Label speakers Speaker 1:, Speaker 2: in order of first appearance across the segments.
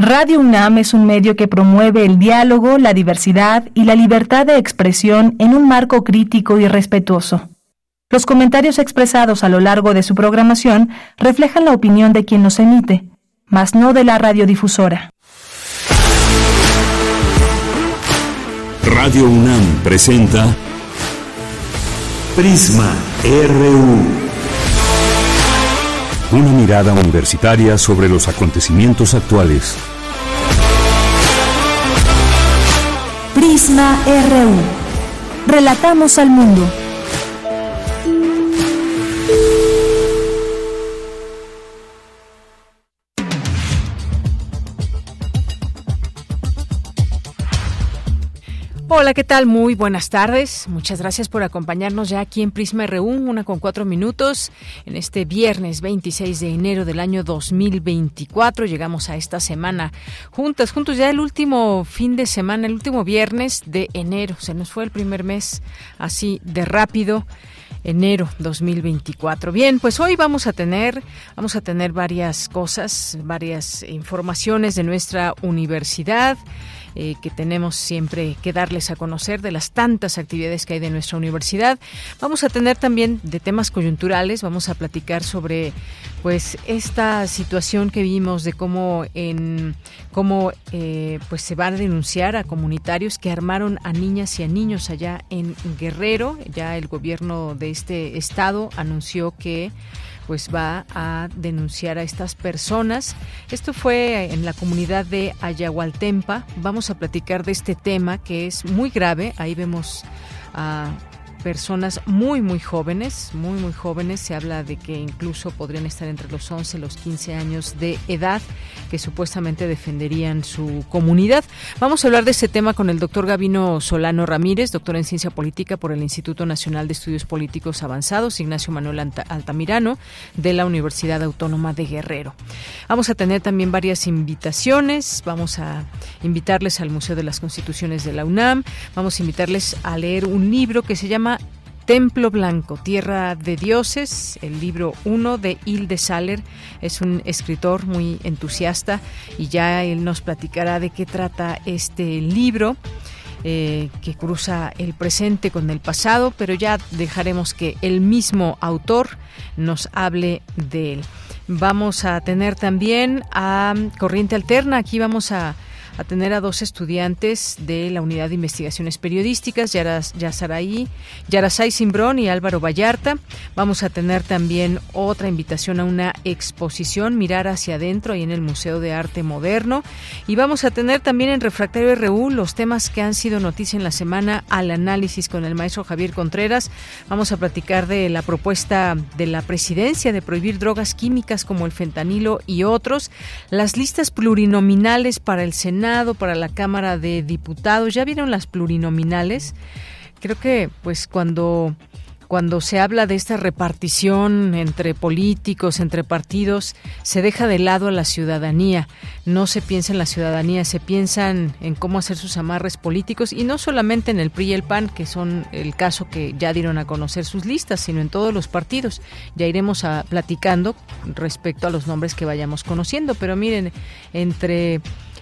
Speaker 1: Radio UNAM es un medio que promueve el diálogo, la diversidad y la libertad de expresión en un marco crítico y respetuoso. Los comentarios expresados a lo largo de su programación reflejan la opinión de quien los emite, mas no de la radiodifusora.
Speaker 2: Radio UNAM presenta Prisma RU. Una mirada universitaria sobre los acontecimientos actuales.
Speaker 1: Prisma RU. Relatamos al mundo.
Speaker 3: Hola, ¿qué tal? Muy buenas tardes. Muchas gracias por acompañarnos ya aquí en Prisma RU, 1:04, en este viernes 26 de enero del año 2024. Llegamos a esta semana juntos ya el último fin de semana, el último viernes de enero. Se nos fue el primer mes así de rápido. Enero 2024. Bien, pues hoy vamos a tener varias cosas, varias informaciones de nuestra universidad. Que tenemos siempre que darles a conocer de las tantas actividades que hay de nuestra universidad. Vamos a tener también de temas coyunturales, vamos a platicar sobre pues esta situación que vimos de cómo pues se va a denunciar a comunitarios que armaron a niñas y a niños allá en Guerrero. Ya el gobierno de este estado anunció que pues va a denunciar a estas personas. Esto fue en la comunidad de Ayahualtempa. Vamos a platicar de este tema que es muy grave. Ahí vemos a personas muy jóvenes. Se habla de que incluso podrían estar entre los 11 y los 15 años de edad, que supuestamente defenderían su comunidad. Vamos a hablar de este tema con el doctor Gabino Solano Ramírez, doctor en Ciencia Política por el Instituto Nacional de Estudios Políticos Avanzados, Ignacio Manuel Altamirano, de la Universidad Autónoma de Guerrero. Vamos a tener también varias invitaciones. Vamos a invitarles al Museo de las Constituciones de la UNAM. Vamos a invitarles a leer un libro que se llama Templo Blanco, Tierra de Dioses, el libro 1 de Hilde Saller. Es un escritor muy entusiasta y ya él nos platicará de qué trata este libro, que cruza el presente con el pasado, pero ya dejaremos que el mismo autor nos hable de él. Vamos a tener también a Corriente Alterna. Aquí vamos a tener a dos estudiantes de la Unidad de Investigaciones Periodísticas, Yarasay Simbrón y Álvaro Vallarta. Vamos a tener también otra invitación a una exposición, Mirar hacia adentro, ahí en el Museo de Arte Moderno. Y vamos a tener también en Refractario RU los temas que han sido noticia en la semana al análisis con el maestro Javier Contreras. Vamos a platicar de la propuesta de la presidencia de prohibir drogas químicas como el fentanilo y otros, las listas plurinominales para el Senado, para la Cámara de Diputados. ¿Ya vieron las plurinominales? Creo que pues cuando se habla de esta repartición entre políticos, entre partidos, se deja de lado a la ciudadanía. No se piensa en la ciudadanía, se piensan en cómo hacer sus amarres políticos, y no solamente en el PRI y el PAN, que son el caso que ya dieron a conocer sus listas, sino en todos los partidos. Ya iremos platicando respecto a los nombres que vayamos conociendo, pero miren, entre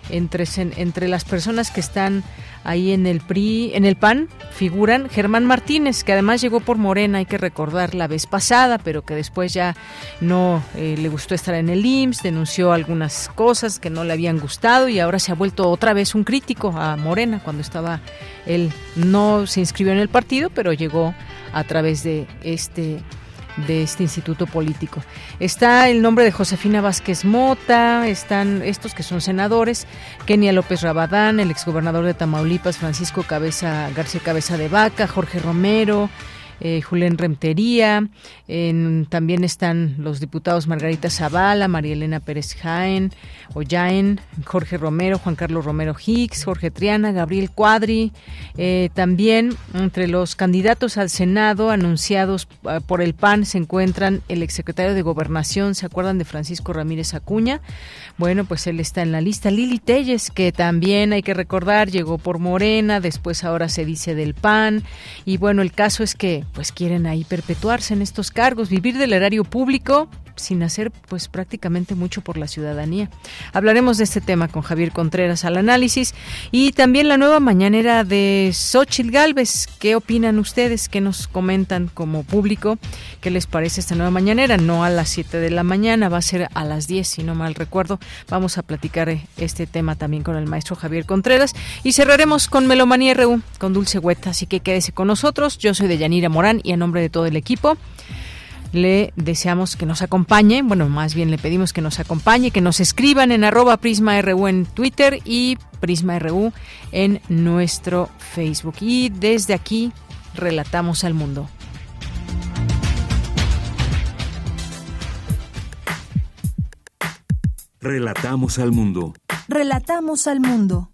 Speaker 3: las personas que están ahí en el PRI, en el PAN, figuran Germán Martínez, que además llegó por Morena, hay que recordar, la vez pasada, pero que después ya no le gustó estar en el IMSS, denunció algunas cosas que no le habían gustado y ahora se ha vuelto otra vez un crítico a Morena. Cuando estaba él no se inscribió en el partido, pero llegó a través de este instituto político. Está el nombre de Josefina Vázquez Mota, están estos que son senadores, Kenia López Rabadán, el exgobernador de Tamaulipas, Francisco García Cabeza de Vaca, Jorge Romero, Julián Rentería, también están los diputados Margarita Zavala, María Elena Pérez Jaén, Jorge Romero, Juan Carlos Romero Hicks, Jorge Triana, Gabriel Cuadri. También entre los candidatos al Senado anunciados por el PAN se encuentran el exsecretario de Gobernación, ¿se acuerdan de Francisco Ramírez Acuña? Bueno, pues él está en la lista. Lili Telles, que también hay que recordar, llegó por Morena, después ahora se dice del PAN, y bueno, el caso es que pues quieren ahí perpetuarse en estos cargos, vivir del erario público, sin hacer pues prácticamente mucho por la ciudadanía. Hablaremos de este tema con Javier Contreras al análisis, y también la nueva mañanera de Xóchitl Gálvez. ¿Qué opinan ustedes? ¿Qué nos comentan como público? ¿Qué les parece esta nueva mañanera? No a las 7 de la mañana, va a ser a las 10, si no mal recuerdo. Vamos a platicar este tema también con el maestro Javier Contreras, y cerraremos con Melomanía RU, con Dulce Huerta, así que quédese con nosotros. Yo soy Deyanira Morán y a nombre de todo el equipo le deseamos que nos acompañe, bueno, más bien le pedimos que nos acompañe, que nos escriban en @PrismaRU en Twitter y PrismaRU en nuestro Facebook. Y desde aquí relatamos al mundo.
Speaker 2: Relatamos al mundo.
Speaker 1: Relatamos al mundo.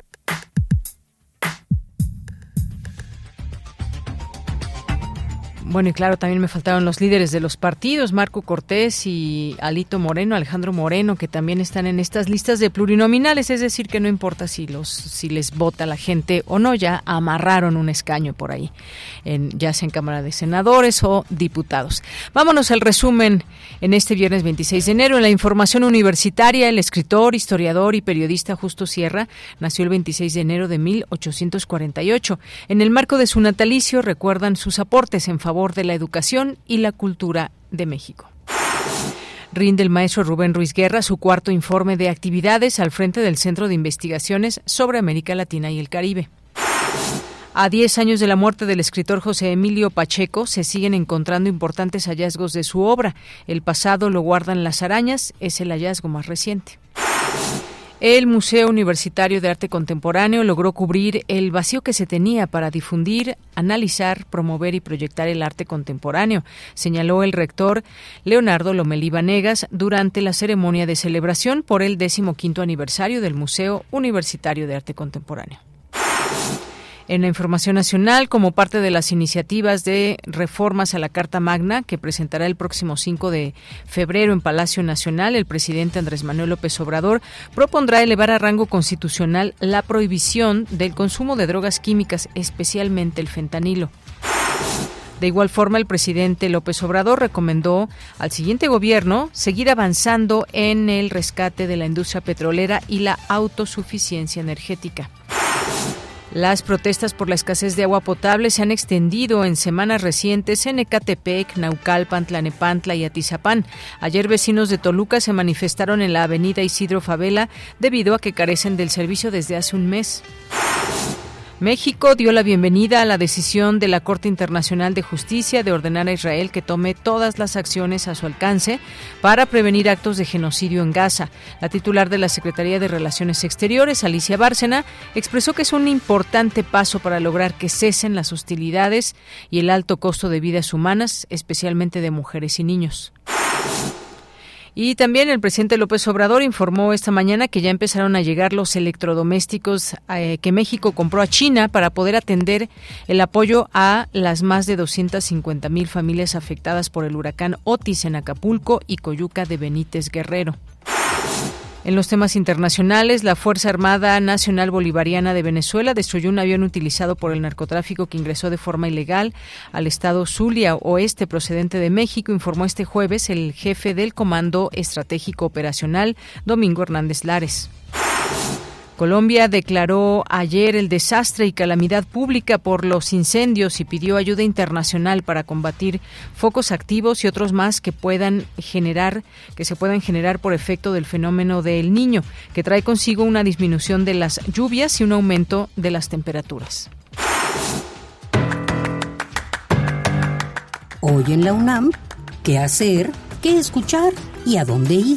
Speaker 3: Bueno, y claro, también me faltaron los líderes de los partidos, Marco Cortés y Alejandro Moreno, que también están en estas listas de plurinominales, es decir, que no importa si les vota la gente o no, ya amarraron un escaño por ahí, ya sea en Cámara de Senadores o diputados. Vámonos al resumen en este viernes 26 de enero. En la información universitaria, el escritor, historiador y periodista Justo Sierra nació el 26 de enero de 1848. En el marco de su natalicio recuerdan sus aportes en favor de la educación y la cultura de México. Rinde el maestro Rubén Ruiz Guerra su cuarto informe de actividades al frente del Centro de Investigaciones sobre América Latina y el Caribe. A 10 años de la muerte del escritor José Emilio Pacheco, se siguen encontrando importantes hallazgos de su obra. El pasado lo guardan las arañas, es el hallazgo más reciente. El Museo Universitario de Arte Contemporáneo logró cubrir el vacío que se tenía para difundir, analizar, promover y proyectar el arte contemporáneo, señaló el rector Leonardo Lomelí Vanegas durante la ceremonia de celebración por el 15º aniversario del Museo Universitario de Arte Contemporáneo. En la información nacional, como parte de las iniciativas de reformas a la Carta Magna que presentará el próximo 5 de febrero en Palacio Nacional, el presidente Andrés Manuel López Obrador propondrá elevar a rango constitucional la prohibición del consumo de drogas químicas, especialmente el fentanilo. De igual forma, el presidente López Obrador recomendó al siguiente gobierno seguir avanzando en el rescate de la industria petrolera y la autosuficiencia energética. Las protestas por la escasez de agua potable se han extendido en semanas recientes en Ecatepec, Naucalpan, Tlanepantla y Atizapán. Ayer vecinos de Toluca se manifestaron en la avenida Isidro Favela debido a que carecen del servicio desde hace un mes. México dio la bienvenida a la decisión de la Corte Internacional de Justicia de ordenar a Israel que tome todas las acciones a su alcance para prevenir actos de genocidio en Gaza. La titular de la Secretaría de Relaciones Exteriores, Alicia Bárcena, expresó que es un importante paso para lograr que cesen las hostilidades y el alto costo de vidas humanas, especialmente de mujeres y niños. Y también el presidente López Obrador informó esta mañana que ya empezaron a llegar los electrodomésticos que México compró a China para poder atender el apoyo a las más de 250,000 familias afectadas por el huracán Otis en Acapulco y Coyuca de Benítez, Guerrero. En los temas internacionales, la Fuerza Armada Nacional Bolivariana de Venezuela destruyó un avión utilizado por el narcotráfico que ingresó de forma ilegal al estado Zulia Oeste procedente de México, informó este jueves el jefe del Comando Estratégico Operacional, Domingo Hernández Lares. Colombia declaró ayer el desastre y calamidad pública por los incendios y pidió ayuda internacional para combatir focos activos y otros más que se puedan generar por efecto del fenómeno del Niño, que trae consigo una disminución de las lluvias y un aumento de las temperaturas.
Speaker 4: Hoy en la UNAM, ¿qué hacer? ¿Qué escuchar? ¿Y a dónde ir?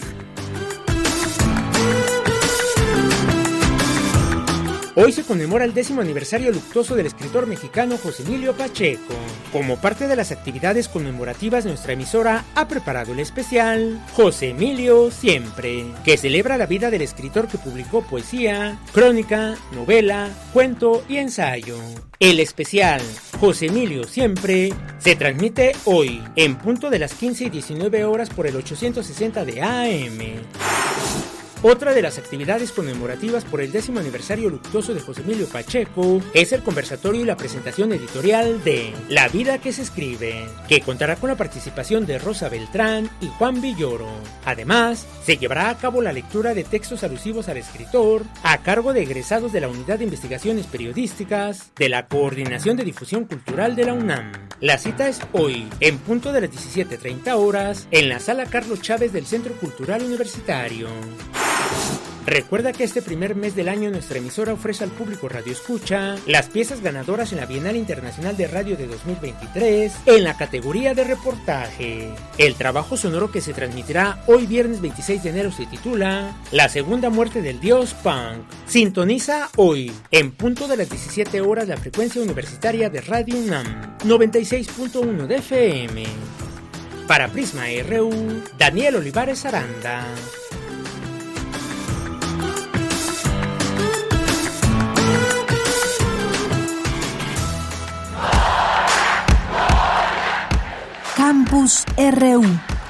Speaker 5: Hoy se conmemora el 10º aniversario luctuoso del escritor mexicano José Emilio Pacheco. Como parte de las actividades conmemorativas, nuestra emisora ha preparado el especial José Emilio Siempre, que celebra la vida del escritor que publicó poesía, crónica, novela, cuento y ensayo. El especial José Emilio Siempre se transmite hoy en punto de las 15 y 19 horas por el 860 de AM. Otra de las actividades conmemorativas por el 10º aniversario luctuoso de José Emilio Pacheco es el conversatorio y la presentación editorial de La vida que se escribe, que contará con la participación de Rosa Beltrán y Juan Villoro. Además, se llevará a cabo la lectura de textos alusivos al escritor a cargo de egresados de la Unidad de Investigaciones Periodísticas de la Coordinación de Difusión Cultural de la UNAM. La cita es hoy, en punto de las 17:30 horas, en la Sala Carlos Chávez del Centro Cultural Universitario. Recuerda que este primer mes del año nuestra emisora ofrece al público radioescucha las piezas ganadoras en la Bienal Internacional de Radio de 2023 en la categoría de reportaje. El trabajo sonoro que se transmitirá hoy viernes 26 de enero se titula La segunda muerte del dios punk. Sintoniza hoy, en punto de las 17 horas, la frecuencia universitaria de Radio UNAM, 96.1 de FM. Para Prisma RU, Daniel Olivares Aranda.
Speaker 1: Campus RU.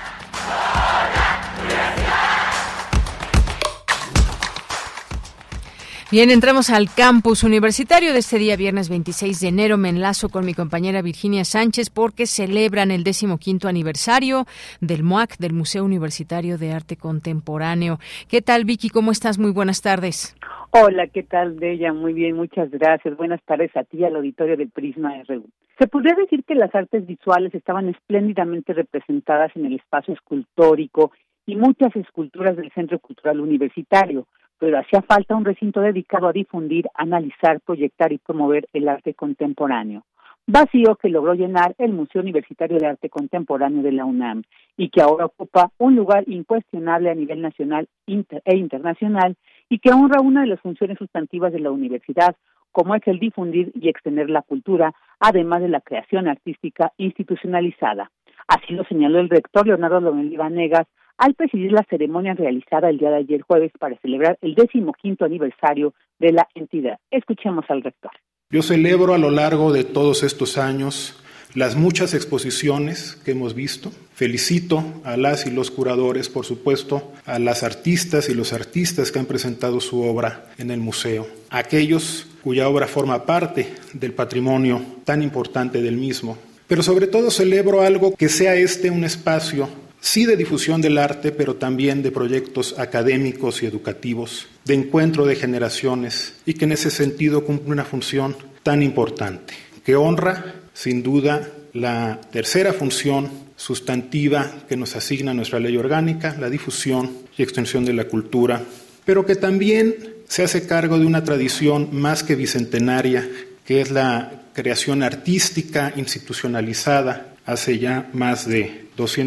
Speaker 3: Bien, entramos al campus universitario de este día, viernes 26 de enero. Me enlazo con mi compañera Virginia Sánchez porque celebran el 15º aniversario del MUAC, del Museo Universitario de Arte Contemporáneo. ¿Qué tal, Vicky? ¿Cómo estás? Muy buenas tardes.
Speaker 6: Hola, ¿qué tal, Deya? Muy bien, muchas gracias. Buenas tardes a ti, al auditorio del Prisma RU. Se podría decir que las artes visuales estaban espléndidamente representadas en el espacio escultórico y muchas esculturas del Centro Cultural Universitario, pero hacía falta un recinto dedicado a difundir, analizar, proyectar y promover el arte contemporáneo. Vacío que logró llenar el Museo Universitario de Arte Contemporáneo de la UNAM y que ahora ocupa un lugar incuestionable a nivel nacional e internacional y que honra una de las funciones sustantivas de la universidad, como es el difundir y extender la cultura, además de la creación artística institucionalizada. Así lo señaló el rector Leonardo Lomelí Vanegas al presidir la ceremonia realizada el día de ayer jueves para celebrar el 15º aniversario de la entidad. Escuchemos al rector.
Speaker 7: Yo celebro a lo largo de todos estos años las muchas exposiciones que hemos visto. Felicito a las y los curadores, por supuesto, a las artistas y los artistas que han presentado su obra en el museo, a aquellos cuya obra forma parte del patrimonio tan importante del mismo. Pero sobre todo celebro algo que sea un espacio sí de difusión del arte, pero también de proyectos académicos y educativos, de encuentro de generaciones, y que en ese sentido cumple una función tan importante, que honra, sin duda, la tercera función sustantiva que nos asigna nuestra ley orgánica, la difusión y extensión de la cultura, pero que también se hace cargo de una tradición más que bicentenaria, que es la creación artística institucionalizada hace ya más de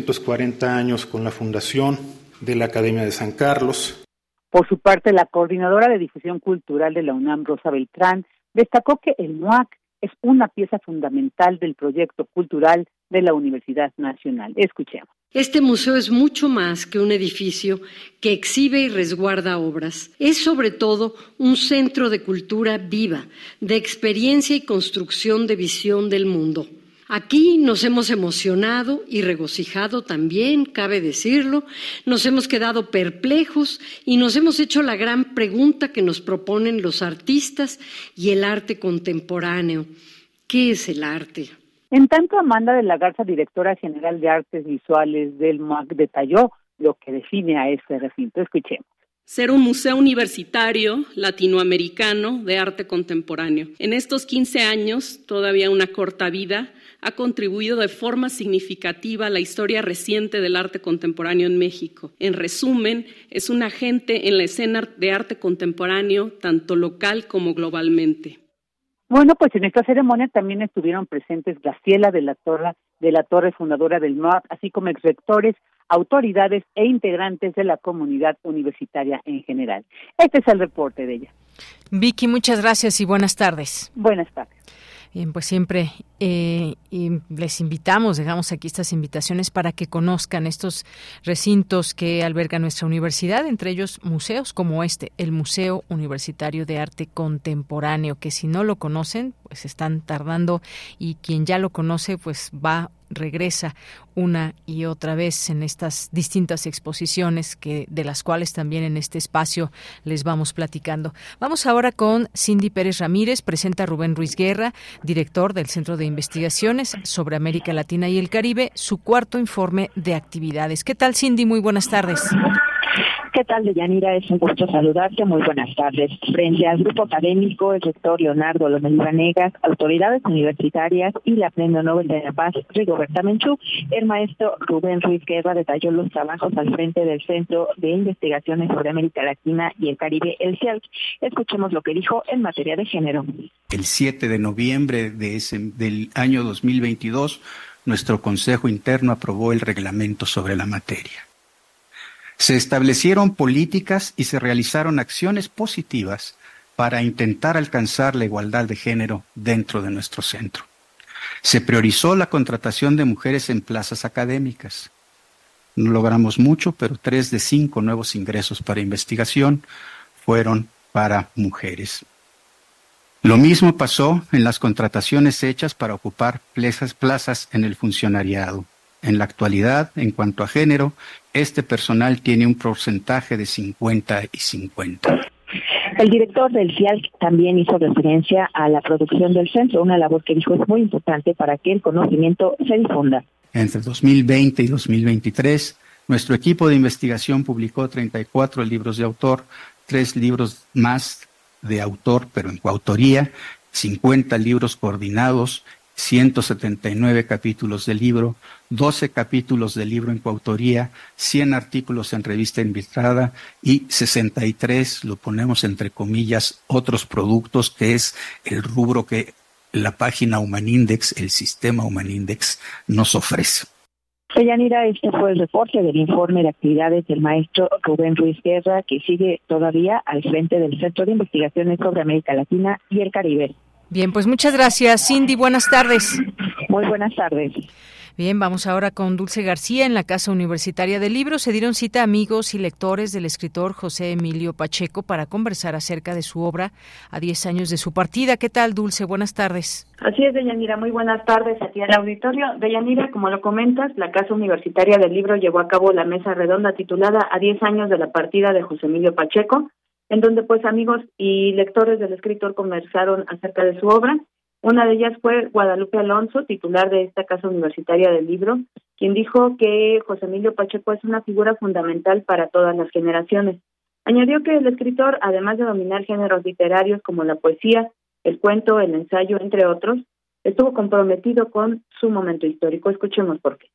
Speaker 7: 240 años con la fundación de la Academia de San Carlos.
Speaker 6: Por su parte, la coordinadora de difusión cultural de la UNAM, Rosa Beltrán, destacó que el MUAC es una pieza fundamental del proyecto cultural de la Universidad Nacional. Escuchemos.
Speaker 8: Este museo es mucho más que un edificio que exhibe y resguarda obras. Es sobre todo un centro de cultura viva, de experiencia y construcción de visión del mundo. Aquí nos hemos emocionado y regocijado también, cabe decirlo, nos hemos quedado perplejos y nos hemos hecho la gran pregunta que nos proponen los artistas y el arte contemporáneo. ¿Qué es el arte?
Speaker 6: En tanto, Amanda de la Garza, directora general de Artes Visuales del MUAC, detalló lo que define a este recinto. Escuchemos.
Speaker 9: Ser un museo universitario latinoamericano de arte contemporáneo. En estos 15 años, todavía una corta vida, ha contribuido de forma significativa a la historia reciente del arte contemporáneo en México. En resumen, es un agente en la escena de arte contemporáneo, tanto local como globalmente.
Speaker 6: Bueno, pues en esta ceremonia también estuvieron presentes Graciela de la Torre, fundadora del MUAC, así como exrectores, autoridades e integrantes de la comunidad universitaria en general. Este es el reporte de ella.
Speaker 3: Vicky, muchas gracias y buenas tardes.
Speaker 6: Buenas tardes.
Speaker 3: Bien, pues siempre y les invitamos, dejamos aquí estas invitaciones para que conozcan estos recintos que alberga nuestra universidad, entre ellos museos como el Museo Universitario de Arte Contemporáneo, que si no lo conocen, pues están tardando, y quien ya lo conoce, pues regresa una y otra vez en estas distintas exposiciones de las cuales también en este espacio les vamos platicando. Vamos ahora con Cindy Pérez Ramírez, presenta Rubén Ruiz Guerra, director del Centro de Investigaciones sobre América Latina y el Caribe, su cuarto informe de actividades. ¿Qué tal, Cindy? Muy buenas tardes.
Speaker 10: ¿Qué tal, Deyanira? Es un gusto saludarte. Muy buenas tardes. Frente al grupo académico, el rector Leonardo Lomelí Vanegas, autoridades universitarias y la Premio Nobel de la Paz, Rigoberta Menchú, el maestro Rubén Ruiz Guerra detalló los trabajos al frente del Centro de Investigaciones sobre América Latina y el Caribe, el CIALC. Escuchemos lo que dijo en materia de género.
Speaker 11: El 7 de noviembre del año 2022, nuestro Consejo Interno aprobó el reglamento sobre la materia. Se establecieron políticas y se realizaron acciones positivas para intentar alcanzar la igualdad de género dentro de nuestro centro. Se priorizó la contratación de mujeres en plazas académicas. No logramos mucho, pero 3 de 5 nuevos ingresos para investigación fueron para mujeres. Lo mismo pasó en las contrataciones hechas para ocupar plazas en el funcionariado. En la actualidad, en cuanto a género, este personal tiene un porcentaje de 50 y 50.
Speaker 10: El director del CIALC también hizo referencia a la producción del centro, una labor que dijo es muy importante para que el conocimiento se difunda.
Speaker 11: Entre 2020 y 2023, nuestro equipo de investigación publicó 34 libros de autor, 3 libros más de autor, pero en coautoría, 50 libros coordinados, 179 capítulos de libro, 12 capítulos de libro en coautoría, 100 artículos en revista invitada y 63, lo ponemos entre comillas, otros productos, que es el rubro que la página Humanindex, el sistema Humanindex, nos ofrece.
Speaker 10: Deyanira, este fue el reporte del informe de actividades del maestro Rubén Ruiz Guerra, que sigue todavía al frente del Centro de Investigaciones sobre América Latina y el Caribe.
Speaker 3: Bien, pues muchas gracias, Cindy. Buenas tardes.
Speaker 10: Muy buenas tardes.
Speaker 3: Bien, vamos ahora con Dulce García. En la Casa Universitaria del Libro se dieron cita amigos y lectores del escritor José Emilio Pacheco para conversar acerca de su obra a 10 años de su partida. ¿Qué tal, Dulce? Buenas tardes.
Speaker 12: Así es, Deyanira. Muy buenas tardes a ti al auditorio. Deyanira, como lo comentas, la Casa Universitaria del Libro llevó a cabo la mesa redonda titulada A 10 años de la partida de José Emilio Pacheco, en donde pues amigos y lectores del escritor conversaron acerca de su obra. Una de ellas fue Guadalupe Alonso, titular de esta Casa Universitaria del Libro, quien dijo que José Emilio Pacheco es una figura fundamental para todas las generaciones. Añadió que el escritor, además de dominar géneros literarios como la poesía, el cuento, el ensayo, entre otros, estuvo comprometido con su momento histórico. Escuchemos por qué.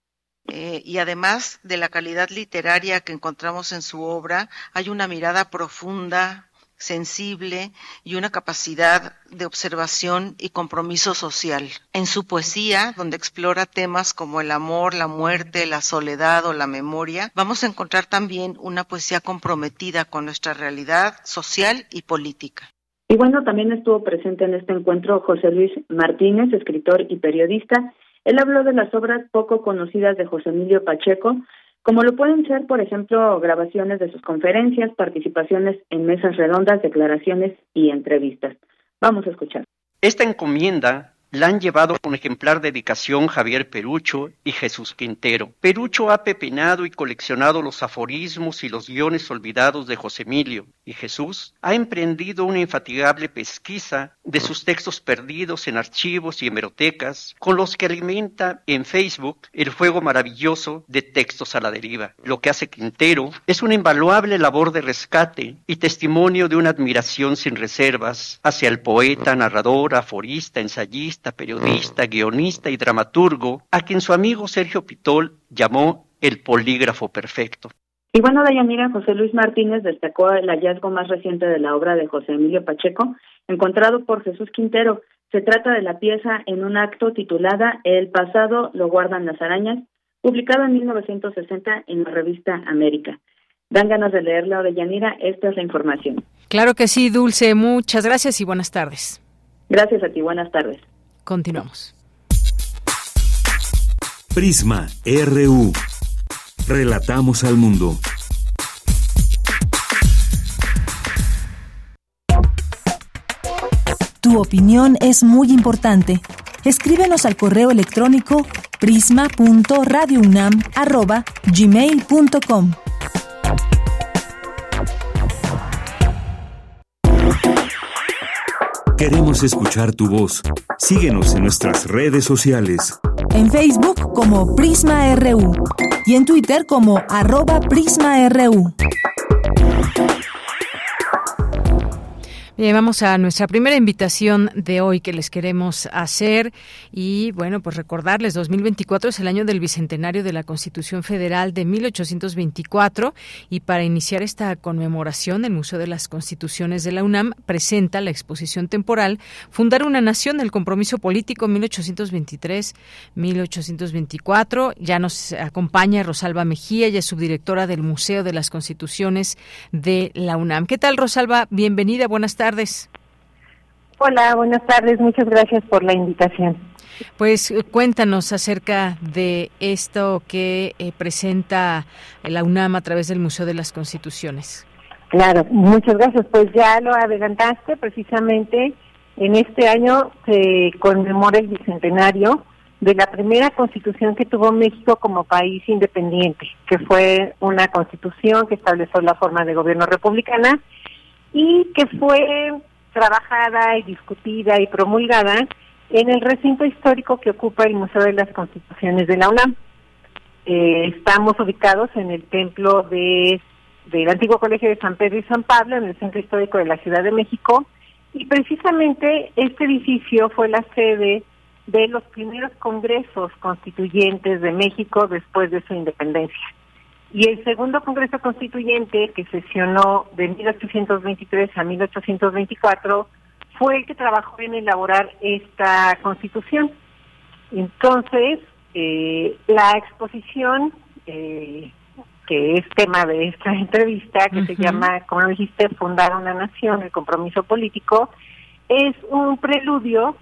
Speaker 13: Y además de la calidad literaria que encontramos en su obra, hay una mirada profunda, sensible y una capacidad de observación y compromiso social. En su poesía, donde explora temas como el amor, la muerte, la soledad o la memoria, vamos a encontrar también una poesía comprometida con nuestra realidad social y política.
Speaker 12: Y bueno, también estuvo presente en este encuentro José Luis Martínez, escritor y periodista. Él habló de las obras poco conocidas de José Emilio Pacheco, como lo pueden ser, por ejemplo, grabaciones de sus conferencias, participaciones en mesas redondas, declaraciones y entrevistas. Vamos a escuchar.
Speaker 14: Esta encomienda la han llevado con ejemplar dedicación Javier Perucho y Jesús Quintero. Perucho ha pepenado y coleccionado los aforismos y los guiones olvidados de José Emilio, y Jesús ha emprendido una infatigable pesquisa de sus textos perdidos en archivos y hemerotecas, con los que alimenta en Facebook el juego maravilloso de textos a la deriva. Lo que hace Quintero es una invaluable labor de rescate y testimonio de una admiración sin reservas hacia el poeta, narrador, aforista, ensayista, periodista, guionista y dramaturgo, a quien su amigo Sergio Pitol llamó el polígrafo perfecto.
Speaker 12: Y bueno, Deyanira, José Luis Martínez destacó el hallazgo más reciente de la obra de José Emilio Pacheco, encontrado por Jesús Quintero. Se trata de la pieza en un acto titulada El pasado lo guardan las arañas, publicada en 1960 en la revista América. Dan ganas de leerla, Deyanira. Esta es la información.
Speaker 3: Claro que sí, Dulce. Muchas gracias y buenas tardes.
Speaker 12: Gracias a ti. Buenas tardes.
Speaker 3: Continuamos.
Speaker 2: Prisma RU. Relatamos al mundo.
Speaker 1: Tu opinión es muy importante. Escríbenos al correo electrónico prisma.radiounam@gmail.com.
Speaker 2: Queremos escuchar tu voz. Síguenos en nuestras redes sociales.
Speaker 1: En Facebook como Prisma RU y en Twitter como @PrismaRU.
Speaker 3: Bien, vamos a nuestra primera invitación de hoy que les queremos hacer y, bueno, pues recordarles, 2024 es el año del Bicentenario de la Constitución Federal de 1824 y para iniciar esta conmemoración, el Museo de las Constituciones de la UNAM presenta la exposición temporal Fundar una Nación, el Compromiso Político 1823-1824. Ya nos acompaña Rosalba Mejía, ella es subdirectora del Museo de las Constituciones de la UNAM. ¿Qué tal, Rosalba? Bienvenida, buenas tardes.
Speaker 15: Hola, buenas tardes. Muchas gracias por la invitación.
Speaker 3: Pues cuéntanos acerca de esto que presenta la UNAM a través del Museo de las Constituciones.
Speaker 15: Claro, muchas gracias. Pues ya lo adelantaste, precisamente en este año se conmemora el bicentenario de la primera constitución que tuvo México como país independiente, que fue una constitución que estableció la forma de gobierno republicana y que fue trabajada y discutida y promulgada en el recinto histórico que ocupa el Museo de las Constituciones de la UNAM. Estamos ubicados en el templo del antiguo Colegio de San Pedro y San Pablo, en el centro histórico de la Ciudad de México, y precisamente este edificio fue la sede de los primeros congresos constituyentes de México después de su independencia. Y el segundo Congreso Constituyente, que sesionó de 1823 a 1824, fue el que trabajó en elaborar esta Constitución. Entonces, la exposición, que es tema de esta entrevista, que se llama, como dijiste, Fundar una Nación, el Compromiso Político, es un preludio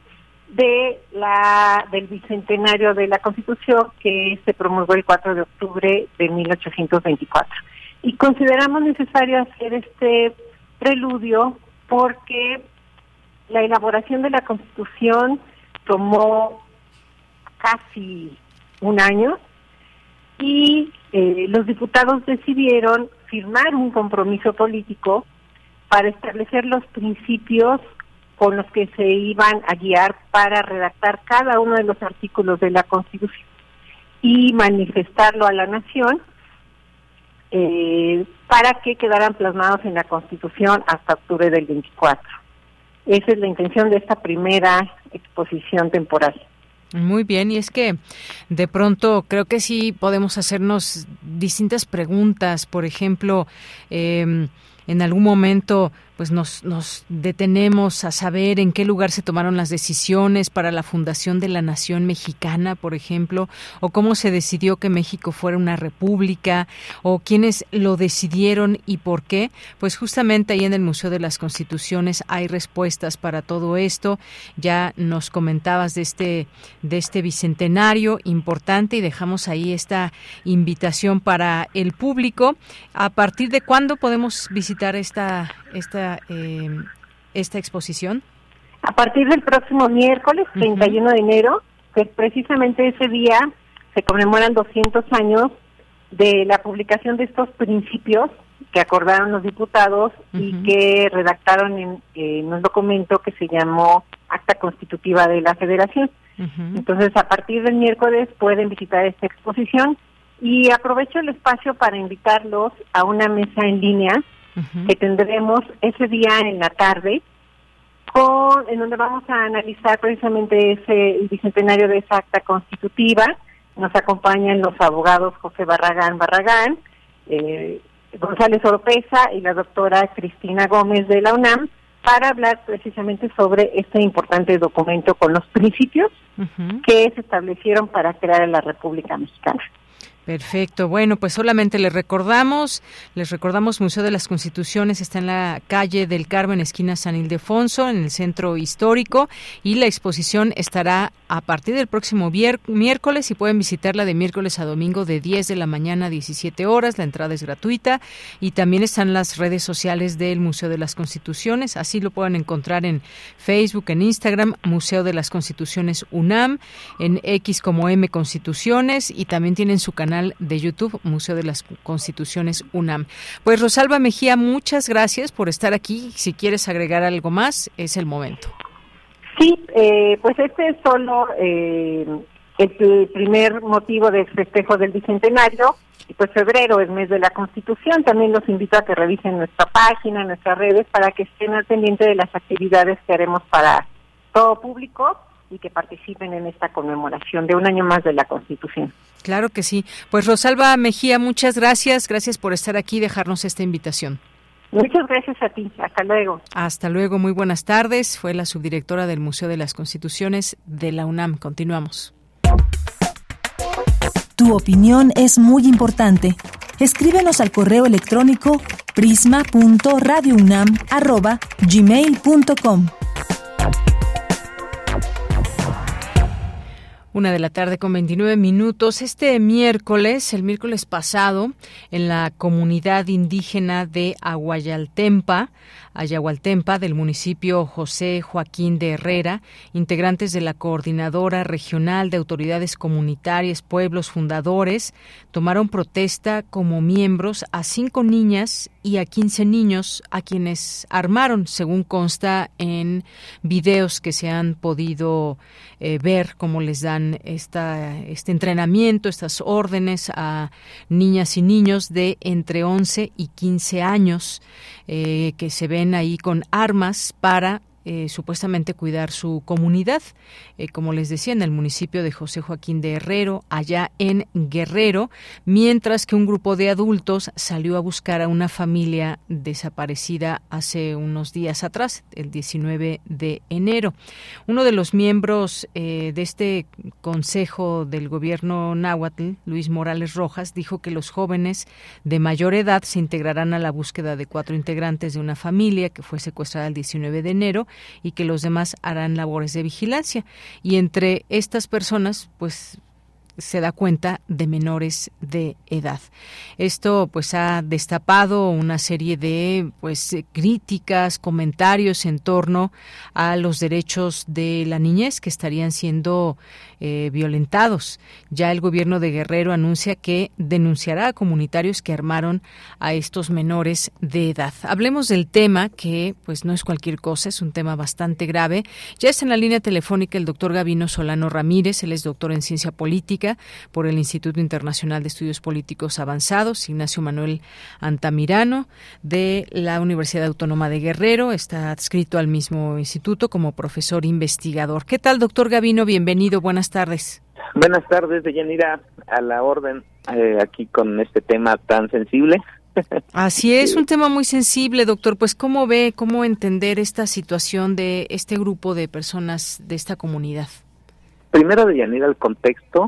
Speaker 15: del bicentenario de la Constitución que se promulgó el 4 de octubre de 1824. Y consideramos necesario hacer este preludio porque la elaboración de la Constitución tomó casi un año y los diputados decidieron firmar un compromiso político para establecer los principios con los que se iban a guiar para redactar cada uno de los artículos de la Constitución y manifestarlo a la nación para que quedaran plasmados en la Constitución hasta octubre del 24. Esa es la intención de esta primera exposición temporal.
Speaker 3: Muy bien, y es que de pronto creo que sí podemos hacernos distintas preguntas. Por ejemplo, en algún momento pues nos detenemos a saber en qué lugar se tomaron las decisiones para la fundación de la nación mexicana, por ejemplo, o cómo se decidió que México fuera una república, o quiénes lo decidieron y por qué. Pues justamente ahí en el Museo de las Constituciones hay respuestas para todo esto. Ya nos comentabas de este bicentenario importante y dejamos ahí esta invitación para el público. ¿A partir de cuándo podemos visitar esta exposición?
Speaker 15: A partir del próximo miércoles 31 de enero, que precisamente ese día se conmemoran 200 años de la publicación de estos principios que acordaron los diputados y que redactaron en un documento que se llamó Acta Constitutiva de la Federación. Entonces, a partir del miércoles pueden visitar esta exposición y aprovecho el espacio para invitarlos a una mesa en línea que tendremos ese día en la tarde, en donde vamos a analizar precisamente el bicentenario de esa acta constitutiva. Nos acompañan los abogados José Barragán, González Oropesa y la doctora Cristina Gómez de la UNAM para hablar precisamente sobre este importante documento con los principios que se establecieron para crear la República Mexicana.
Speaker 3: Perfecto. Bueno, pues solamente les recordamos Museo de las Constituciones está en la calle del Carmen, esquina San Ildefonso, en el centro histórico, y la exposición estará a partir del próximo miércoles y pueden visitarla de miércoles a domingo de 10 de la mañana a 17 horas. La entrada es gratuita y también están las redes sociales del Museo de las Constituciones. Así lo pueden encontrar en Facebook, en Instagram, Museo de las Constituciones UNAM, en X como M Constituciones, y también tienen su canal de YouTube, Museo de las Constituciones UNAM. Pues Rosalba Mejía, muchas gracias por estar aquí. Si quieres agregar algo más, es el momento.
Speaker 15: Sí, pues este es solo el primer motivo del festejo del Bicentenario, y pues febrero es mes de la Constitución. También los invito a que revisen nuestra página, nuestras redes, para que estén al pendiente de las actividades que haremos para todo público y que participen en esta conmemoración de un año más de la Constitución.
Speaker 3: Claro que sí. Pues Rosalba Mejía, muchas gracias. Gracias por estar aquí y dejarnos esta invitación.
Speaker 15: Muchas gracias a ti. Hasta luego.
Speaker 3: Hasta luego. Muy buenas tardes. Fue la subdirectora del Museo de las Constituciones de la UNAM. Continuamos.
Speaker 1: Tu opinión es muy importante. Escríbenos al correo electrónico prisma.radiounam@gmail.com.
Speaker 3: 1:29 p.m. Este miércoles, el miércoles pasado, en la comunidad indígena de Ayahualtempa, del municipio José Joaquín de Herrera, integrantes de la Coordinadora Regional de Autoridades Comunitarias, Pueblos Fundadores, tomaron protesta como miembros a 5 niñas y a 15 niños a quienes armaron, según consta en videos que se han podido ver cómo les dan este entrenamiento, estas órdenes a niñas y niños de entre 11 y 15 años que se ven ahí con armas para supuestamente cuidar su comunidad, como les decía, en el municipio de José Joaquín de Herrera, allá en Guerrero, mientras que un grupo de adultos salió a buscar a una familia desaparecida hace unos días atrás, el 19 de enero. Uno de los miembros de este consejo del gobierno náhuatl, Luis Morales Rojas, dijo que los jóvenes de mayor edad se integrarán a la búsqueda de 4 integrantes de una familia que fue secuestrada el 19 de enero y que los demás harán labores de vigilancia. Y entre estas personas, pues se da cuenta de menores de edad. Esto pues ha destapado una serie de críticas, comentarios en torno a los derechos de la niñez que estarían siendo violentados. Ya el gobierno de Guerrero anuncia que denunciará a comunitarios que armaron a estos menores de edad. Hablemos del tema, que pues no es cualquier cosa, es un tema bastante grave. Ya está en la línea telefónica el doctor Gabino Solano Ramírez. Él es doctor en ciencia política por el Instituto Internacional de Estudios Políticos Avanzados, Ignacio Manuel Altamirano, de la Universidad Autónoma de Guerrero. Está adscrito al mismo instituto como profesor investigador. ¿Qué tal, doctor Gabino? Bienvenido, buenas tardes.
Speaker 16: Buenas tardes, Deyanira, a la orden, aquí con este tema tan sensible.
Speaker 3: Así es, un tema muy sensible, doctor. Pues, ¿cómo ve, cómo entender esta situación de este grupo de personas de esta comunidad?
Speaker 16: Primero, Deyanira, el contexto.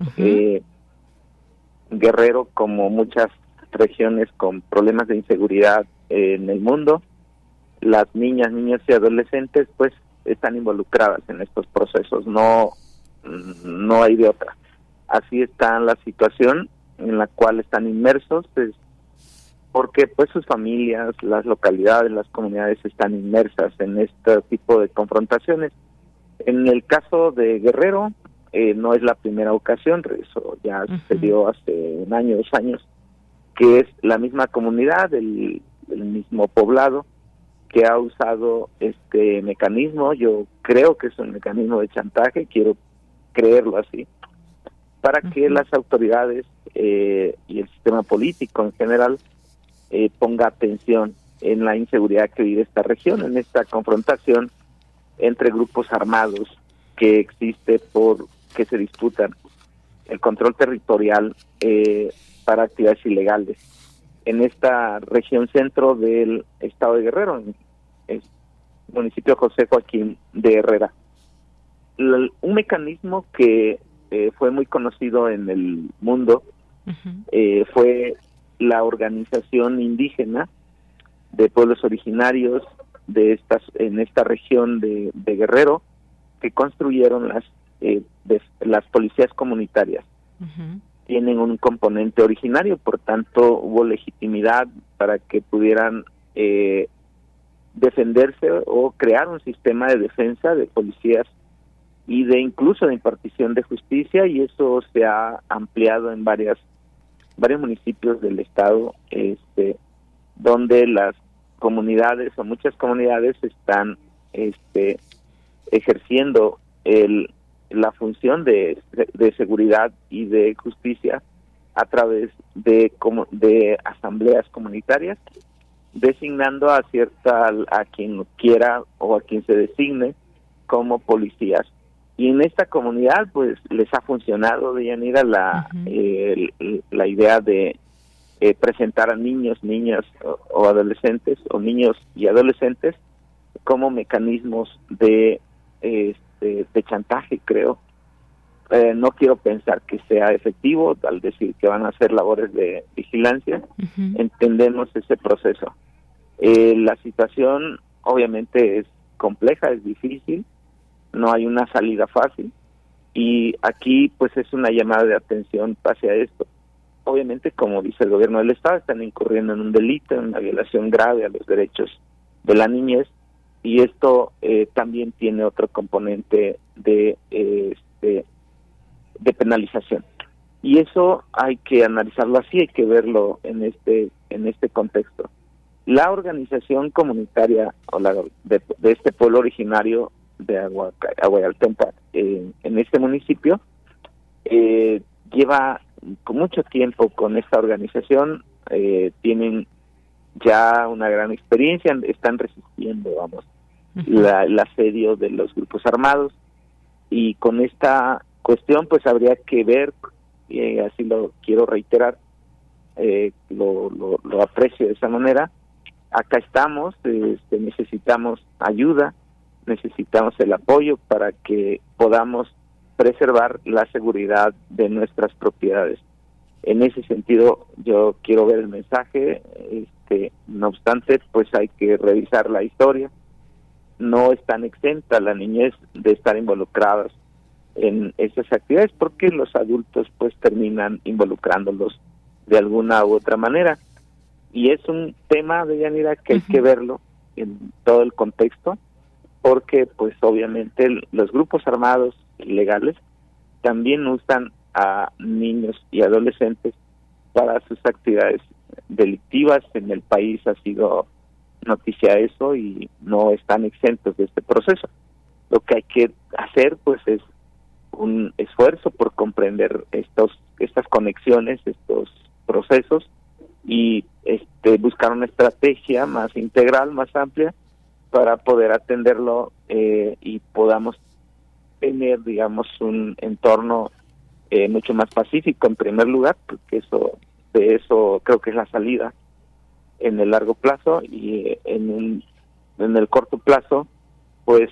Speaker 16: Guerrero, como muchas regiones con problemas de inseguridad en el mundo, las niñas y adolescentes pues están involucradas en estos procesos, no hay de otra. Así está la situación en la cual están inmersos, porque pues sus familias, las localidades, las comunidades están inmersas en este tipo de confrontaciones. En el caso de Guerrero, no es la primera ocasión, eso ya sucedió hace un año, 2 años, que es la misma comunidad, el mismo poblado, que ha usado este mecanismo. Yo creo que es un mecanismo de chantaje, quiero creerlo así, para que las autoridades y el sistema político en general ponga atención en la inseguridad que vive esta región, en esta confrontación entre grupos armados que existe que se disputan el control territorial para actividades ilegales en esta región centro del estado de Guerrero, en el municipio José Joaquín de Herrera. Un mecanismo que fue muy conocido en el mundo fue la organización indígena de pueblos originarios en esta región de Guerrero, que construyeron las las policías comunitarias tienen un componente originario, por tanto hubo legitimidad para que pudieran defenderse o crear un sistema de defensa de policías y de incluso de impartición de justicia, y eso se ha ampliado en varios municipios del estado, donde las comunidades o muchas comunidades están ejerciendo la función de seguridad y de justicia a través de asambleas comunitarias, designando a quien quiera o a quien se designe como policías. Y en esta comunidad pues les ha funcionado, Deyanira, la idea de presentar a niños, niñas o adolescentes, o niños y adolescentes como mecanismos de chantaje, creo. No quiero pensar que sea efectivo al decir que van a hacer labores de vigilancia. Entendemos ese proceso. La situación obviamente es compleja, es difícil, no hay una salida fácil, y aquí pues es una llamada de atención hacia esto. Obviamente, como dice el gobierno del estado, están incurriendo en un delito, en una violación grave a los derechos de la niñez, y esto también tiene otro componente de penalización. Y eso hay que analizarlo así, hay que verlo en este contexto. La organización comunitaria o de este pueblo originario de Aguayaltempa en este municipio lleva con mucho tiempo con esta organización, tienen ya una gran experiencia, están resistiendo, el asedio de los grupos armados, y con esta cuestión pues habría que ver, así lo quiero reiterar, lo aprecio de esa manera. Acá estamos, necesitamos ayuda, necesitamos el apoyo para que podamos preservar la seguridad de nuestras propiedades. En ese sentido, yo quiero ver el mensaje, no obstante, pues hay que revisar la historia. No están exenta la niñez de estar involucradas en esas actividades, porque los adultos pues terminan involucrándolos de alguna u otra manera. Y es un tema, Deyanira, que hay que verlo en todo el contexto, porque pues obviamente los grupos armados ilegales también usan a niños y adolescentes para sus actividades delictivas. En el país ha sido noticia eso y no están exentos de este proceso. Lo que hay que hacer pues es un esfuerzo por comprender estas conexiones, estos procesos, y buscar una estrategia más integral, más amplia, para poder atenderlo y podamos tener, digamos, un entorno mucho más pacífico en primer lugar, porque de eso creo que es la salida en el largo plazo, y en el corto plazo pues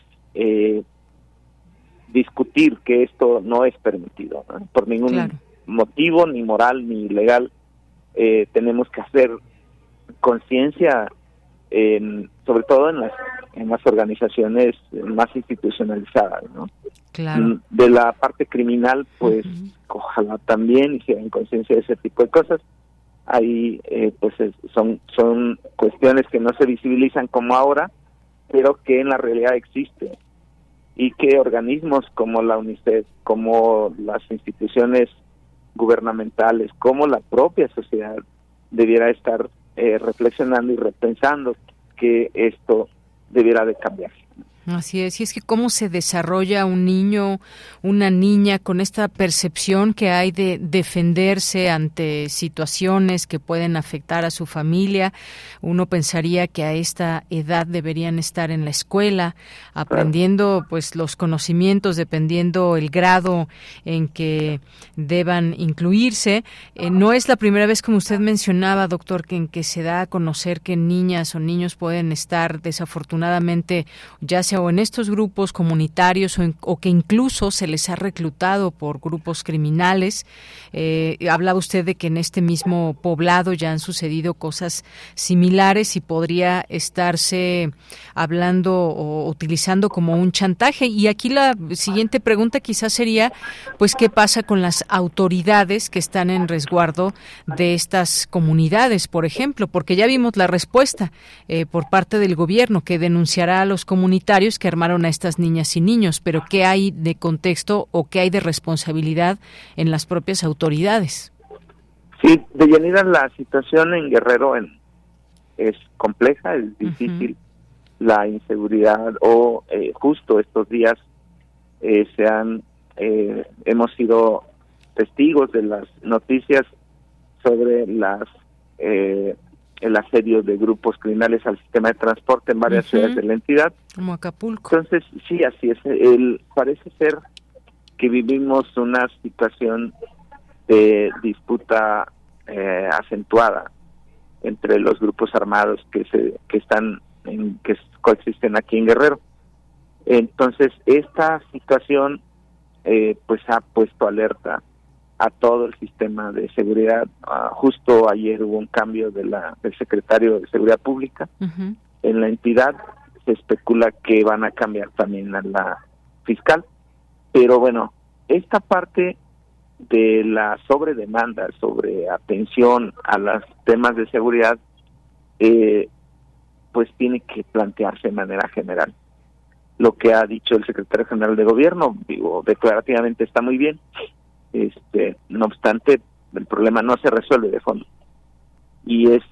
Speaker 16: discutir que esto no es permitido, ¿no? Por ningún motivo, ni moral ni legal. Tenemos que hacer conciencia, sobre todo en las organizaciones más institucionalizadas, ¿no? De la parte criminal, pues ojalá también hicieran conciencia de ese tipo de cosas. Ahí pues son cuestiones que no se visibilizan como ahora, pero que en la realidad existen, y que organismos como la UNICEF, como las instituciones gubernamentales, como la propia sociedad debiera estar reflexionando y repensando que esto debiera de cambiar.
Speaker 3: Así es, y es que cómo se desarrolla un niño, una niña con esta percepción que hay de defenderse ante situaciones que pueden afectar a su familia. Uno pensaría que a esta edad deberían estar en la escuela, aprendiendo pues los conocimientos, dependiendo el grado en que deban incluirse. No es la primera vez, como usted mencionaba, doctor, en que se da a conocer que niñas o niños pueden estar desafortunadamente ya sea experiencia o en estos grupos comunitarios o que incluso se les ha reclutado por grupos criminales. Hablaba usted de que en este mismo poblado ya han sucedido cosas similares y podría estarse hablando o utilizando como un chantaje. Y aquí la siguiente pregunta quizás sería, pues, ¿qué pasa con las autoridades que están en resguardo de estas comunidades, por ejemplo? Porque ya vimos la respuesta por parte del gobierno, que denunciará a los comunitarios que armaron a estas niñas y niños, pero ¿qué hay de contexto o qué hay de responsabilidad en las propias autoridades? Sí,
Speaker 16: Deyanira, la situación en Guerrero es compleja, es difícil. La inseguridad justo estos días hemos sido testigos de las noticias sobre el asedio de grupos criminales al sistema de transporte en varias ciudades de la entidad.
Speaker 3: Como Acapulco.
Speaker 16: Entonces, sí, así es. Parece ser que vivimos una situación de disputa acentuada entre los grupos armados que coexisten aquí en Guerrero. Entonces, esta situación pues ha puesto alerta a todo el sistema de seguridad. Justo ayer hubo un cambio del secretario de Seguridad Pública en la entidad. Se especula que van a cambiar también a la fiscal. Pero bueno, esta parte de la sobredemanda, sobre atención a los temas de seguridad, pues tiene que plantearse de manera general. Lo que ha dicho el secretario general de Gobierno, declarativamente está muy bien. No obstante, el problema no se resuelve de fondo. Y es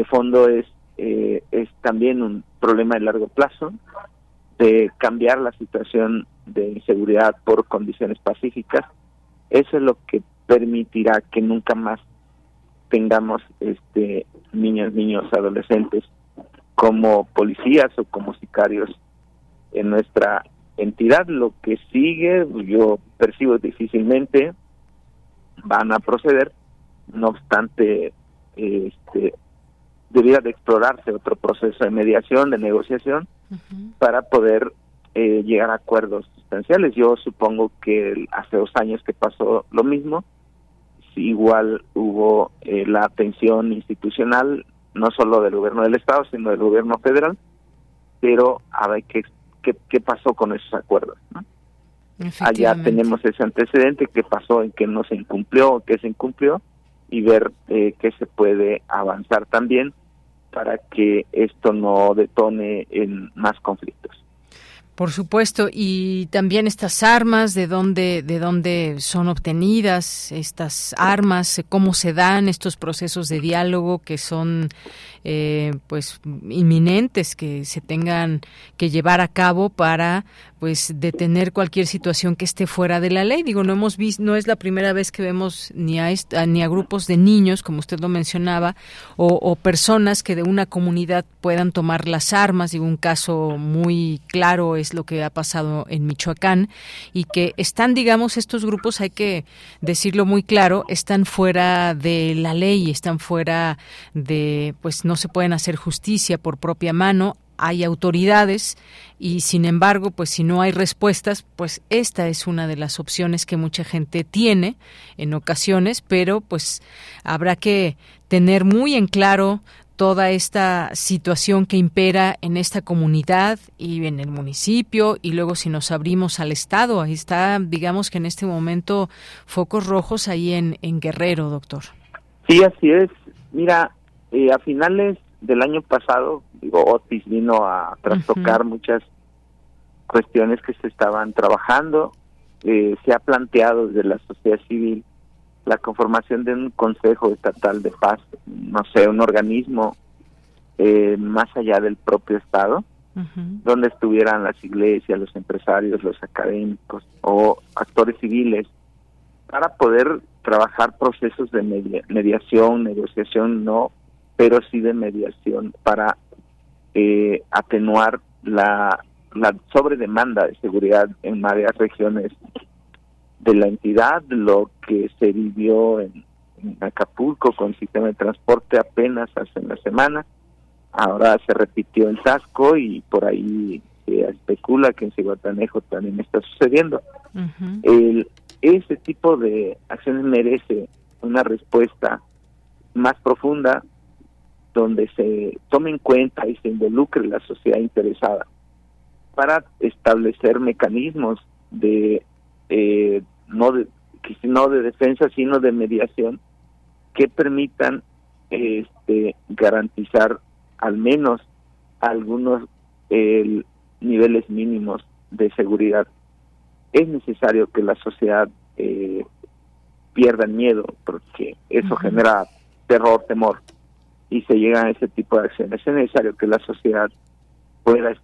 Speaker 16: también un problema de largo plazo, de cambiar la situación de inseguridad por condiciones pacíficas. Eso es lo que permitirá que nunca más tengamos niños, adolescentes como policías o como sicarios en nuestra entidad. Lo que sigue, yo percibo difícilmente van a proceder. No obstante, debería de explorarse otro proceso de mediación, de negociación, para poder llegar a acuerdos sustanciales. Yo supongo que hace 2 años que pasó lo mismo, igual hubo la atención institucional, no solo del gobierno del estado, sino del gobierno federal, pero a ver qué pasó con esos acuerdos, ¿no? Allá tenemos ese antecedente, qué pasó, en qué no se incumplió, qué se incumplió, y ver qué se puede avanzar también para que esto no detone en más conflictos.
Speaker 3: Por supuesto, y también estas armas, de dónde son obtenidas estas armas, cómo se dan estos procesos de diálogo que son pues inminentes, que se tengan que llevar a cabo para pues detener cualquier situación que esté fuera de la ley. Digo, no es la primera vez que vemos ni a grupos de niños, como usted lo mencionaba, o personas que de una comunidad puedan tomar las armas. Digo, un caso muy claro es lo que ha pasado en Michoacán, y que están, digamos, estos grupos, hay que decirlo muy claro, están fuera de la ley, están fuera de, pues no se pueden hacer justicia por propia mano. Hay autoridades y, sin embargo, pues si no hay respuestas, pues esta es una de las opciones que mucha gente tiene en ocasiones, pero pues habrá que tener muy en claro toda esta situación que impera en esta comunidad y en el municipio, y luego si nos abrimos al estado, ahí está, digamos que en este momento, focos rojos ahí en Guerrero, doctor.
Speaker 16: Sí, así es. Mira, a finales del año pasado, Otis vino a trastocar muchas cuestiones que se estaban trabajando. Se ha planteado desde la sociedad civil la conformación de un Consejo Estatal de Paz, no sé, un organismo más allá del propio Estado, donde estuvieran las iglesias, los empresarios, los académicos o actores civiles, para poder trabajar procesos de mediación, negociación, no, pero sí de mediación, para atenuar la sobredemanda de seguridad en varias regiones de la entidad. Lo que se vivió en Acapulco con el sistema de transporte apenas hace una semana, ahora se repitió en Taxco, y por ahí se especula Tula, que en Zihuatanejo también está sucediendo. Ese tipo de acciones merece una respuesta más profunda, donde se tome en cuenta y se involucre la sociedad interesada para establecer mecanismos no de defensa, sino de mediación, que permitan garantizar al menos algunos niveles mínimos de seguridad. Es necesario que la sociedad pierda el miedo, porque eso genera temor, y se llega a ese tipo de acciones. Es necesario que la sociedad pueda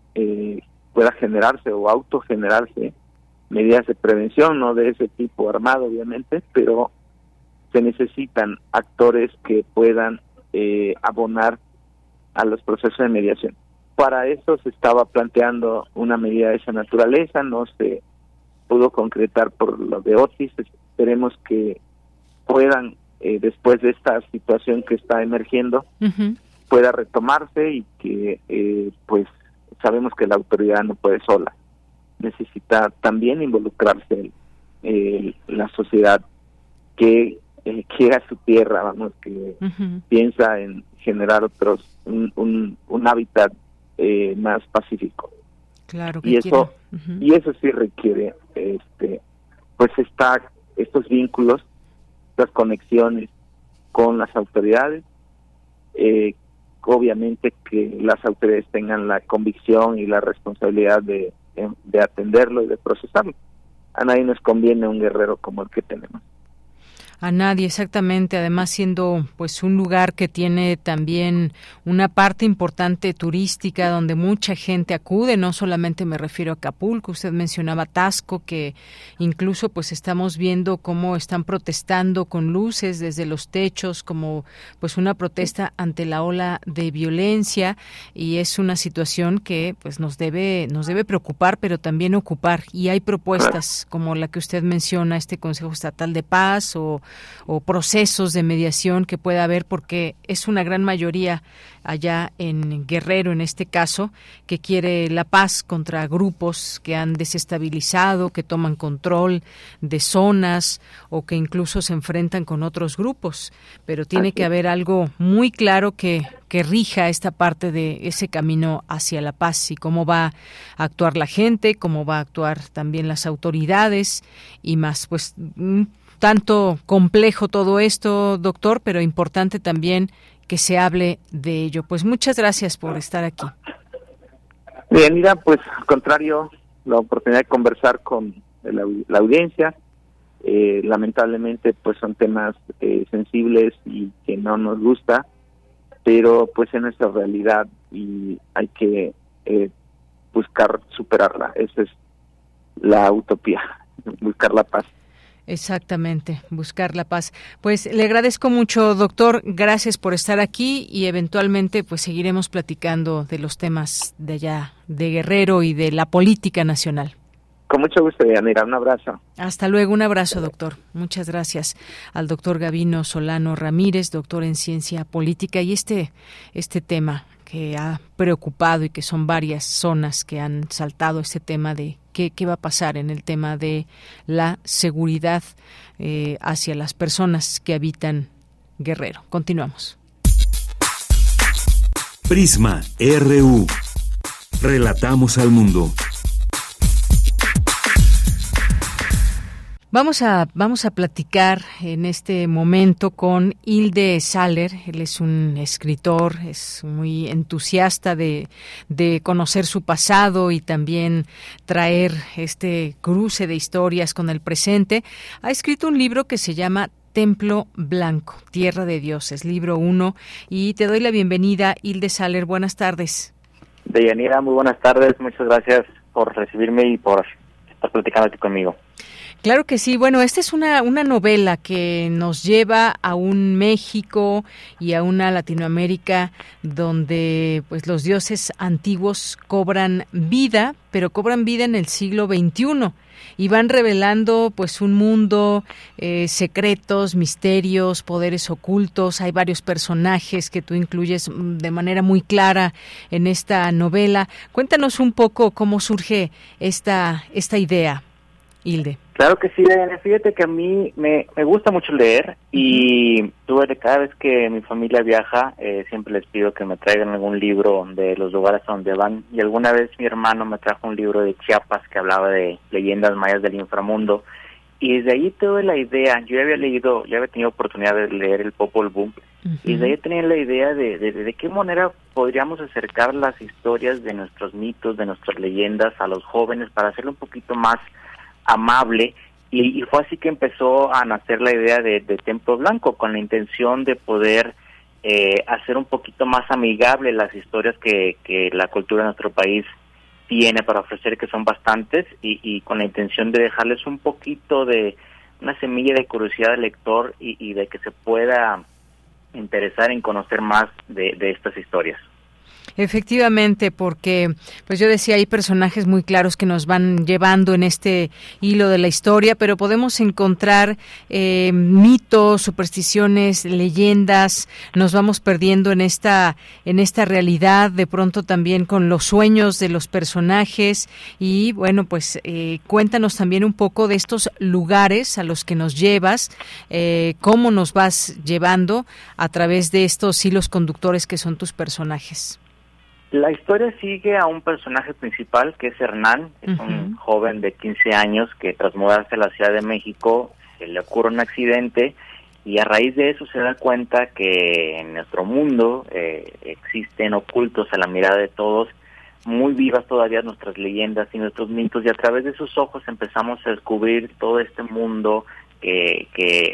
Speaker 16: generarse o autogenerarse medidas de prevención, no de ese tipo armado, obviamente, pero se necesitan actores que puedan abonar a los procesos de mediación. Para eso se estaba planteando una medida de esa naturaleza, no se pudo concretar por lo de Otis. Esperemos que puedan, después de esta situación que está emergiendo, pueda retomarse, y que pues sabemos que la autoridad no puede sola. Necesita también involucrarse la sociedad que quiera su tierra, que piensa en generar un hábitat más pacífico.
Speaker 3: Claro que
Speaker 16: y eso y eso sí requiere pues estos vínculos, estas conexiones con las autoridades. Obviamente que las autoridades tengan la convicción y la responsabilidad de atenderlo y de procesarlo. A nadie nos conviene un guerrero como el que tenemos.
Speaker 3: A nadie, exactamente. Además, siendo pues un lugar que tiene también una parte importante turística, donde mucha gente acude. No solamente me refiero a Acapulco, usted mencionaba Taxco, que incluso pues estamos viendo cómo están protestando con luces desde los techos, como pues una protesta ante la ola de violencia, y es una situación que pues nos debe preocupar, pero también ocupar. Y hay propuestas como la que usted menciona, este Consejo Estatal de Paz, o procesos de mediación que pueda haber, porque es una gran mayoría allá en Guerrero, en este caso, que quiere la paz contra grupos que han desestabilizado, que toman control de zonas o que incluso se enfrentan con otros grupos. Pero tiene que haber algo muy claro que rija esta parte de ese camino hacia la paz, y cómo va a actuar la gente, cómo va a actuar también las autoridades y más. Pues tanto complejo todo esto, doctor, pero importante también que se hable de ello. Pues muchas gracias por estar aquí.
Speaker 16: Bien, mira, pues al contrario, la oportunidad de conversar con la audiencia. Lamentablemente pues son temas sensibles y que no nos gusta, pero pues es nuestra realidad y hay que buscar superarla. Esa es la utopía, buscar la paz.
Speaker 3: Exactamente, buscar la paz. Pues le agradezco mucho, doctor, gracias por estar aquí, y eventualmente pues seguiremos platicando de los temas de allá, de Guerrero y de la política nacional.
Speaker 16: Con mucho gusto, Yanira, un abrazo.
Speaker 3: Hasta luego, un abrazo, doctor. Muchas gracias al doctor Gavino Solano Ramírez, doctor en Ciencia Política, y este tema que ha preocupado, y que son varias zonas que han saltado este tema de qué va a pasar en el tema de la seguridad hacia las personas que habitan Guerrero. Continuamos.
Speaker 2: Prisma RU. Relatamos al mundo.
Speaker 3: Vamos a platicar en este momento con Hilde Saller. Él es un escritor, es muy entusiasta de conocer su pasado y también traer este cruce de historias con el presente. Ha escrito un libro que se llama Templo Blanco, Tierra de Dioses, libro 1, y te doy la bienvenida, Hilde Saller. Buenas tardes.
Speaker 17: Deyanira, muy buenas tardes. Muchas gracias por recibirme y por estar platicando aquí conmigo.
Speaker 3: Claro que sí. Bueno, esta es una novela que nos lleva a un México y a una Latinoamérica donde pues los dioses antiguos cobran vida, pero cobran vida en el siglo XXI. Y van revelando pues un mundo, secretos, misterios, poderes ocultos. Hay varios personajes que tú incluyes de manera muy clara en esta novela. Cuéntanos un poco cómo surge esta idea, Hilde.
Speaker 17: Claro que sí, Diana. Fíjate que a mí me gusta mucho leer y cada vez que mi familia viaja, siempre les pido que me traigan algún libro de los lugares a donde van. Y alguna vez mi hermano me trajo un libro de Chiapas que hablaba de leyendas mayas del inframundo. Y desde ahí tuve la idea, ya había tenido oportunidad de leer el Popol Vuh, y desde ahí tenía la idea de qué manera podríamos acercar las historias de nuestros mitos, de nuestras leyendas a los jóvenes para hacerlo un poquito más amable, y fue así que empezó a nacer la idea de Templo Blanco, con la intención de poder hacer un poquito más amigable las historias que la cultura de nuestro país tiene para ofrecer, que son bastantes, y con la intención de dejarles un poquito de una semilla de curiosidad al lector y de que se pueda interesar en conocer más de estas historias.
Speaker 3: Efectivamente, porque pues yo decía, hay personajes muy claros que nos van llevando en este hilo de la historia, pero podemos encontrar mitos, supersticiones, leyendas. Nos vamos perdiendo en esta realidad, de pronto también con los sueños de los personajes. Y bueno, pues cuéntanos también un poco de estos lugares a los que nos llevas, cómo nos vas llevando a través de estos hilos conductores que son tus personajes.
Speaker 17: La historia sigue a un personaje principal, que es Hernán. Es un joven de 15 años que tras mudarse a la Ciudad de México le ocurre un accidente, y a raíz de eso se da cuenta que en nuestro mundo existen ocultos a la mirada de todos, muy vivas todavía nuestras leyendas y nuestros mitos, y a través de sus ojos empezamos a descubrir todo este mundo que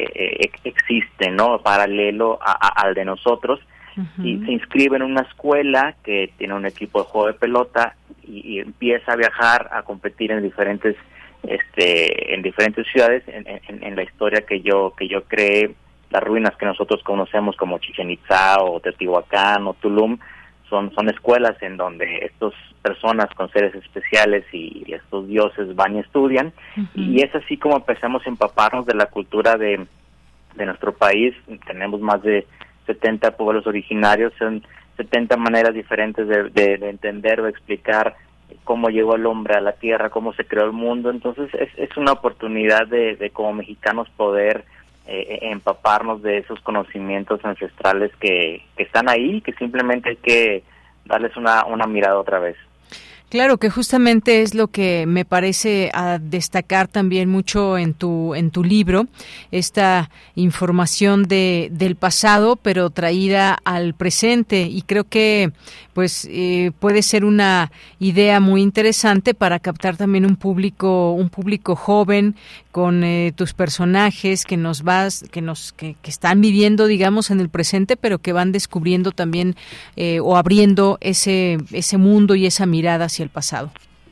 Speaker 17: existe, ¿no? Paralelo al de nosotros. Y se inscribe en una escuela que tiene un equipo de juego de pelota y empieza a viajar, a competir en diferentes ciudades. En la historia que yo creé, las ruinas que nosotros conocemos como Chichén Itzá o Teotihuacán o Tulum son escuelas en donde estas personas con seres especiales y estos dioses van y estudian, y es así como empezamos a empaparnos de la cultura de nuestro país. Tenemos más de 70 pueblos originarios, son 70 maneras diferentes de entender o explicar cómo llegó el hombre a la tierra, cómo se creó el mundo. Entonces es una oportunidad de como mexicanos poder empaparnos de esos conocimientos ancestrales que están ahí, que simplemente hay que darles una mirada otra vez.
Speaker 3: Claro, que justamente es lo que me parece a destacar también mucho en tu libro, esta información del pasado, pero traída al presente, y creo que pues puede ser una idea muy interesante para captar también un público joven con tus personajes que están viviendo, digamos, en el presente, pero que van descubriendo también o abriendo ese mundo y esa mirada hacia el pasado.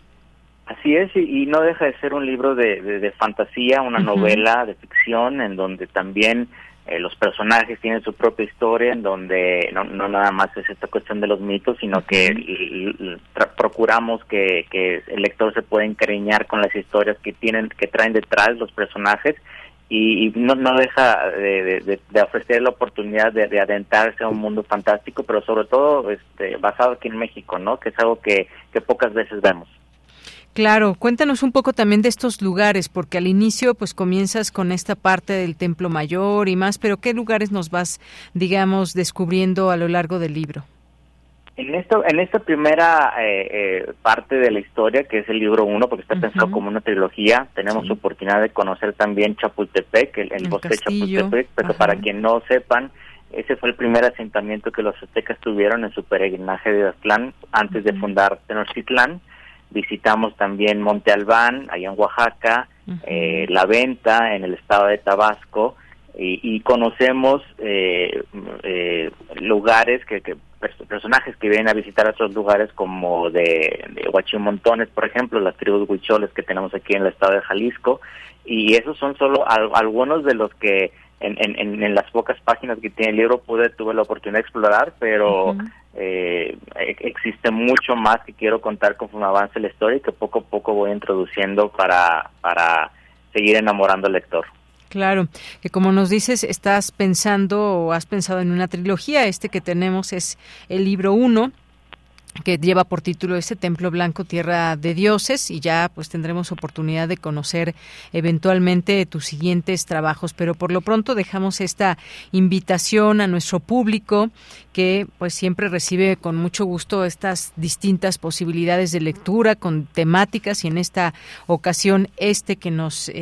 Speaker 17: Así es, y no deja de ser un libro de fantasía, una novela de ficción, en donde también los personajes tienen su propia historia, en donde no nada más es esta cuestión de los mitos, sino que procuramos que el lector se pueda encariñar con las historias que traen detrás los personajes, y no deja de ofrecer la oportunidad de adentrarse a un mundo fantástico, pero sobre todo basado aquí en México, ¿no? Que es algo que pocas veces vemos.
Speaker 3: Claro, cuéntanos un poco también de estos lugares, porque al inicio pues comienzas con esta parte del Templo Mayor y más, pero ¿qué lugares nos vas, digamos, descubriendo a lo largo del libro?
Speaker 17: En esta primera parte de la historia, que es el libro 1, porque está pensado como una trilogía, tenemos oportunidad de conocer también Chapultepec, el bosque de Chapultepec, pero para quien no sepan, ese fue el primer asentamiento que los aztecas tuvieron en su peregrinaje de Aztlán antes de fundar Tenochtitlán. Visitamos también Monte Albán, allá en Oaxaca, La Venta, en el estado de Tabasco, y conocemos lugares que personajes que vienen a visitar otros lugares como de Huachimontones, por ejemplo, las tribus huicholes que tenemos aquí en el estado de Jalisco, y esos son solo algunos de los que en las pocas páginas que tiene el libro tuve la oportunidad de explorar, pero existe mucho más que quiero contar conforme avance la historia y que poco a poco voy introduciendo para seguir enamorando al lector.
Speaker 3: Claro, que como nos dices, estás pensando o has pensado en una trilogía. Este que tenemos es el libro 1, que lleva por título Templo Blanco, Tierra de Dioses, y ya pues tendremos oportunidad de conocer eventualmente tus siguientes trabajos, pero por lo pronto dejamos esta invitación a nuestro público que pues siempre recibe con mucho gusto estas distintas posibilidades de lectura con temáticas, y en esta ocasión que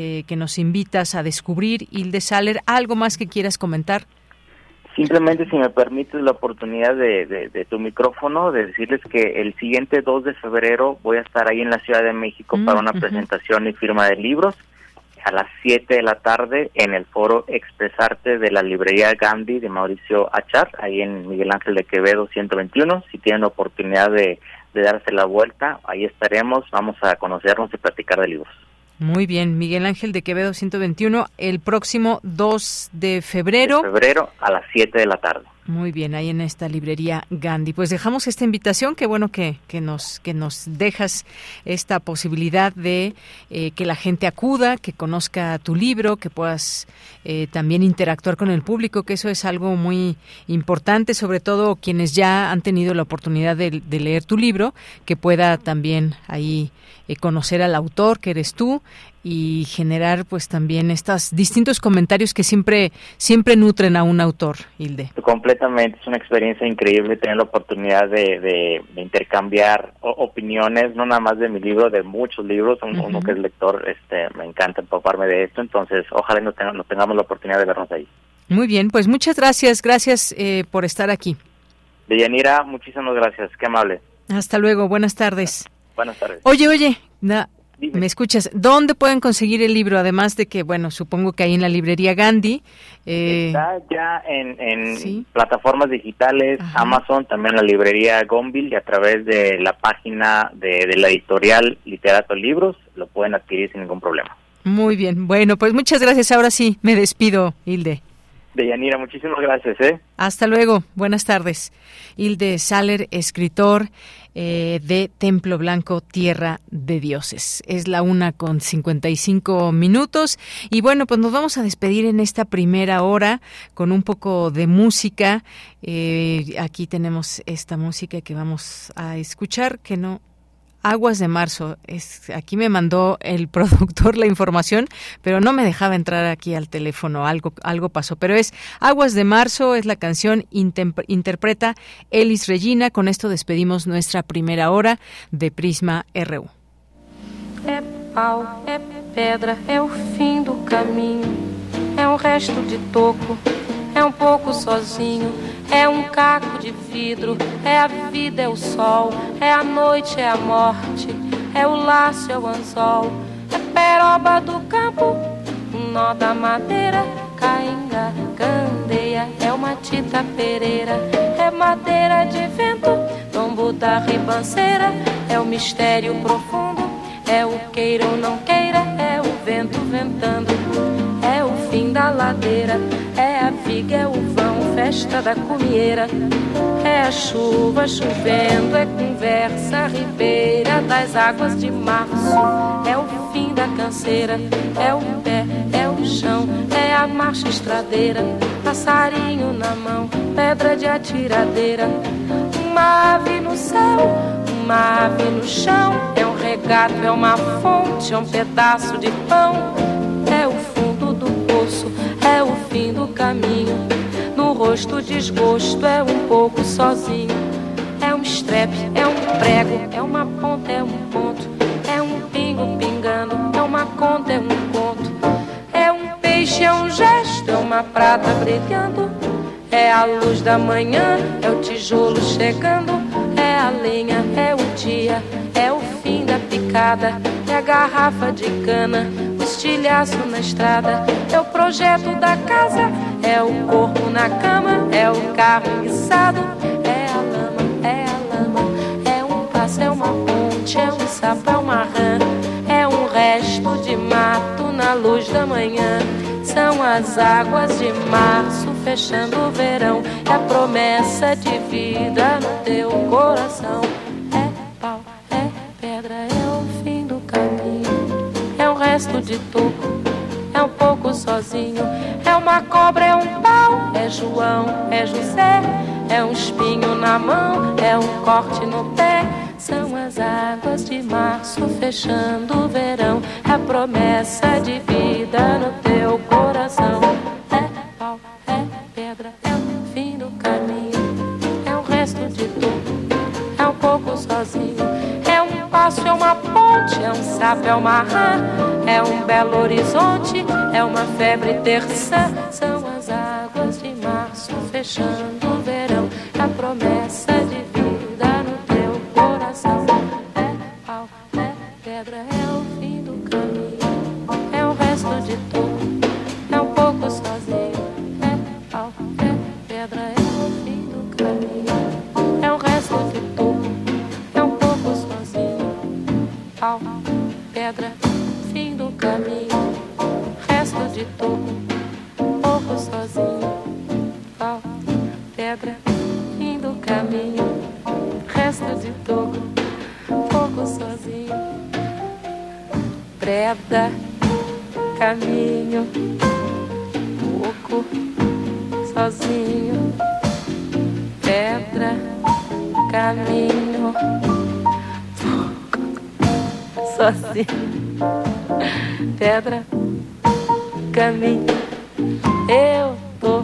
Speaker 3: nos invitas a descubrir. Hilde Saller, ¿algo más que quieras comentar?
Speaker 17: Simplemente, si me permites la oportunidad de tu micrófono, de decirles que el siguiente 2 de febrero voy a estar ahí en la Ciudad de México para una presentación y firma de libros a las 7 de la tarde en el foro Expresarte de la librería Gandhi de Mauricio Achar, ahí en Miguel Ángel de Quevedo 121. Si tienen oportunidad de darse la vuelta, ahí estaremos, vamos a conocernos y platicar de libros.
Speaker 3: Muy bien, Miguel Ángel de Quevedo 121, el próximo 2 de febrero.
Speaker 17: A las 7 de la tarde.
Speaker 3: Muy bien, ahí en esta librería Gandhi. Pues dejamos esta invitación, qué bueno que nos dejas esta posibilidad de que la gente acuda, que conozca tu libro, que puedas también interactuar con el público, que eso es algo muy importante, sobre todo quienes ya han tenido la oportunidad de leer tu libro, que pueda también ahí conocer al autor, que eres tú, y generar pues también estos distintos comentarios que siempre nutren a un autor, Hilde.
Speaker 17: Completamente, es una experiencia increíble tener la oportunidad de intercambiar opiniones, no nada más de mi libro, de muchos libros. Uno que es lector, me encanta empaparme de esto, entonces ojalá no tengamos la oportunidad de vernos ahí.
Speaker 3: Muy bien, pues muchas gracias por estar aquí.
Speaker 17: Deyanira, muchísimas gracias, qué amable.
Speaker 3: Hasta luego, buenas tardes.
Speaker 17: Buenas tardes.
Speaker 3: Oye, ¿me escuchas? ¿Dónde pueden conseguir el libro? Además de que, bueno, supongo que ahí en la librería Gandhi.
Speaker 17: Está ya en plataformas digitales, ajá. Amazon, también la librería Gonville, y a través de la página de la editorial Literato Libros, lo pueden adquirir sin ningún problema.
Speaker 3: Muy bien, bueno, pues muchas gracias. Ahora sí, me despido, Hilde.
Speaker 17: Deyanira, muchísimas gracias.
Speaker 3: Hasta luego, buenas tardes. Hilde Saller, escritor de Templo Blanco, Tierra de Dioses. Es la 1:55 y bueno, pues nos vamos a despedir en esta primera hora con un poco de música. Aquí tenemos esta música que vamos a escuchar, que no... Aguas de Marzo, aquí me mandó el productor la información, pero no me dejaba entrar aquí al teléfono, algo pasó, pero es Aguas de Marzo, es la canción, interpreta Elis Regina. Con esto despedimos nuestra primera hora de Prisma RU.
Speaker 18: É pau, é pedra, é o fim do caminho, é resto de toco, é pouco sozinho, é caco de vidro, é a vida, é o sol, é a noite, é a morte, é o laço, é o anzol, é peroba do campo, nó da madeira, cainga, candeia, é uma tita pereira, é madeira de vento, tombo da ribanceira, é o mistério profundo, é o queira ou não queira, é o vento ventando, é o fim da ladeira, é a viga, é o vão, festa da cumieira, é a chuva chovendo, é conversa ribeira das águas de março, é o fim da canseira, é o pé, é o chão, é a marcha estradeira, passarinho na mão, pedra de atiradeira, uma ave no céu, uma ave no chão, é um regato, é uma fonte, é um pedaço de pão, é o fundo do poço, é o fim do caminho, no rosto desgosto, é pouco sozinho, é estrepe, é prego, é uma ponta, é ponto, é pingo pingando, é uma conta, é conto, é peixe, é gesto, é uma prata brilhando, é a luz da manhã, é o tijolo chegando, é a lenha, é o dia, é o fim da picada, é a garrafa de cana, o estilhaço na estrada, é o projeto da casa, é o corpo na cama, é o carro enguiçado, é a sapo, é uma rã, é resto de mato na luz da manhã. São as águas de março fechando o verão. É a promessa de vida no teu coração. É pau, é pedra, é o fim do caminho. É resto de toco, é pouco sozinho. É uma cobra, é pau, é João, é José. É espinho na mão, é corte no pé. São as águas de março fechando o verão. É a promessa de vida no teu coração. É pau, é pedra, é o fim do caminho. É resto de tudo, é pouco sozinho. É passo, é uma ponte, é sapo, é uma rã. É belo horizonte, é uma febre terça. São as águas de março fechando o verão. É a promessa de vida no teu coração. É pau, é pedra, é o fim do caminho. É o resto de tudo, é pouco sozinho. É pau, é pedra, é o fim do caminho. É o resto de tudo, é pouco sozinho. Pau, pedra, fim do caminho. Resto de tudo, pouco sozinho. Pau, pedra, fim do caminho. Resto de tudo, pouco sozinho. Preda, caminho, pouco sozinho. Pedra, caminho, pouco sozinho. Pedra, caminho, eu tô.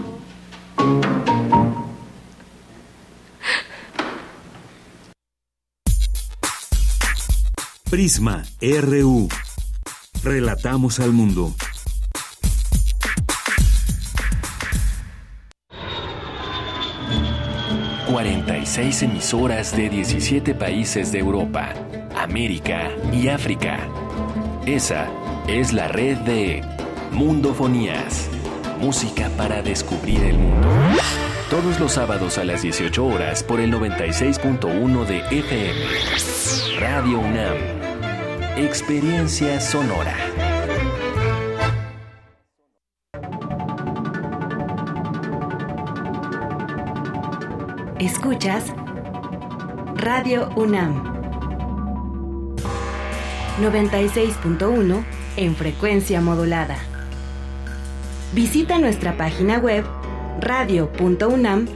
Speaker 2: Prisma RU. Relatamos al mundo.
Speaker 19: ...46 emisoras de 17 países de Europa, América y África. Esa es la red de Mundofonías. Música para descubrir el mundo. Todos los sábados a las 18 horas por el 96.1 de FM. Radio UNAM. Experiencia sonora.
Speaker 20: Escuchas Radio UNAM 96.1 en frecuencia modulada. Visita nuestra página web radio.unam.mx.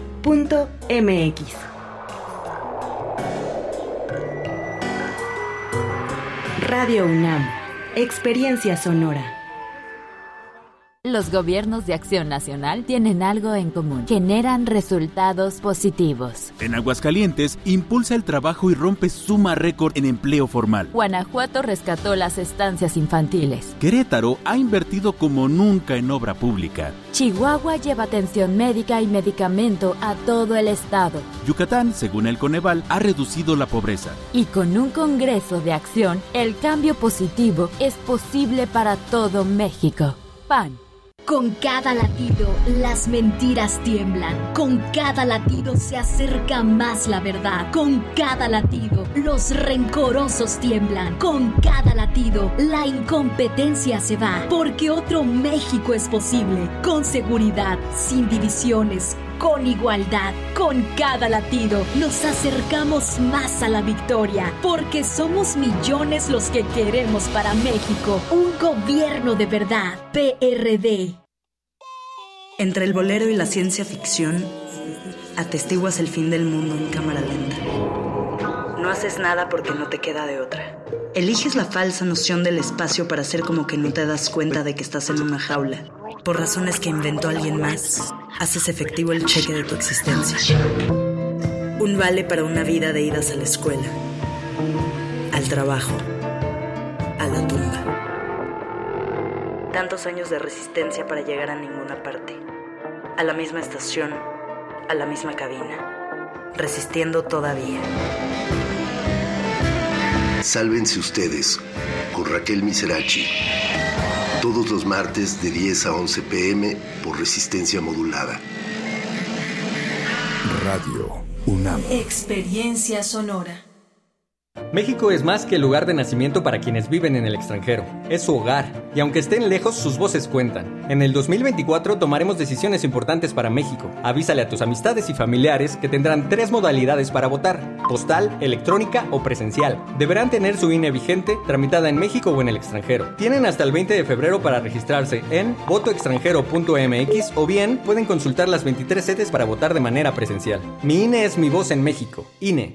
Speaker 20: Radio UNAM, experiencia sonora.
Speaker 21: Los gobiernos de Acción Nacional tienen algo en común. Generan resultados positivos.
Speaker 22: En Aguascalientes, impulsa el trabajo y rompe suma récord en empleo formal.
Speaker 21: Guanajuato rescató las estancias infantiles.
Speaker 22: Querétaro ha invertido como nunca en obra pública.
Speaker 21: Chihuahua lleva atención médica y medicamento a todo el estado.
Speaker 22: Yucatán, según el Coneval, ha reducido la pobreza.
Speaker 21: Y con un Congreso de Acción, el cambio positivo es posible para todo México. PAN.
Speaker 23: Con cada latido, las mentiras tiemblan. Con cada latido se acerca más la verdad. Con cada latido, los rencorosos tiemblan. Con cada latido, la incompetencia se va. Porque otro México es posible. Con seguridad, sin divisiones, con igualdad. Con cada latido, nos acercamos más a la victoria. Porque somos millones los que queremos para México un gobierno de verdad. PRD.
Speaker 24: Entre el bolero y la ciencia ficción, atestiguas el fin del mundo en cámara lenta. No haces nada porque no te queda de otra. Eliges la falsa noción del espacio para hacer como que no te das cuenta de que estás en una jaula. Por razones que inventó alguien más, haces efectivo el cheque de tu existencia. Un vale para una vida de idas a la escuela, al trabajo, a la tumba. Tantos años de resistencia para llegar a ninguna parte. A la misma estación, a la misma cabina. Resistiendo todavía.
Speaker 25: Sálvense ustedes, con Raquel Miserachi. Todos los martes de 10 a 11 p.m. por resistencia modulada.
Speaker 2: Radio UNAM.
Speaker 20: Experiencia sonora.
Speaker 4: México es más que el lugar de nacimiento para quienes viven en el extranjero. Es su hogar, y aunque estén lejos, sus voces cuentan. En el 2024 tomaremos decisiones importantes para México. Avísale a tus amistades y familiares que tendrán 3 modalidades para votar: postal, electrónica o presencial. Deberán tener su INE vigente, tramitada en México o en el extranjero. Tienen hasta el 20 de febrero para registrarse en votoextranjero.mx o bien pueden consultar las 23 sedes para votar de manera presencial. Mi INE es mi voz en México. INE.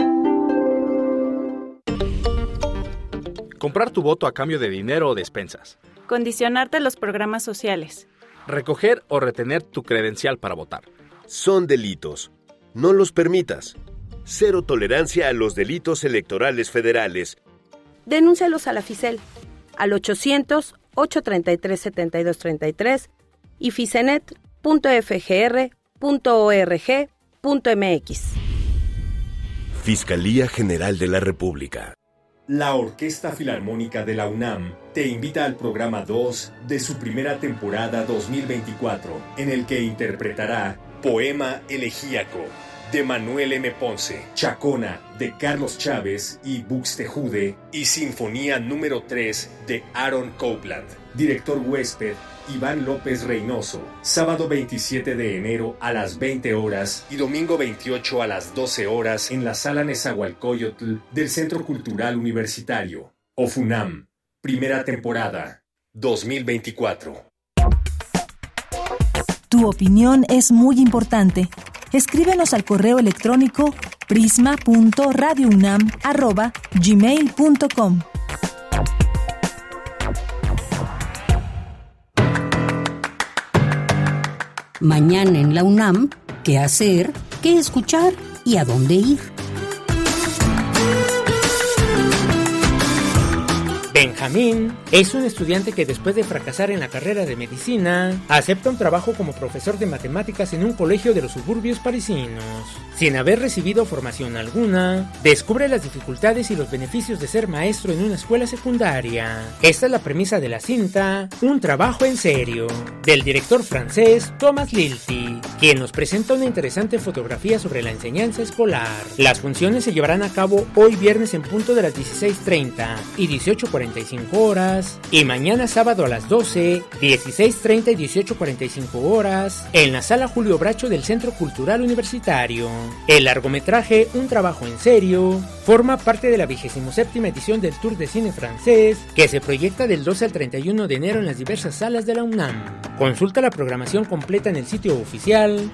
Speaker 5: Comprar tu voto a cambio de dinero o despensas.
Speaker 7: Condicionarte a los programas sociales.
Speaker 5: Recoger o retener tu credencial para votar.
Speaker 8: Son delitos. No los permitas. Cero tolerancia a los delitos electorales federales.
Speaker 7: Denúncialos a la FICEL al 800-833-7233 y ficenet.fgr.org.mx.
Speaker 8: Fiscalía General de la República.
Speaker 9: La Orquesta Filarmónica de la UNAM te invita al programa 2 de su primera temporada 2024, en el que interpretará Poema Elegíaco de Manuel M. Ponce, Chacona de Carlos Chávez y Buxtehude y Sinfonía número 3 de Aaron Copland. Director huésped Iván López Reynoso, sábado 27 de enero a las 20 horas y domingo 28 a las 12 horas en la Sala Nezahualcóyotl del Centro Cultural Universitario. OFUNAM, primera temporada, 2024.
Speaker 1: Tu opinión es muy importante. Escríbenos al correo electrónico prisma.radiounam@gmail.com.
Speaker 26: Mañana en la UNAM, ¿qué hacer, qué escuchar y a dónde ir?
Speaker 27: Benjamín es un estudiante que después de fracasar en la carrera de medicina, acepta un trabajo como profesor de matemáticas en un colegio de los suburbios parisinos. Sin haber recibido formación alguna, descubre las dificultades y los beneficios de ser maestro en una escuela secundaria. Esta es la premisa de la cinta Un trabajo en serio, del director francés Thomas Lilty, quien nos presenta una interesante fotografía sobre la enseñanza escolar. Las funciones se llevarán a cabo hoy viernes en punto de las 16:30 y 18:45 horas, y mañana sábado a las 12, 16:30 y 18:45 horas, en la Sala Julio Bracho del Centro Cultural Universitario. El largometraje Un trabajo en serio forma parte de la 27ª edición del Tour de Cine Francés, que se proyecta del 12 al 31 de enero en las diversas salas de la UNAM. Consulta la programación completa en el sitio oficial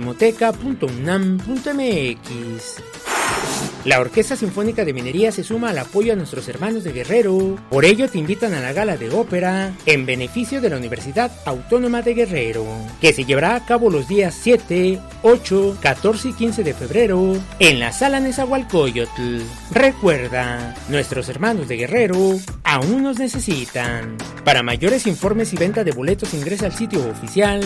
Speaker 27: filmoteca.unam.mx. La Orquesta Sinfónica de Minería se suma al apoyo a nuestros hermanos de Guerrero. Por ello te invitan a la gala de ópera en beneficio de la Universidad Autónoma de Guerrero, que se llevará a cabo los días 7, 8, 14 y 15 de febrero en la Sala Nezahualcóyotl. Recuerda, nuestros hermanos de Guerrero aún nos necesitan. Para mayores informes y venta de boletos ingresa al sitio oficial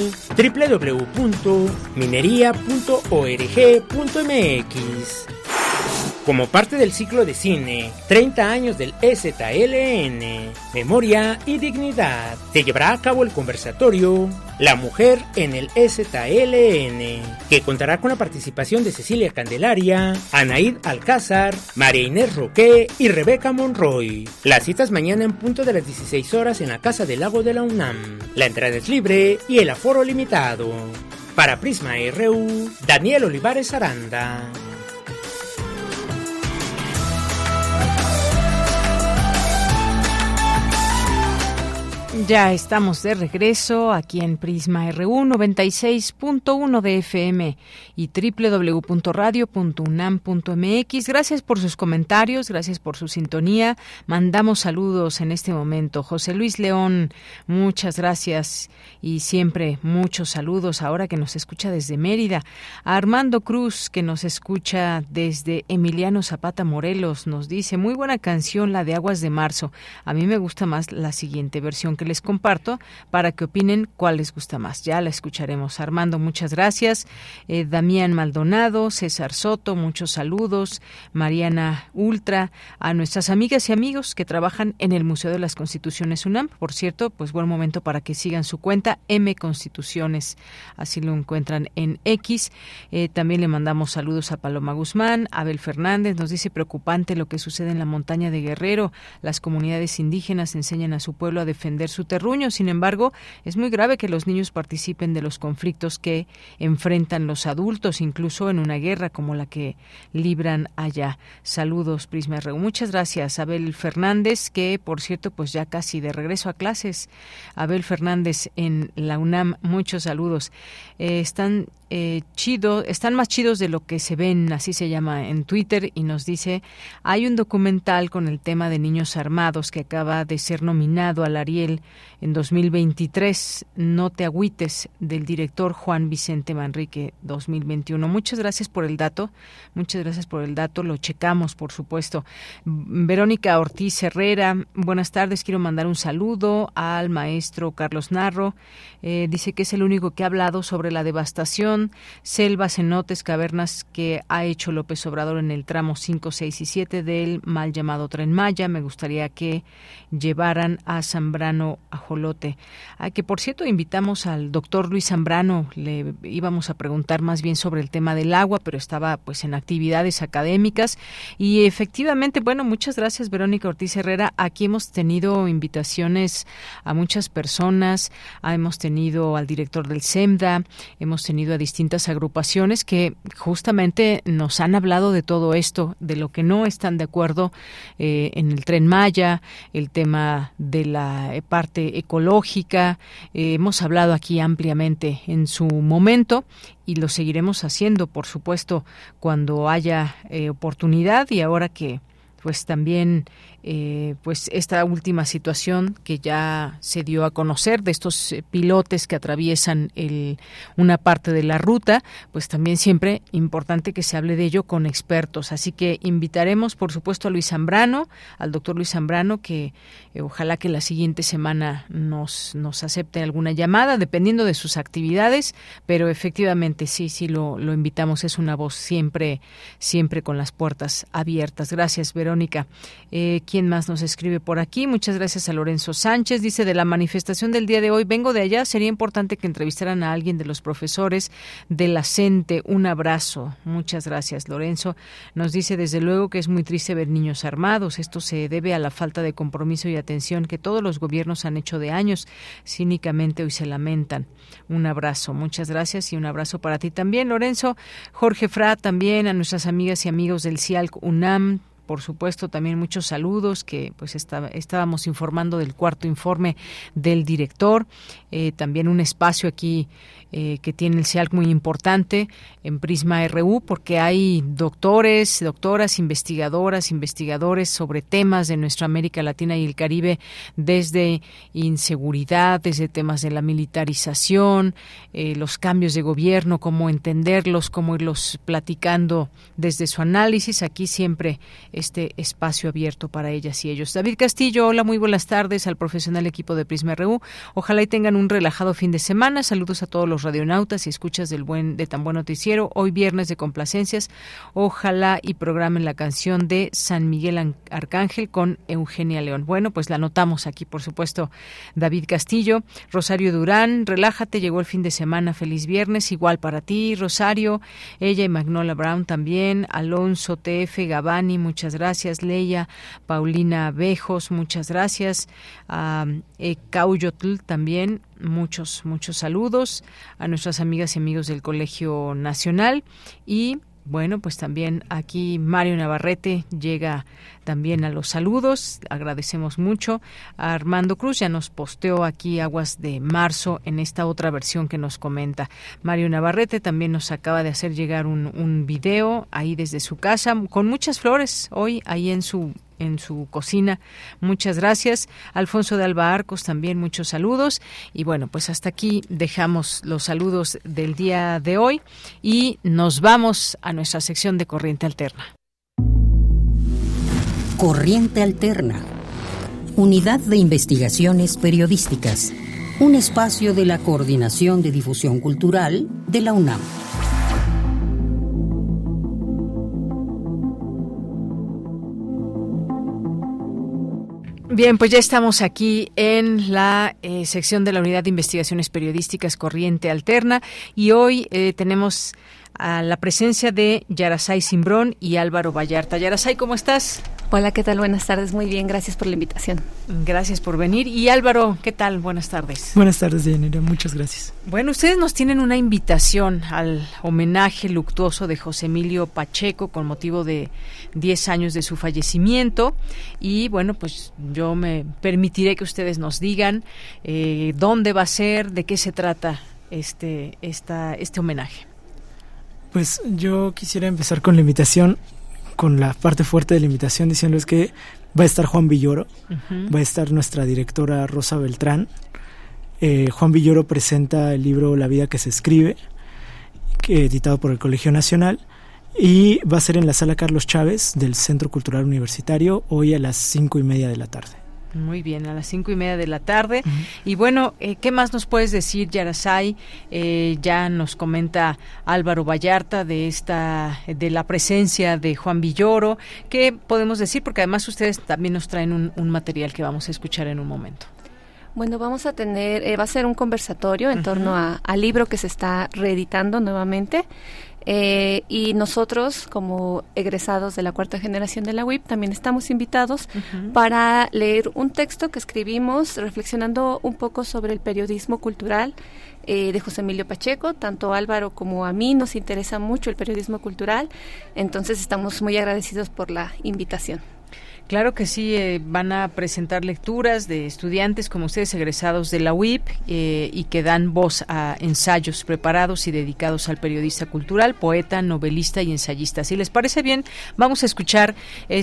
Speaker 27: www.minería.org.mx. Como parte del ciclo de cine 30 años del EZLN, Memoria y Dignidad, se llevará a cabo el conversatorio La Mujer en el EZLN, que contará con la participación de Cecilia Candelaria, Anaíd Alcázar, María Inés Roque y Rebeca Monroy. Las citas mañana en punto de las 16 horas en la Casa del Lago de la UNAM. La entrada es libre y el aforo limitado. Para Prisma RU, Daniel Olivares Aranda.
Speaker 3: Ya estamos de regreso aquí en Prisma RU 96.1 de FM y www.radio.unam.mx. Gracias por sus comentarios, gracias por su sintonía. Mandamos saludos en este momento. José Luis León, muchas gracias y siempre muchos saludos ahora que nos escucha desde Mérida. A Armando Cruz, que nos escucha desde Emiliano Zapata, Morelos, nos dice, muy buena canción la de Aguas de Marzo. A mí me gusta más la siguiente versión que les les comparto para que opinen cuál les gusta más. Ya la escucharemos. Armando, muchas gracias. Damián Maldonado, César Soto, muchos saludos. Mariana Ultra, a nuestras amigas y amigos que trabajan en el Museo de las Constituciones UNAM. Por cierto, pues buen momento para que sigan su cuenta, M Constituciones, así lo encuentran en X. También le mandamos saludos a Paloma Guzmán. Abel Fernández nos dice: preocupante lo que sucede en la montaña de Guerrero. Las comunidades indígenas enseñan a su pueblo a defender su terruño. Sin embargo, es muy grave que los niños participen de los conflictos que enfrentan los adultos, incluso en una guerra como la que libran allá. Saludos, Prisma RU. Muchas gracias, Abel Fernández, que por cierto, pues ya casi de regreso a clases. Abel Fernández en la UNAM, muchos saludos. Están más chidos de lo que se ven, así se llama en Twitter, y nos dice: hay un documental con el tema de niños armados que acaba de ser nominado al Ariel en 2023, No te agüites, del director Juan Vicente Manrique, 2021. Muchas gracias por el dato, lo checamos, por supuesto. Verónica Ortiz Herrera, buenas tardes, quiero mandar un saludo al maestro Carlos Narro, dice que es el único que ha hablado sobre la devastación, selvas, cenotes, cavernas que ha hecho López Obrador en el tramo 5, 6 y 7 del mal llamado Tren Maya. Me gustaría que llevaran a Zambrano Ajolote. Que por cierto invitamos al doctor Luis Zambrano, le íbamos a preguntar más bien sobre el tema del agua, pero estaba pues en actividades académicas y efectivamente, bueno, muchas gracias Verónica Ortiz Herrera. Aquí hemos tenido invitaciones a muchas personas, hemos tenido al director del SEMDA, hemos tenido a distintas agrupaciones que justamente nos han hablado de todo esto, de lo que no están de acuerdo en el Tren Maya, el tema de la parte ecológica. Hemos hablado aquí ampliamente en su momento y lo seguiremos haciendo, por supuesto, cuando haya oportunidad, y ahora que pues también pues esta última situación que ya se dio a conocer de estos pilotes que atraviesan una parte de la ruta, pues también siempre importante que se hable de ello con expertos. Así que invitaremos, por supuesto, a Luis Zambrano, al doctor Luis Zambrano, que ojalá que la siguiente semana nos acepte alguna llamada, dependiendo de sus actividades, pero efectivamente sí lo invitamos. Es una voz siempre con las puertas abiertas. Gracias, Verónica. ¿Quién más nos escribe por aquí? Muchas gracias a Lorenzo Sánchez. Dice: de la manifestación del día de hoy, vengo de allá, sería importante que entrevistaran a alguien de los profesores de la CENTE. Un abrazo. Muchas gracias, Lorenzo. Nos dice: desde luego que es muy triste ver niños armados. Esto se debe a la falta de compromiso y atención que todos los gobiernos han hecho de años. Cínicamente hoy se lamentan. Un abrazo. Muchas gracias y un abrazo para ti también, Lorenzo. Jorge Fra, también a nuestras amigas y amigos del CIALC UNAM. Por supuesto, también muchos saludos, que pues estábamos informando del cuarto informe del director. También un espacio aquí que tiene el CIALC muy importante en Prisma RU, porque hay doctores, doctoras, investigadores sobre temas de nuestra América Latina y el Caribe, desde inseguridad, desde temas de la militarización, los cambios de gobierno, cómo entenderlos, cómo irlos platicando desde su análisis. Aquí siempre este espacio abierto para ellas y ellos. David Castillo, hola, muy buenas tardes al profesional equipo de Prisma RU. Ojalá y tengan un relajado fin de semana. Saludos a todos los radionautas y escuchas de tan buen noticiero. Hoy viernes de complacencias. Ojalá y programen la canción de San Miguel Arcángel con Eugenia León. Bueno, pues la anotamos aquí, por supuesto, David Castillo. Rosario Durán, relájate, llegó el fin de semana, feliz viernes, igual para ti, Rosario. Ella y Magnola Brown también. Alonso TF Gavani, muchas gracias. Leia Paulina Bejos, muchas gracias. Cauyotl también, muchos saludos a nuestras amigas y amigos del Colegio Nacional. Y bueno, pues también aquí Mario Navarrete llega también a los saludos, agradecemos mucho. A Armando Cruz ya nos posteó aquí Aguas de Marzo en esta otra versión que nos comenta. Mario Navarrete también nos acaba de hacer llegar un video ahí desde su casa con muchas flores hoy ahí en su cocina. Muchas gracias. Alfonso de Alba Arcos también, muchos saludos. Y bueno, pues hasta aquí dejamos los saludos del día de hoy y nos vamos a nuestra sección de Corriente Alterna.
Speaker 26: Corriente Alterna, Unidad de Investigaciones Periodísticas, un espacio de la Coordinación de Difusión Cultural de la UNAM.
Speaker 3: Bien, pues ya estamos aquí en la sección de la Unidad de Investigaciones Periodísticas Corriente Alterna y hoy tenemos a la presencia de Yarasay Simbrón y Álvaro Vallarta. Yarasay, ¿cómo estás?
Speaker 6: Hola, ¿qué tal? Buenas tardes, muy bien, gracias por la invitación.
Speaker 3: Gracias por venir. Y Álvaro, ¿qué tal? Buenas tardes.
Speaker 10: Buenas tardes, Deyanira, muchas gracias.
Speaker 3: Bueno, ustedes nos tienen una invitación al homenaje luctuoso de José Emilio Pacheco con motivo de 10 años de su fallecimiento y bueno, pues yo me permitiré que ustedes nos digan dónde va a ser, de qué se trata este homenaje.
Speaker 10: Pues yo quisiera empezar con la invitación, con la parte fuerte de la invitación, diciéndoles que va a estar Juan Villoro, va a estar nuestra directora Rosa Beltrán. Juan Villoro presenta el libro La vida que se escribe, editado por el Colegio Nacional, y va a ser en la Sala Carlos Chávez del Centro Cultural Universitario hoy a las 5:30 de la tarde.
Speaker 3: Muy bien, a las 5:30 de la tarde. Y bueno, ¿qué más nos puedes decir, Yarasay? Ya nos comenta Álvaro Vallarta de la presencia de Juan Villoro. ¿Qué podemos decir? Porque además ustedes también nos traen un material que vamos a escuchar en un momento.
Speaker 6: Bueno, vamos a tener, va a ser un conversatorio en torno al libro que se está reeditando nuevamente. Y nosotros, como egresados de la cuarta generación de la UIP, también estamos invitados para leer un texto que escribimos reflexionando un poco sobre el periodismo cultural de José Emilio Pacheco. Tanto Álvaro como a mí nos interesa mucho el periodismo cultural, entonces estamos muy agradecidos por la invitación.
Speaker 3: Claro que sí, van a presentar lecturas de estudiantes como ustedes egresados de la UIP y que dan voz a ensayos preparados y dedicados al periodista cultural, poeta, novelista y ensayista. Si les parece bien, vamos a escuchar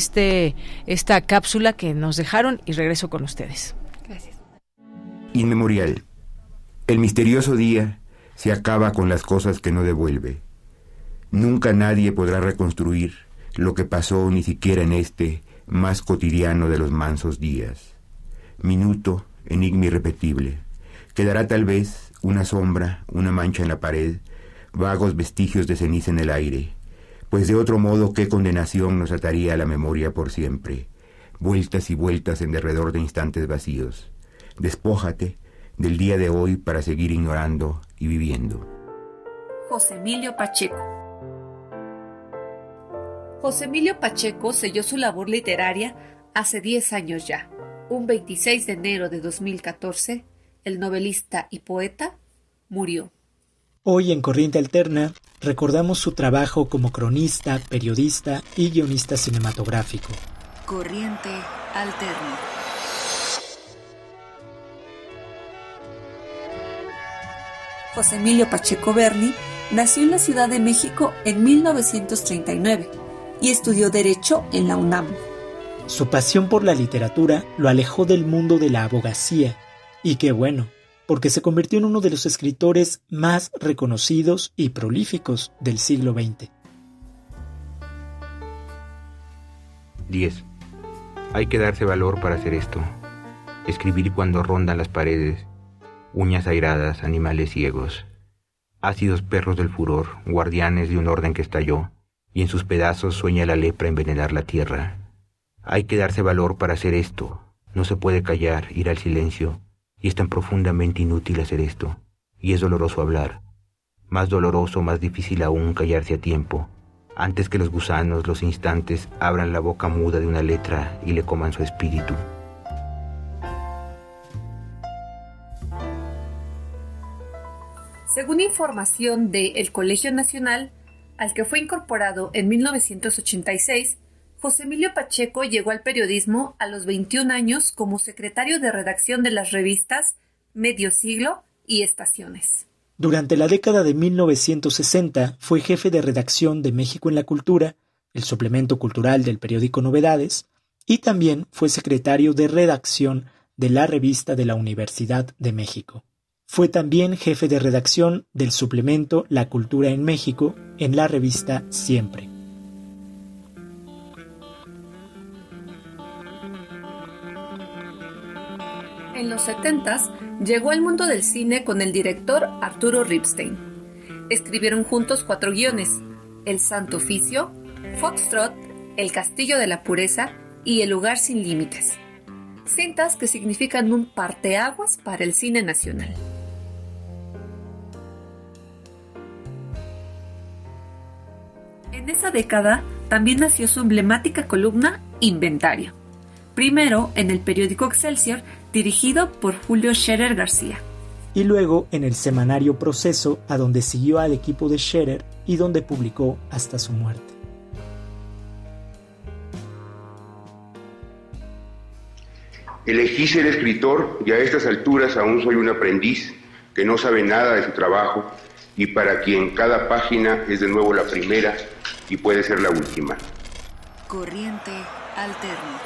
Speaker 3: esta cápsula que nos dejaron y regreso con ustedes.
Speaker 6: Gracias.
Speaker 11: Inmemorial. El misterioso día se acaba con las cosas que no devuelve. Nunca nadie podrá reconstruir lo que pasó ni siquiera en este más cotidiano de los mansos días. Minuto, enigma irrepetible. Quedará tal vez una sombra, una mancha en la pared, vagos vestigios de ceniza en el aire, pues de otro modo qué condenación nos ataría a la memoria por siempre. Vueltas y vueltas en derredor de instantes vacíos. Despójate del día de hoy para seguir ignorando y viviendo.
Speaker 12: José Emilio Pacheco. José Emilio Pacheco selló su labor literaria hace 10 años ya. Un 26 de enero de 2014, el novelista y poeta murió.
Speaker 10: Hoy en Corriente Alterna recordamos su trabajo como cronista, periodista y guionista cinematográfico.
Speaker 12: Corriente Alterna. José Emilio Pacheco Berni nació en la Ciudad de México en 1939. Y estudió Derecho en la UNAM.
Speaker 10: Su pasión por la literatura lo alejó del mundo de la abogacía, y qué bueno, porque se convirtió en uno de los escritores más reconocidos y prolíficos del siglo XX.
Speaker 13: 10. Hay que darse valor para hacer esto. Escribir cuando rondan las paredes, uñas airadas, animales ciegos, ácidos perros del furor, guardianes de un orden que estalló, y en sus pedazos sueña la lepra envenenar la tierra. Hay que darse valor para hacer esto. No se puede callar, ir al silencio, y es tan profundamente inútil hacer esto. Y es doloroso hablar. Más doloroso, más difícil aún callarse a tiempo, antes que los gusanos, los instantes, abran la boca muda de una letra y le coman su espíritu.
Speaker 12: Según información del Colegio Nacional, al que fue incorporado en 1986, José Emilio Pacheco llegó al periodismo a los 21 años como secretario de redacción de las revistas Medio Siglo y Estaciones.
Speaker 10: Durante la década de 1960 fue jefe de redacción de México en la Cultura, el suplemento cultural del periódico Novedades, y también fue secretario de redacción de la revista de la Universidad de México. Fue también jefe de redacción del suplemento La Cultura en México en la revista Siempre.
Speaker 12: En los 70s llegó al mundo del cine con el director Arturo Ripstein. Escribieron juntos 4 guiones: El Santo Oficio, Foxtrot, El Castillo de la Pureza y El Lugar sin Límites. Cintas que significan un parteaguas para el cine nacional. En esa década también nació su emblemática columna Inventario, primero en el periódico Excelsior, dirigido por Julio Scherer García.
Speaker 10: Y luego en el semanario Proceso, a donde siguió al equipo de Scherer y donde publicó hasta su muerte.
Speaker 11: Elegí ser escritor y a estas alturas aún soy un aprendiz que no sabe nada de su trabajo y para quien cada página es de nuevo la primera y puede ser la última.
Speaker 24: Corriente alterna.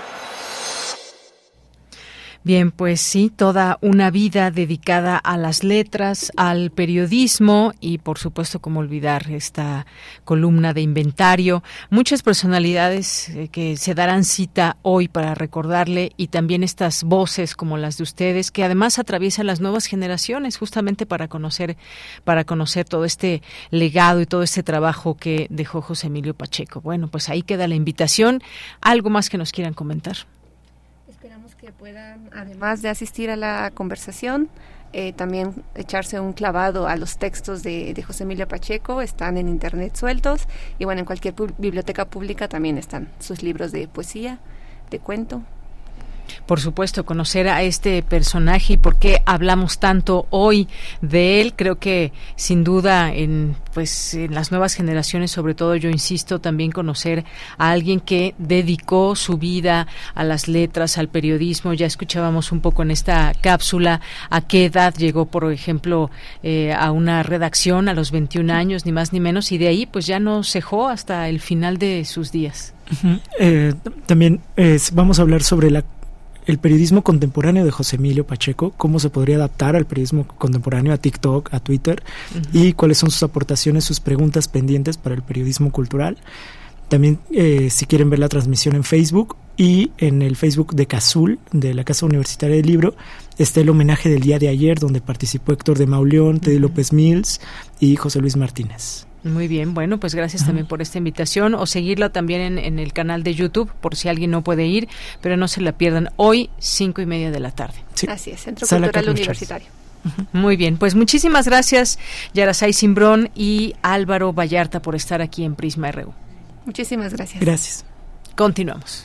Speaker 3: Bien, pues sí, toda una vida dedicada a las letras, al periodismo y, por supuesto, cómo olvidar esta columna de Inventario. Muchas personalidades que se darán cita hoy para recordarle, y también estas voces como las de ustedes que además atraviesan las nuevas generaciones justamente para conocer todo este legado y todo este trabajo que dejó José Emilio Pacheco. Bueno, pues ahí queda la invitación. ¿Algo más que nos quieran comentar?
Speaker 6: Esperamos que puedan, además de asistir a la conversación, también echarse un clavado a los textos de José Emilio Pacheco. Están en internet sueltos y bueno, en cualquier biblioteca pública también están sus libros de poesía, de cuento.
Speaker 3: Por supuesto, conocer a este personaje y por qué hablamos tanto hoy de él. Creo que sin duda en las nuevas generaciones, sobre todo, yo insisto, también conocer a alguien que dedicó su vida a las letras, al periodismo. Ya escuchábamos un poco en esta cápsula a qué edad llegó, por ejemplo, a una redacción a los 21 años, ni más ni menos, y de ahí pues ya no cejó hasta el final de sus días.
Speaker 10: También vamos a hablar sobre el periodismo contemporáneo de José Emilio Pacheco, cómo se podría adaptar al periodismo contemporáneo, a TikTok, a Twitter, y cuáles son sus aportaciones, sus preguntas pendientes para el periodismo cultural. También, si quieren ver la transmisión en Facebook y en el Facebook de CASUL, de la Casa Universitaria del Libro, está el homenaje del día de ayer, donde participó Héctor de Mauleón, Teddy López Mills y José Luis Martínez.
Speaker 3: Muy bien, bueno, pues gracias también por esta invitación, o seguirla también en el canal de YouTube, por si alguien no puede ir, pero no se la pierdan, hoy 5:30 de la tarde.
Speaker 6: Sí. Así es, Centro Cultural Universitario.
Speaker 3: Muy bien, pues muchísimas gracias, Yarasay Simbrón y Álvaro Vallarta, por estar aquí en Prisma RU.
Speaker 6: Muchísimas gracias.
Speaker 10: Gracias.
Speaker 3: Continuamos.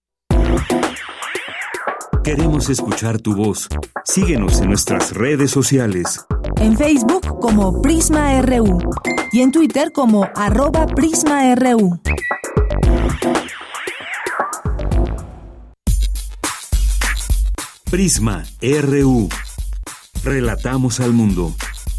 Speaker 2: Queremos escuchar tu voz. Síguenos en nuestras redes sociales.
Speaker 1: En Facebook como Prisma RU y en Twitter como @PrismaRU.
Speaker 2: Prisma RU. Relatamos al mundo.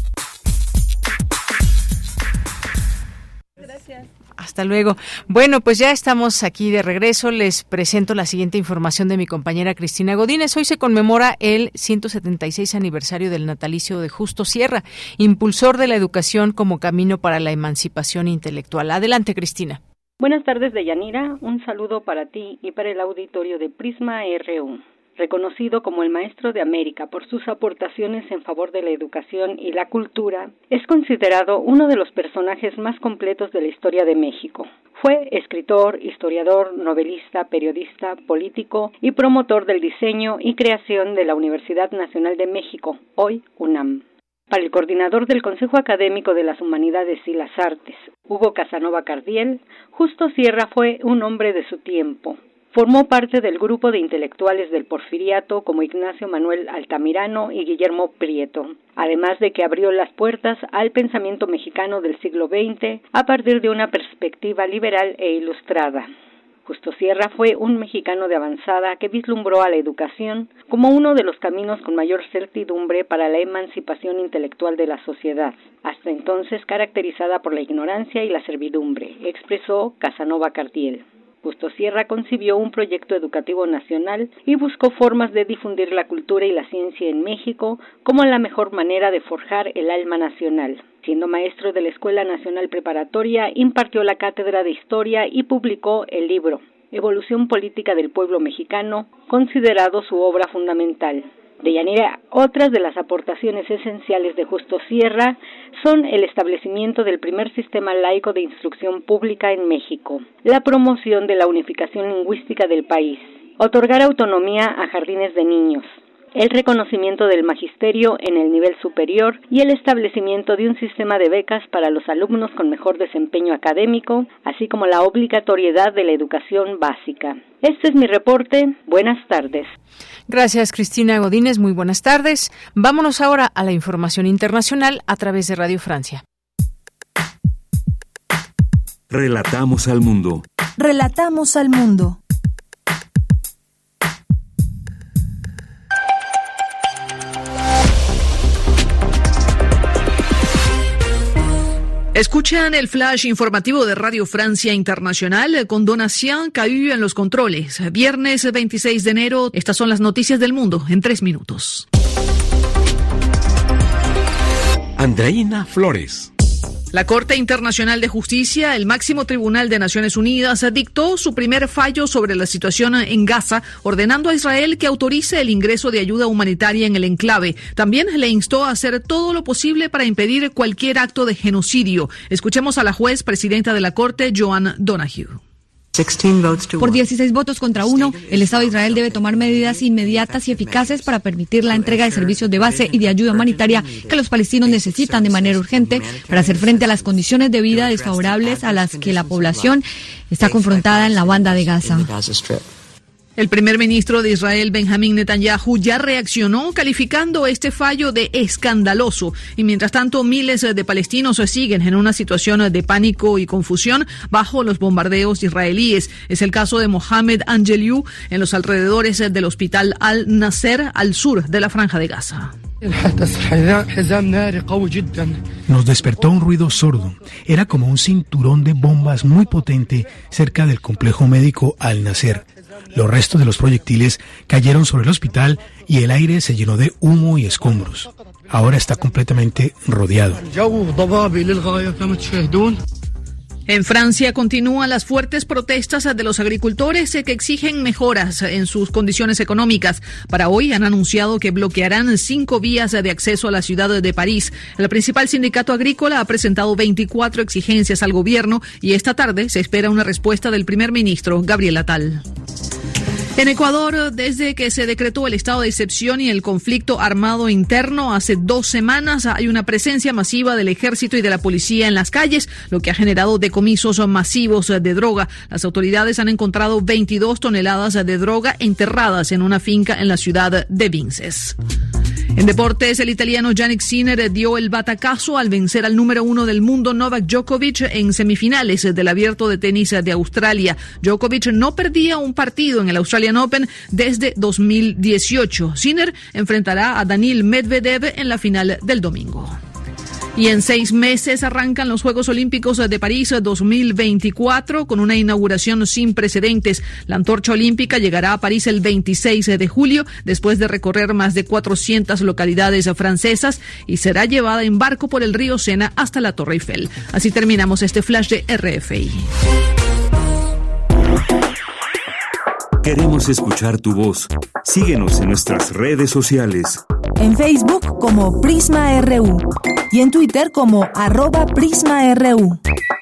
Speaker 3: Hasta luego. Bueno, pues ya estamos aquí de regreso. Les presento la siguiente información de mi compañera Cristina Godínez. Hoy se conmemora el 176 aniversario del natalicio de Justo Sierra, impulsor de la educación como camino para la emancipación intelectual. Adelante, Cristina.
Speaker 14: Buenas tardes, Deyanira. Un saludo para ti y para el auditorio de Prisma RU. Reconocido como el Maestro de América por sus aportaciones en favor de la educación y la cultura, es considerado uno de los personajes más completos de la historia de México. Fue escritor, historiador, novelista, periodista, político y promotor del diseño y creación de la Universidad Nacional de México, hoy UNAM. Para el coordinador del Consejo Académico de las Humanidades y las Artes, Hugo Casanova Cardiel, Justo Sierra fue un hombre de su tiempo. Formó parte del grupo de intelectuales del Porfiriato como Ignacio Manuel Altamirano y Guillermo Prieto, además de que abrió las puertas al pensamiento mexicano del siglo XX a partir de una perspectiva liberal e ilustrada. Justo Sierra fue un mexicano de avanzada que vislumbró a la educación como uno de los caminos con mayor certidumbre para la emancipación intelectual de la sociedad, hasta entonces caracterizada por la ignorancia y la servidumbre, expresó Casanova Cardiel. Justo Sierra concibió un proyecto educativo nacional y buscó formas de difundir la cultura y la ciencia en México como la mejor manera de forjar el alma nacional. Siendo maestro de la Escuela Nacional Preparatoria, impartió la cátedra de Historia y publicó el libro Evolución Política del Pueblo Mexicano, considerado su obra fundamental. Deyanira, otras de las aportaciones esenciales de Justo Sierra son el establecimiento del primer sistema laico de instrucción pública en México, la promoción de la unificación lingüística del país, otorgar autonomía a jardines de niños, el reconocimiento del magisterio en el nivel superior y el establecimiento de un sistema de becas para los alumnos con mejor desempeño académico, así como la obligatoriedad de la educación básica. Este es mi reporte. Buenas tardes.
Speaker 3: Gracias, Cristina Godínez. Muy buenas tardes. Vámonos ahora a la información internacional a través de Radio Francia.
Speaker 2: Relatamos al mundo.
Speaker 1: Relatamos al mundo.
Speaker 15: Escuchan el flash informativo de Radio Francia Internacional con Donatien Cahu en los controles. Viernes 26 de enero, estas son las noticias del mundo en 3 minutos.
Speaker 2: Andreina Flores.
Speaker 15: La Corte Internacional de Justicia, el máximo tribunal de Naciones Unidas, dictó su primer fallo sobre la situación en Gaza, ordenando a Israel que autorice el ingreso de ayuda humanitaria en el enclave. También le instó a hacer todo lo posible para impedir cualquier acto de genocidio. Escuchemos a la juez presidenta de la Corte, Joan Donoghue.
Speaker 16: Por 16 votos contra 1, el Estado de Israel debe tomar medidas inmediatas y eficaces para permitir la entrega de servicios de base y de ayuda humanitaria que los palestinos necesitan de manera urgente para hacer frente a las condiciones de vida desfavorables a las que la población está confrontada en la banda de Gaza.
Speaker 15: El primer ministro de Israel, Benjamín Netanyahu, ya reaccionó calificando este fallo de escandaloso. Y mientras tanto, miles de palestinos siguen en una situación de pánico y confusión bajo los bombardeos israelíes. Es el caso de Mohamed Angeliou en los alrededores del hospital Al-Nasser, al sur de la Franja de Gaza.
Speaker 17: Nos despertó un ruido sordo. Era como un cinturón de bombas muy potente cerca del complejo médico Al-Nasser. Los restos de los proyectiles cayeron sobre el hospital y el aire se llenó de humo y escombros. Ahora está completamente rodeado.
Speaker 15: En Francia continúan las fuertes protestas de los agricultores que exigen mejoras en sus condiciones económicas. Para hoy han anunciado que bloquearán 5 vías de acceso a la ciudad de París. El principal sindicato agrícola ha presentado 24 exigencias al gobierno y esta tarde se espera una respuesta del primer ministro, Gabriel Attal. En Ecuador, desde que se decretó el estado de excepción y el conflicto armado interno hace 2 semanas, hay una presencia masiva del ejército y de la policía en las calles, lo que ha generado decomisos masivos de droga. Las autoridades han encontrado 22 toneladas de droga enterradas en una finca en la ciudad de Vinces. En deportes, el italiano Jannik Sinner dio el batacazo al vencer al número 1 del mundo Novak Djokovic en semifinales del Abierto de Tenis de Australia. Djokovic no perdía un partido en el Australian Open desde 2018. Sinner enfrentará a Daniil Medvedev en la final del domingo. Y en 6 meses arrancan los Juegos Olímpicos de París 2024 con una inauguración sin precedentes. La antorcha olímpica llegará a París el 26 de julio después de recorrer más de 400 localidades francesas y será llevada en barco por el río Sena hasta la Torre Eiffel. Así terminamos este flash de RFI.
Speaker 2: Queremos escuchar tu voz. Síguenos en nuestras redes sociales.
Speaker 1: En Facebook como Prisma RU y en Twitter como @PrismaRU.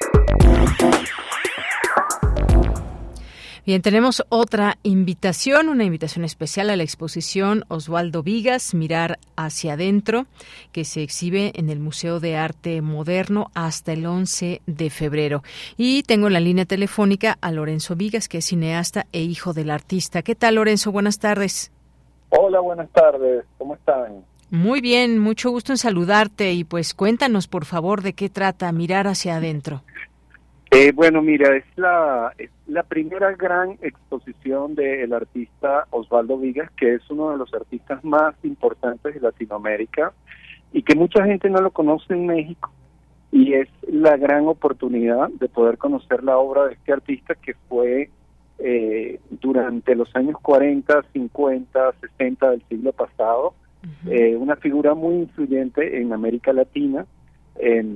Speaker 3: Bien, tenemos otra invitación, una invitación especial a la exposición Osvaldo Vigas, Mirar hacia adentro, que se exhibe en el Museo de Arte Moderno hasta el 11 de febrero. Y tengo en la línea telefónica a Lorenzo Vigas, que es cineasta e hijo del artista. ¿Qué tal, Lorenzo? Buenas tardes.
Speaker 18: Hola, buenas tardes. ¿Cómo están?
Speaker 3: Muy bien, mucho gusto en saludarte y pues cuéntanos, por favor, de qué trata Mirar hacia adentro.
Speaker 18: Bueno, mira, es la primera gran exposición del artista Osvaldo Vigas, que es uno de los artistas más importantes de Latinoamérica y que mucha gente no lo conoce en México. Y es la gran oportunidad de poder conocer la obra de este artista que fue durante los años 40, 50, 60 del siglo pasado, una figura muy influyente en América Latina.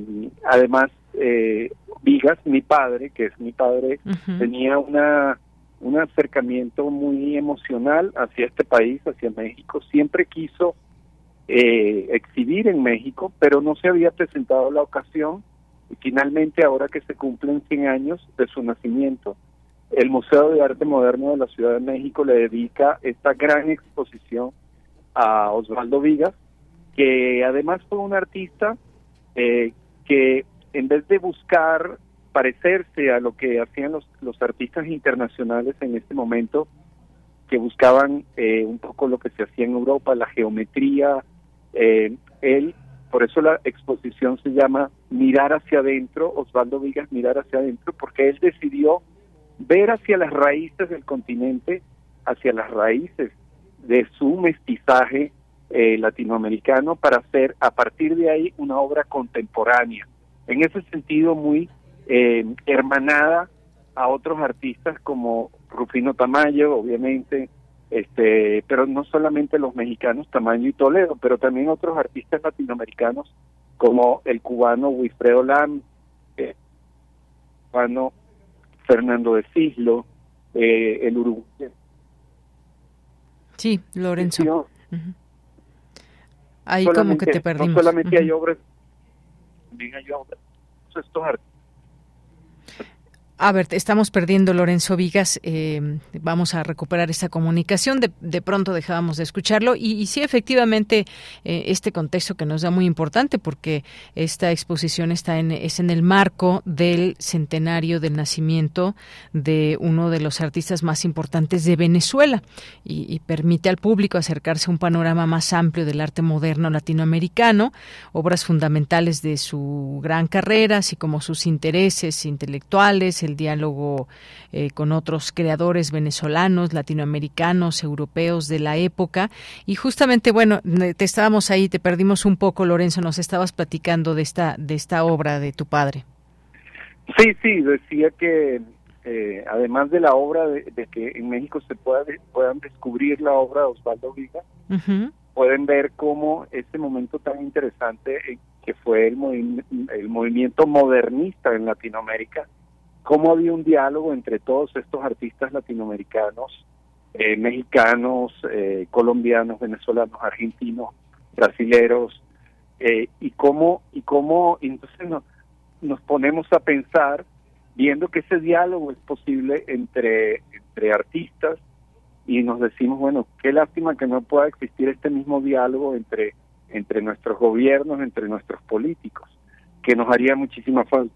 Speaker 18: Además, Vigas, mi padre, tenía una un acercamiento muy emocional hacia este país, hacia México. Siempre quiso exhibir en México, pero no se había presentado la ocasión. Y finalmente, ahora que se cumplen 100 años de su nacimiento, el Museo de Arte Moderno de la Ciudad de México le dedica esta gran exposición a Osvaldo Vigas, que además fue un artista que en vez de buscar parecerse a lo que hacían los artistas internacionales en este momento, que buscaban un poco lo que se hacía en Europa, la geometría, él, por eso la exposición se llama Mirar hacia adentro, Osvaldo Vigas, Mirar hacia adentro, porque él decidió ver hacia las raíces del continente, hacia las raíces de su mestizaje latinoamericano, para hacer a partir de ahí una obra contemporánea, en ese sentido muy hermanada a otros artistas como Rufino Tamayo, obviamente, pero no solamente los mexicanos Tamayo y Toledo, pero también otros artistas latinoamericanos como el cubano Wilfredo Lam, el cubano Fernando de Cislo, el uruguayo.
Speaker 3: Sí, Lorenzo. Ahí como que te perdimos.
Speaker 18: No solamente hay obras, también hay obras. Estos artistas.
Speaker 3: A ver, estamos perdiendo, Lorenzo Vigas. Vamos a recuperar esta comunicación. De pronto dejábamos de escucharlo. Y sí, efectivamente, este contexto que nos da muy importante, porque esta exposición es en el marco del centenario del nacimiento de uno de los artistas más importantes de Venezuela y permite al público acercarse a un panorama más amplio del arte moderno latinoamericano, obras fundamentales de su gran carrera, así como sus intereses intelectuales, el diálogo con otros creadores venezolanos, latinoamericanos, europeos de la época. Y justamente, bueno, te estábamos ahí, te perdimos un poco, Lorenzo, nos estabas platicando de esta obra de tu padre.
Speaker 18: Sí, decía que además de la obra de que en México puedan descubrir la obra de Osvaldo Vigas, pueden ver cómo ese momento tan interesante que fue el movimiento modernista en Latinoamérica, cómo había un diálogo entre todos estos artistas latinoamericanos, mexicanos, colombianos, venezolanos, argentinos, brasileros, y cómo entonces nos ponemos a pensar, viendo que ese diálogo es posible entre artistas, y nos decimos, bueno, qué lástima que no pueda existir este mismo diálogo entre nuestros gobiernos, entre nuestros políticos, que nos haría muchísima falta.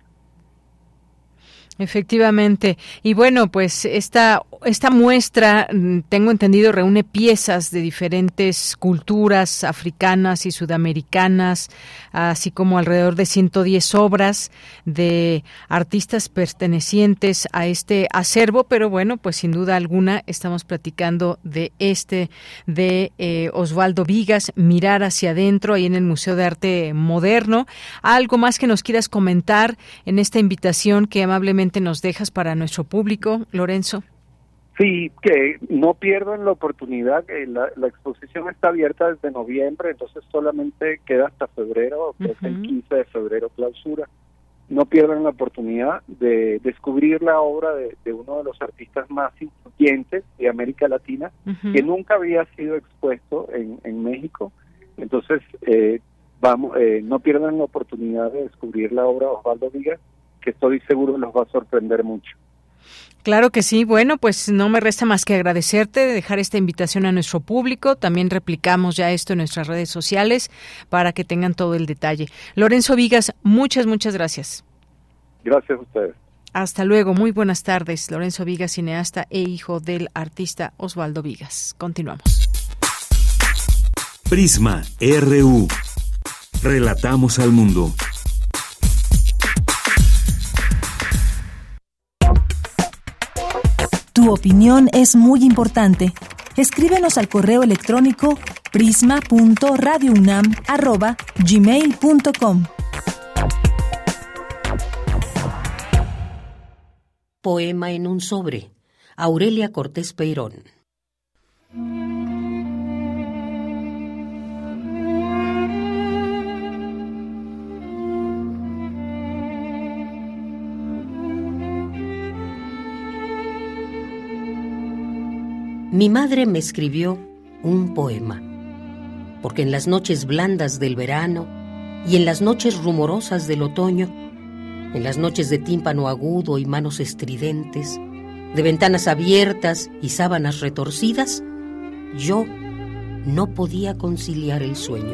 Speaker 3: Efectivamente. Y bueno, pues esta muestra, tengo entendido, reúne piezas de diferentes culturas africanas y sudamericanas, así como alrededor de 110 obras de artistas pertenecientes a este acervo, pero bueno, pues sin duda alguna estamos platicando de Osvaldo Vigas, Mirar hacia adentro, ahí en el Museo de Arte Moderno. ¿Algo más que nos quieras comentar en esta invitación que amablemente nos dejas para nuestro público, Lorenzo?
Speaker 18: Sí, que no pierdan la oportunidad. La exposición está abierta desde noviembre, entonces solamente queda hasta febrero, que es el 15 de febrero clausura. No pierdan la oportunidad de descubrir la obra de uno de los artistas más influyentes de América Latina, que nunca había sido expuesto en México. Entonces, no pierdan la oportunidad de descubrir la obra de Osvaldo Vigas, que estoy seguro los va a sorprender mucho.
Speaker 3: Claro que sí. Bueno, pues no me resta más que agradecerte, dejar esta invitación a nuestro público. También replicamos ya esto en nuestras redes sociales para que tengan todo el detalle. Lorenzo Vigas, muchas gracias.
Speaker 18: Gracias a ustedes.
Speaker 3: Hasta luego. Muy buenas tardes. Lorenzo Vigas, cineasta e hijo del artista Osvaldo Vigas. Continuamos.
Speaker 2: Prisma RU. Relatamos al mundo.
Speaker 1: Tu opinión es muy importante. Escríbenos al correo electrónico prisma.radiounam@gmail.com.
Speaker 26: Poema en un sobre. Aurelia Cortés Peirón. Mi madre me escribió un poema, porque en las noches blandas del verano y en las noches rumorosas del otoño, en las noches de tímpano agudo y manos estridentes, de ventanas abiertas y sábanas retorcidas, yo no podía conciliar el sueño.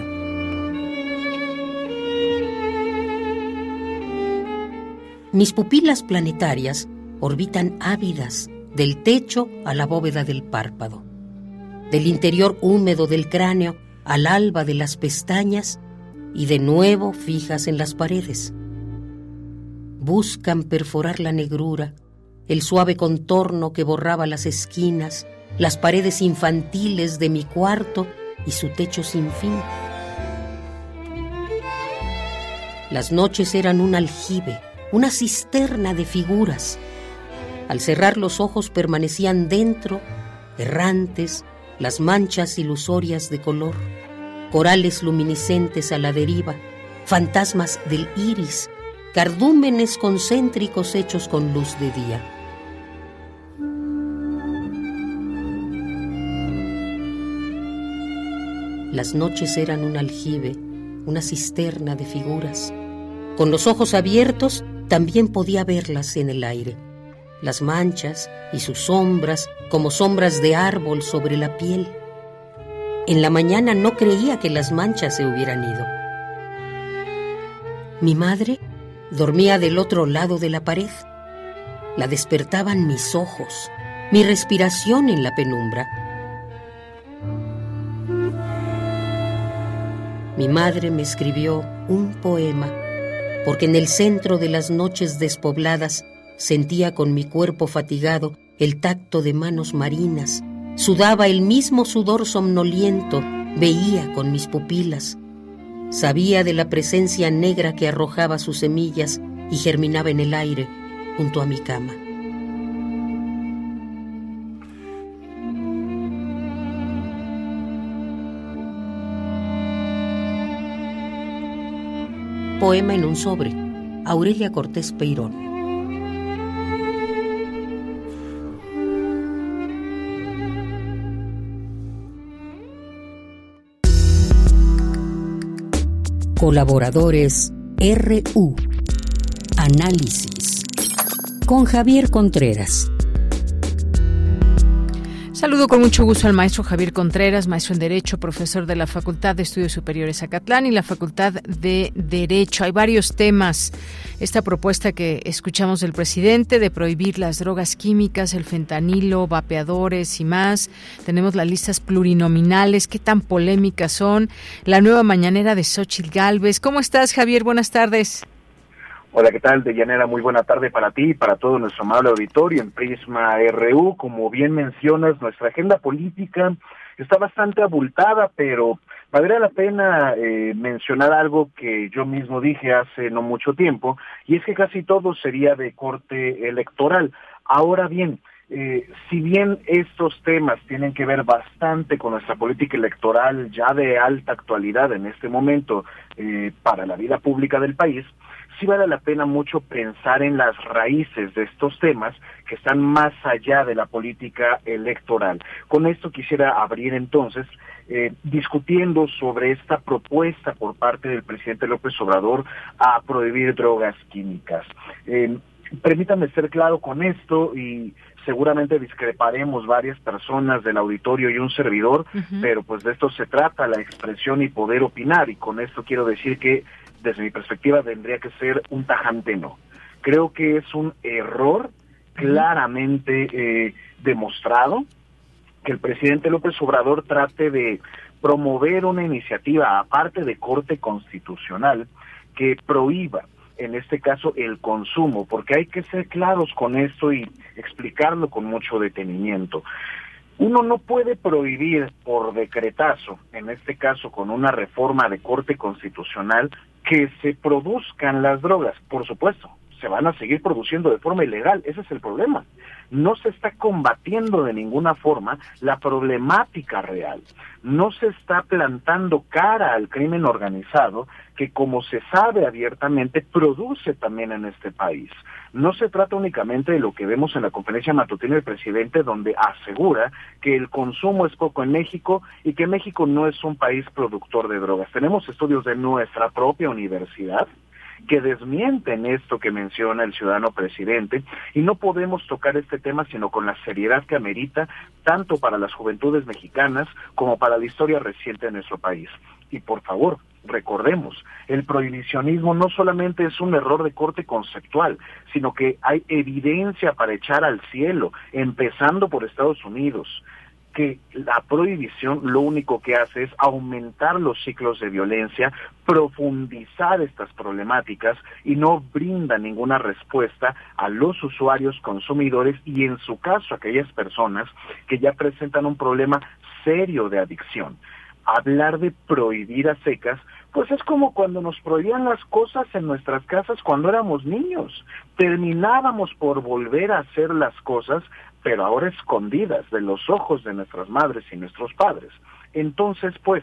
Speaker 26: Mis pupilas planetarias orbitan ávidas del techo a la bóveda del párpado, del interior húmedo del cráneo al alba de las pestañas y de nuevo fijas en las paredes. Buscan perforar la negrura, el suave contorno que borraba las esquinas, las paredes infantiles de mi cuarto y su techo sin fin. Las noches eran un aljibe, una cisterna de figuras. Al cerrar los ojos permanecían dentro, errantes, las manchas ilusorias de color, corales luminiscentes a la deriva, fantasmas del iris, cardúmenes concéntricos hechos con luz de día. Las noches eran un aljibe, una cisterna de figuras. Con los ojos abiertos también podía verlas en el aire, las manchas y sus sombras como sombras de árbol sobre la piel. En la mañana no creía que las manchas se hubieran ido. Mi madre dormía del otro lado de la pared. La despertaban mis ojos, mi respiración en la penumbra. Mi madre me escribió un poema, porque en el centro de las noches despobladas sentía con mi cuerpo fatigado el tacto de manos marinas, sudaba el mismo sudor somnoliento, veía con mis pupilas, sabía de la presencia negra que arrojaba sus semillas y germinaba en el aire junto a mi cama. Poema en un sobre. Aurelia Cortés Peirón. Colaboradores RU. Análisis. Con Javier Contreras.
Speaker 3: Saludo con mucho gusto al maestro Javier Contreras, maestro en Derecho, profesor de la Facultad de Estudios Superiores Acatlán y la Facultad de Derecho. Hay varios temas. Esta propuesta que escuchamos del presidente de prohibir las drogas químicas, el fentanilo, vapeadores y más. Tenemos las listas plurinominales, qué tan polémicas son. La nueva mañanera de Xóchitl Gálvez. ¿Cómo estás, Javier? Buenas tardes.
Speaker 4: Hola, ¿qué tal, Deyanira? Muy buena tarde para ti y para todo nuestro amable auditorio en Prisma RU. Como bien mencionas, nuestra agenda política está bastante abultada, pero valdría la pena mencionar algo que yo mismo dije hace no mucho tiempo, y es que casi todo sería de corte electoral. Ahora bien, si bien estos temas tienen que ver bastante con nuestra política electoral ya de alta actualidad en este momento para la vida pública del país, sí vale la pena mucho pensar en las raíces de estos temas que están más allá de la política electoral. Con esto quisiera abrir entonces discutiendo sobre esta propuesta por parte del presidente López Obrador a prohibir drogas químicas. Permítanme ser claro con esto y seguramente discreparemos varias personas del auditorio y un servidor, pero pues de esto se trata, la expresión y poder opinar, y con esto quiero decir que desde mi perspectiva tendría que ser un tajante no. Creo que es un error claramente demostrado que el presidente López Obrador trate de promover una iniciativa, aparte de corte constitucional, que prohíba, en este caso, el consumo, porque hay que ser claros con esto y explicarlo con mucho detenimiento. Uno no puede prohibir por decretazo, en este caso con una reforma de corte constitucional, que se produzcan las drogas. Por supuesto, se van a seguir produciendo de forma ilegal, ese es el problema. no se está combatiendo de ninguna forma la problemática real. No se está plantando cara al crimen organizado que, como se sabe abiertamente, produce también en este país. No se trata únicamente de lo que vemos en la conferencia matutina del presidente, donde asegura que el consumo es poco en México y que México no es un país productor de drogas. Tenemos estudios de nuestra propia universidad que desmienten esto que menciona el ciudadano presidente, y no podemos tocar este tema sino con la seriedad que amerita, tanto para las juventudes mexicanas como para la historia reciente de nuestro país. Y por favor, recordemos, el prohibicionismo no solamente es un error de corte conceptual, sino que hay evidencia para echar al cielo, empezando por Estados Unidos, que la prohibición lo único que hace es aumentar los ciclos de violencia, profundizar estas problemáticas y no brinda ninguna respuesta a los usuarios consumidores y, en su caso, a aquellas personas que ya presentan un problema serio de adicción. Hablar de prohibir a secas, pues es como cuando nos prohibían las cosas en nuestras casas cuando éramos niños. Terminábamos por volver a hacer las cosas, pero ahora escondidas de los ojos de nuestras madres y nuestros padres. Entonces, pues,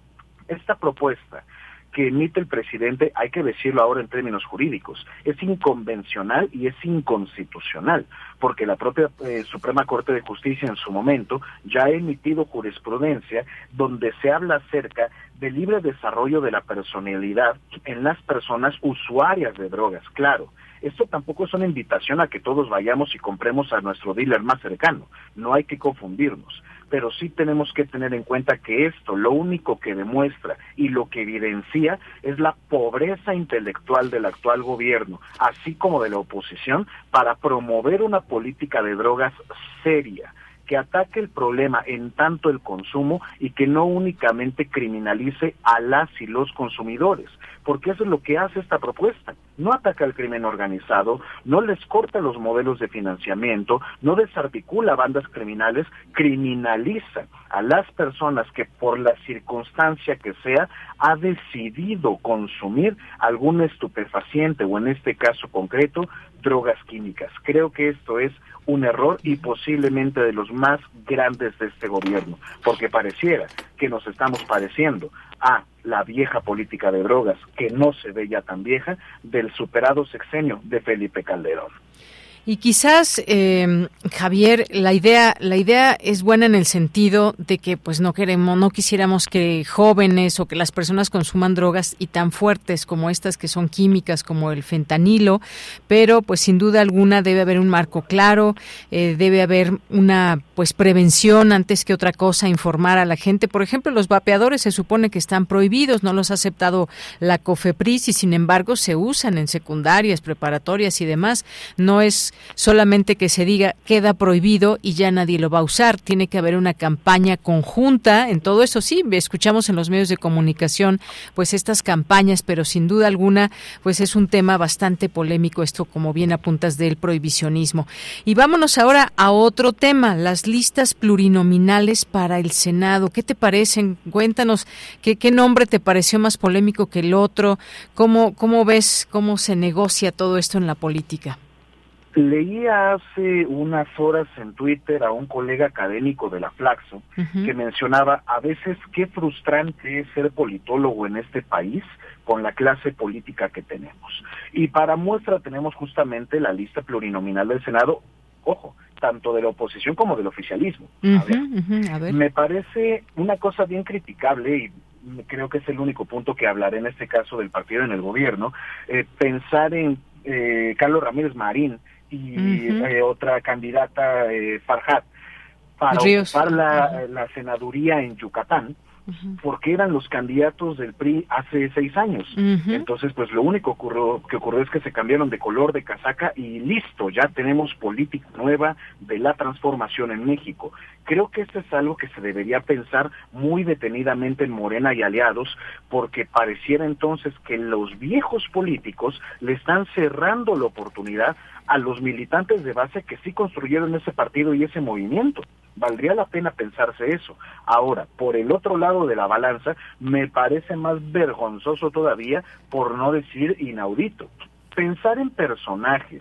Speaker 4: esta propuesta que emite el presidente, hay que decirlo ahora en términos jurídicos, es inconvencional y es inconstitucional, porque la propia Suprema Corte de Justicia en su momento ya ha emitido jurisprudencia donde se habla acerca del libre desarrollo de la personalidad en las personas usuarias de drogas. Claro, esto tampoco es una invitación a que todos vayamos y compremos a nuestro dealer más cercano, no hay que confundirnos, pero sí tenemos que tener en cuenta que esto lo único que demuestra y lo que evidencia es la pobreza intelectual del actual gobierno, así como de la oposición, para promover una política de drogas seria, que ataque el problema en tanto el consumo y que no únicamente criminalice a las y los consumidores, porque eso es lo que hace esta propuesta. No ataca al crimen organizado, no les corta los modelos de financiamiento, no desarticula bandas criminales, criminaliza a las personas que por la circunstancia que sea ha decidido consumir algún estupefaciente o, en este caso concreto, drogas químicas. Creo que esto es un error y posiblemente de los más grandes de este gobierno, porque pareciera que nos estamos pareciendo a la vieja política de drogas, que no se ve ya tan vieja, del superado sexenio de Felipe Calderón.
Speaker 3: Y quizás, Javier, la idea es buena en el sentido de que pues no quisiéramos que jóvenes o que las personas consuman drogas y tan fuertes como estas que son químicas, como el fentanilo, pero pues sin duda alguna debe haber un marco claro, debe haber una pues prevención antes que otra cosa, informar a la gente. Por ejemplo, los vapeadores se supone que están prohibidos, no los ha aceptado la COFEPRIS y sin embargo se usan en secundarias, preparatorias y demás. No es solamente que se diga queda prohibido y ya nadie lo va a usar, tiene que haber una campaña conjunta en todo eso. Sí, escuchamos en los medios de comunicación pues estas campañas, pero sin duda alguna pues es un tema bastante polémico esto, como bien apuntas, del prohibicionismo. Y vámonos ahora a otro tema, las listas plurinominales para el Senado. ¿Qué te parecen? Cuéntanos, ¿qué nombre te pareció más polémico que el otro? ¿Cómo ves cómo se negocia todo esto en la política?
Speaker 4: Leía hace unas horas en Twitter a un colega académico de la Flaxo que mencionaba a veces qué frustrante es ser politólogo en este país con la clase política que tenemos. Y para muestra tenemos justamente la lista plurinominal del Senado, ojo, tanto de la oposición como del oficialismo. A ver. Me parece una cosa bien criticable y creo que es el único punto que hablaré en este caso del partido en el gobierno, pensar en Carlos Ramírez Marín y otra candidata, Farhat, para ocupar la senaduría en Yucatán, porque eran los candidatos del PRI hace 6 años. Entonces, pues lo único que ocurrió es que se cambiaron de color de casaca y listo, ya tenemos política nueva de la transformación en México. Creo que esto es algo que se debería pensar muy detenidamente en Morena y aliados, porque pareciera entonces que los viejos políticos le están cerrando la oportunidad a los militantes de base que sí construyeron ese partido y ese movimiento. Valdría la pena pensarse eso. Ahora, por el otro lado de la balanza, me parece más vergonzoso todavía, por no decir inaudito, pensar en personajes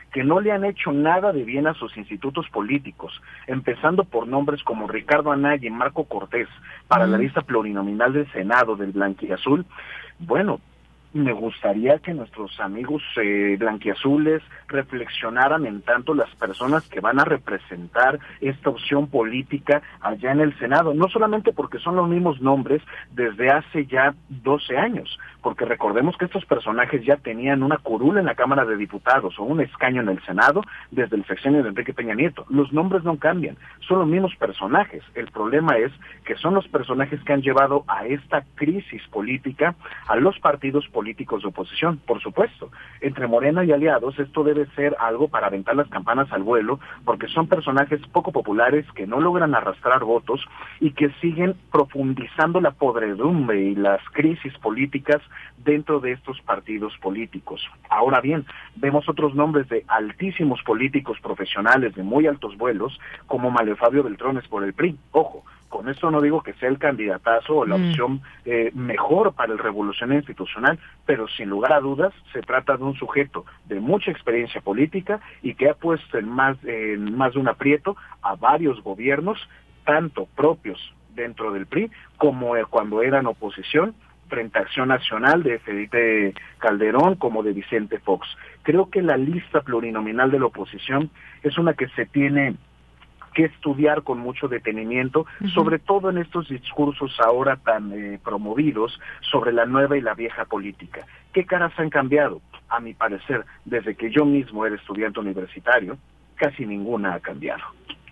Speaker 4: que no le han hecho nada de bien a sus institutos políticos, empezando por nombres como Ricardo Anaya y Marco Cortés para la lista plurinominal del Senado del Blanquiazul. Bueno, me gustaría que nuestros amigos blanquiazules reflexionaran en tanto las personas que van a representar esta opción política allá en el Senado, no solamente porque son los mismos nombres desde hace ya 12 años, porque recordemos que estos personajes ya tenían una curula en la Cámara de Diputados o un escaño en el Senado desde el sexenio de Enrique Peña Nieto. Los nombres no cambian, son los mismos personajes. El problema es que son los personajes que han llevado a esta crisis política a los partidos políticos de oposición. Por supuesto, entre Morena y aliados esto debe ser algo para aventar las campanas al vuelo, porque son personajes poco populares que no logran arrastrar votos y que siguen profundizando la podredumbre y las crisis políticas dentro de estos partidos políticos. Ahora bien, vemos otros nombres de altísimos políticos profesionales de muy altos vuelos, como Mario Fabio Beltrones por el PRI. Ojo, con esto no digo que sea el candidatazo o la opción mejor para el revolucionario institucional, pero sin lugar a dudas se trata de un sujeto de mucha experiencia política y que ha puesto en más de un aprieto a varios gobiernos, tanto propios dentro del PRI como cuando eran oposición, frente a Acción Nacional de Felipe Calderón como de Vicente Fox. Creo que la lista plurinominal de la oposición es una que se tiene que estudiar con mucho detenimiento, sobre todo en estos discursos ahora tan promovidos sobre la nueva y la vieja política. ¿Qué caras han cambiado? A mi parecer, desde que yo mismo era estudiante universitario, casi ninguna ha cambiado.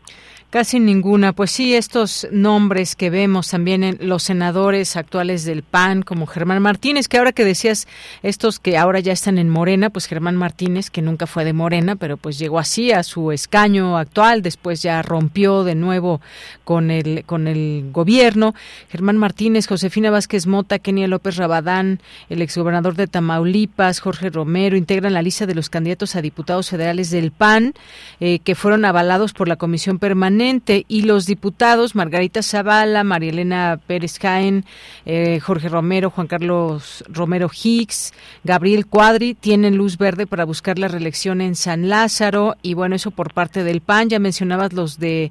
Speaker 3: Casi ninguna. Pues sí, estos nombres que vemos también en los senadores actuales del PAN, como Germán Martínez, que ahora que decías, estos que ahora ya están en Morena, pues Germán Martínez, que nunca fue de Morena, pero pues llegó así a su escaño actual, después ya rompió de nuevo con el gobierno. Germán Martínez, Josefina Vázquez Mota, Kenia López Rabadán, el exgobernador de Tamaulipas, Jorge Romero, integran la lista de los candidatos a diputados federales del PAN, que fueron avalados por la Comisión Permanente, y los diputados Margarita Zavala, María Elena Pérez Jaén, Jorge Romero, Juan Carlos Romero Hicks, Gabriel Cuadri tienen luz verde para buscar la reelección en San Lázaro, y bueno, eso por parte del PAN. Ya mencionabas los del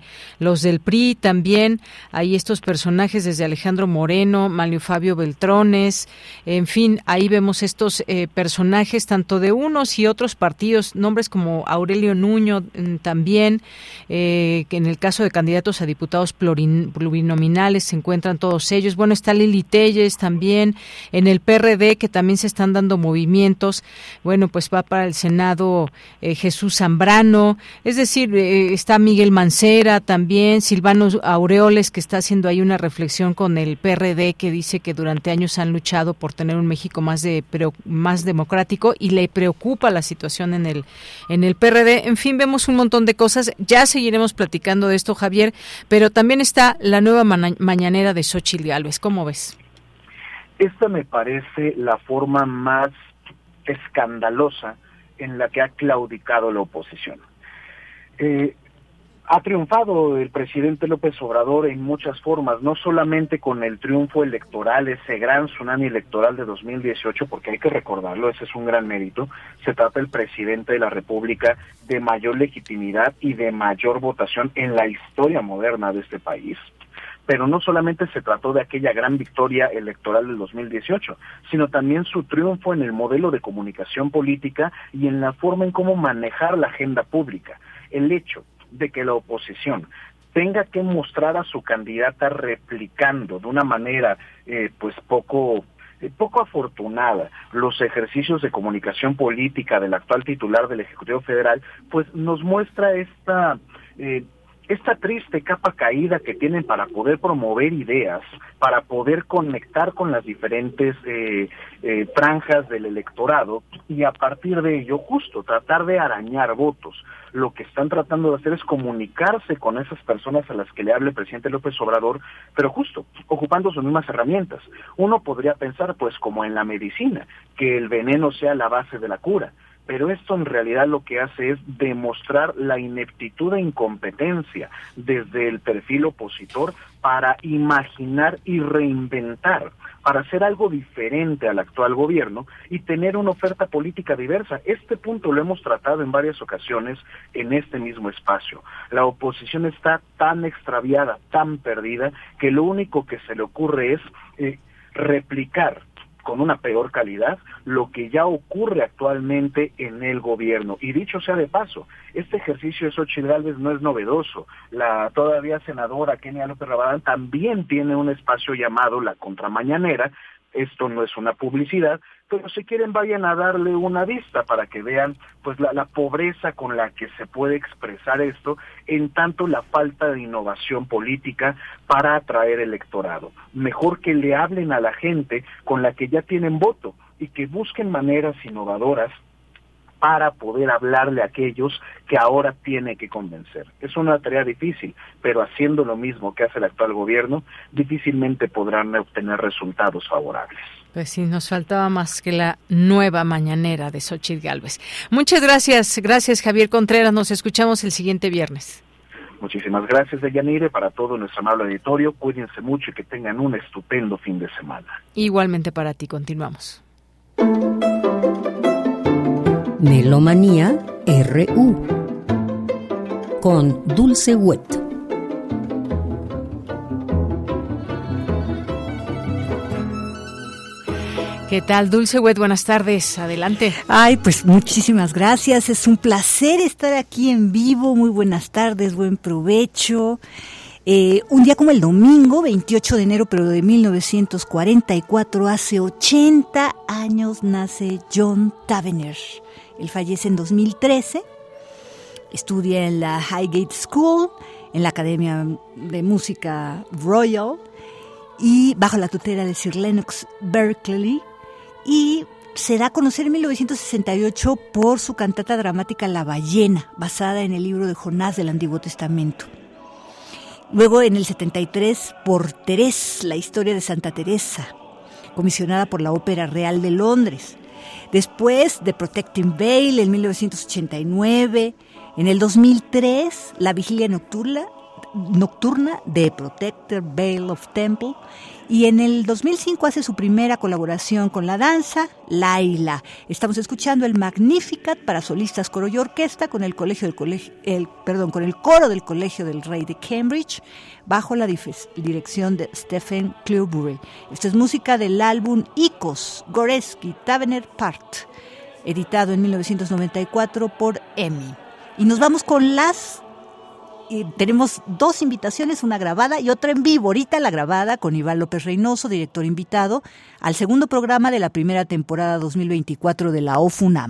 Speaker 3: PRI también, hay estos personajes desde Alejandro Moreno, Mario Fabio Beltrones, en fin, ahí vemos estos personajes tanto de unos y otros partidos, nombres como Aurelio Nuño también, que en el caso de candidatos a diputados plurinominales se encuentran todos ellos. Bueno, está Lili Telles también, en el PRD, que también se están dando movimientos. Bueno, pues va para el Senado Jesús Zambrano, es decir, está Miguel Mancera también, Silvano Aureoles, que está haciendo ahí una reflexión con el PRD, que dice que durante años han luchado por tener un México más democrático y le preocupa la situación en el PRD. En fin, vemos un montón de cosas. Ya seguiremos platicando de esto, Javier, pero también está la nueva mañanera de Xóchitl Gálvez. ¿Cómo ves?
Speaker 4: Esta me parece la forma más escandalosa en la que ha claudicado la oposición. Ha triunfado el presidente López Obrador en muchas formas, no solamente con el triunfo electoral, ese gran tsunami electoral de 2018, porque hay que recordarlo, ese es un gran mérito. Se trata del presidente de la República de mayor legitimidad y de mayor votación en la historia moderna de este país. Pero no solamente se trató de aquella gran victoria electoral del 2018, sino también su triunfo en el modelo de comunicación política y en la forma en cómo manejar la agenda pública. El hecho de que la oposición tenga que mostrar a su candidata replicando de una manera pues poco afortunada los ejercicios de comunicación política del actual titular del Ejecutivo Federal, pues nos muestra esta triste capa caída que tienen para poder promover ideas, para poder conectar con las diferentes franjas del electorado y a partir de ello justo tratar de arañar votos. Lo que están tratando de hacer es comunicarse con esas personas a las que le habla el presidente López Obrador, pero justo ocupando sus mismas herramientas. Uno podría pensar, pues como en la medicina, que el veneno sea la base de la cura, pero esto en realidad lo que hace es demostrar la ineptitud e incompetencia desde el perfil opositor para imaginar y reinventar, para hacer algo diferente al actual gobierno y tener una oferta política diversa. Este punto lo hemos tratado en varias ocasiones en este mismo espacio. La oposición está tan extraviada, tan perdida, que lo único que se le ocurre es replicar con una peor calidad lo que ya ocurre actualmente en el gobierno. Y dicho sea de paso, este ejercicio de Xóchitl Gálvez no es novedoso. La todavía senadora Kenia López Rabadán también tiene un espacio llamado La Contramañanera. Esto no es una publicidad, pero si quieren vayan a darle una vista para que vean pues la pobreza con la que se puede expresar esto, en tanto la falta de innovación política para atraer electorado. Mejor que le hablen a la gente con la que ya tienen voto y que busquen maneras innovadoras para poder hablarle a aquellos que ahora tiene que convencer. Es una tarea difícil, pero haciendo lo mismo que hace el actual gobierno, difícilmente podrán obtener resultados favorables.
Speaker 3: Pues sí, nos faltaba más que la nueva mañanera de Xóchitl Gálvez. Muchas gracias, Javier Contreras, nos escuchamos el siguiente viernes.
Speaker 4: Muchísimas gracias, Deyanire, para todo nuestro amable auditorio, cuídense mucho y que tengan un estupendo fin de semana.
Speaker 3: Igualmente para ti, continuamos.
Speaker 26: Melomanía RU con Dulce Wet.
Speaker 3: ¿Qué tal, Dulce Wet? Buenas tardes, adelante.
Speaker 5: Ay, pues muchísimas gracias, es un placer estar aquí en vivo, muy buenas tardes, buen provecho. Un día como el domingo, 28 de enero, pero de 1944, hace 80 años nace John Tavener. Él fallece en 2013, estudia en la Highgate School, en la Academia de Música Royal, y bajo la tutela de Sir Lennox Berkeley, y se da a conocer en 1968 por su cantata dramática La Ballena, basada en el libro de Jonás del Antiguo Testamento. Luego en el 73 por Terés, la historia de Santa Teresa, comisionada por la Ópera Real de Londres. Después The Protecting Veil en 1989, en el 2003 La Vigilia Nocturna de Protector Veil of Temple, y en el 2005 hace su primera colaboración con la danza, Laila. Estamos escuchando el Magnificat para solistas, coro y orquesta con el coro del Colegio del Rey de Cambridge, bajo la dirección de Stephen Cleobury. Esta es música del álbum Icos, Goreski, Tavener Part, editado en 1994 por EMI. Y nos vamos con tenemos dos invitaciones, una grabada y otra en vivo. Ahorita la grabada con Iván López Reynoso, director invitado, al segundo programa de la primera temporada 2024 de la OFUNAM.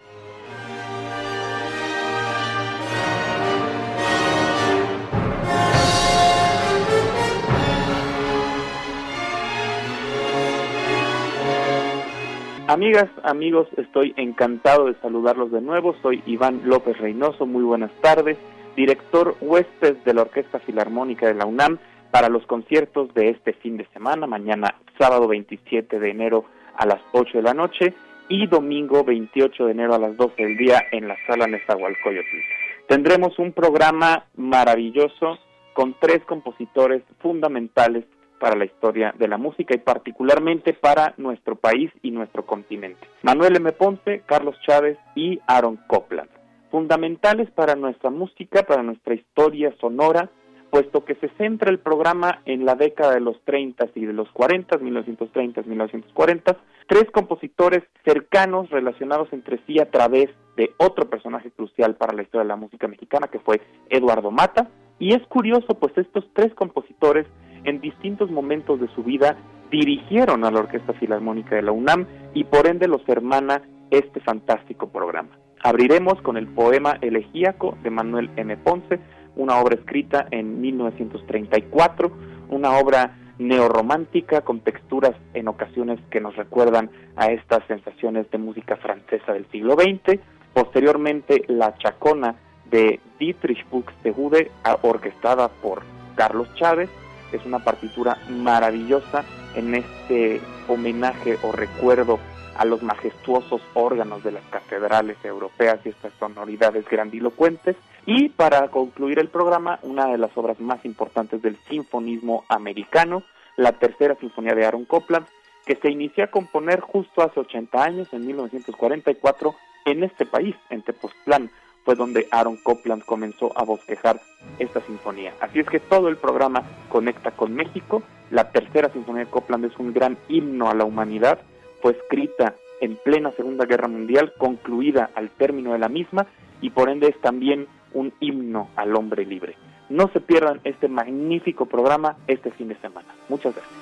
Speaker 19: Amigas, amigos, estoy encantado de saludarlos de nuevo. Soy Iván López Reynoso, muy buenas tardes, director huésped de la Orquesta Filarmónica de la UNAM para los conciertos de este fin de semana, mañana sábado 27 de enero a las 8 de la noche y domingo 28 de enero a las 12 del día en la Sala Nezahualcóyotl. Tendremos un programa maravilloso con 3 compositores fundamentales para la historia de la música y particularmente para nuestro país y nuestro continente. Manuel M. Ponce, Carlos Chávez y Aaron Copland. Fundamentales para nuestra música, para nuestra historia sonora, puesto que se centra el programa en la década de los 30 y de los 40, 1930, 1940, 3 compositores cercanos, relacionados entre sí a través de otro personaje crucial para la historia de la música mexicana, que fue Eduardo Mata. Y es curioso, pues estos 3 compositores en distintos momentos de su vida dirigieron a la Orquesta Filarmónica de la UNAM y por ende los hermana este fantástico programa. Abriremos con el poema Elegíaco de Manuel M. Ponce, una obra escrita en 1934, una obra neorromántica con texturas en ocasiones que nos recuerdan a estas sensaciones de música francesa del siglo XX. Posteriormente, La Chacona de Dietrich Buxtehude, orquestada por Carlos Chávez. Es una partitura maravillosa en este homenaje o recuerdo a los majestuosos órganos de las catedrales europeas y estas sonoridades grandilocuentes. Y para concluir el programa, una de las obras más importantes del sinfonismo americano, la tercera sinfonía de Aaron Copland, que se inició a componer justo hace 80 años, en 1944, en este país, en Tepoztlán, fue donde Aaron Copland comenzó a bosquejar esta sinfonía. Así es que todo el programa conecta con México. La tercera sinfonía de Copland es un gran himno a la humanidad, fue escrita en plena Segunda Guerra Mundial, concluida al término de la misma, y por ende es también un himno al hombre libre. No se pierdan este magnífico programa este fin de semana. Muchas gracias.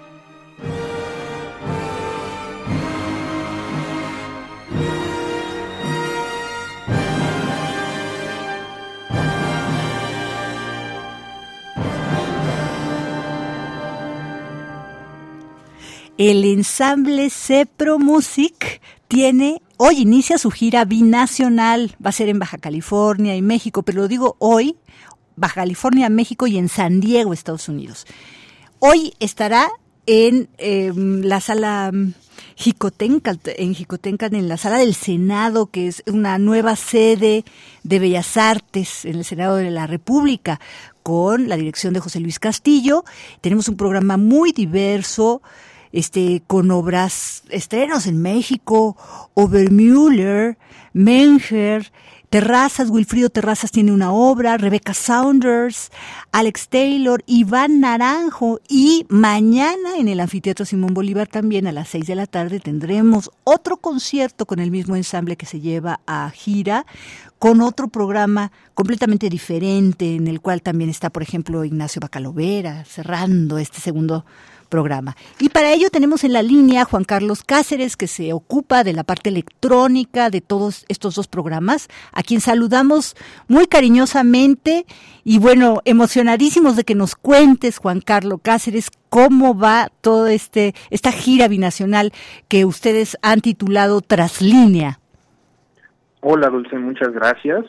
Speaker 5: El ensamble Cepro Music hoy inicia su gira binacional, va a ser en Baja California y México, pero lo digo hoy, Baja California, México y en San Diego, Estados Unidos. Hoy estará en la sala Jicotencal, en la sala del Senado, que es una nueva sede de Bellas Artes en el Senado de la República, con la dirección de José Luis Castillo. Tenemos un programa muy diverso, con obras, estrenos en México, Obermüller, Menger, Terrazas, Wilfrido Terrazas tiene una obra, Rebecca Saunders, Alex Taylor, Iván Naranjo, y mañana en el Anfiteatro Simón Bolívar también a las 6 de la tarde tendremos otro concierto con el mismo ensamble que se lleva a gira, con otro programa completamente diferente, en el cual también está, por ejemplo, Ignacio Bacalovera, cerrando este segundo programa. Y para ello tenemos en la línea a Juan Carlos Cáceres, que se ocupa de la parte electrónica de todos estos dos programas, a quien saludamos muy cariñosamente y bueno, emocionadísimos de que nos cuentes, Juan Carlos Cáceres, cómo va toda esta gira binacional que ustedes han titulado Traslínea.
Speaker 18: Hola, Dulce, muchas gracias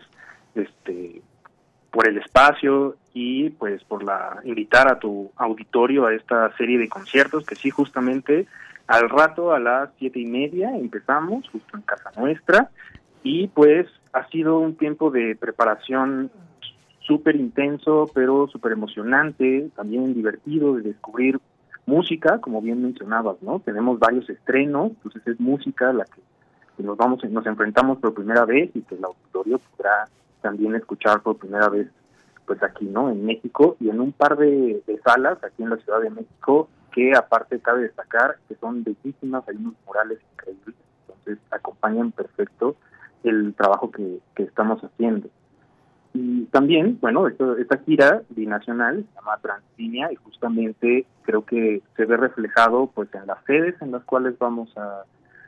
Speaker 18: por el espacio y pues por invitar a tu auditorio a esta serie de conciertos que sí, justamente al rato a las 7:30 empezamos, justo en casa nuestra, y pues ha sido un tiempo de preparación súper intenso, pero súper emocionante, también divertido de descubrir música, como bien mencionabas, ¿no? Tenemos varios estrenos, entonces es música la que nos enfrentamos por primera vez y que el auditorio podrá también escuchar por primera vez pues aquí, ¿no? En México, y en un par de salas aquí en la Ciudad de México, que aparte cabe destacar que son bellísimas, hay unos murales increíbles, entonces acompañan perfecto el trabajo que estamos haciendo. Y también, bueno, esta gira binacional se llama Traslínea y justamente creo que se ve reflejado pues en las sedes en las cuales vamos a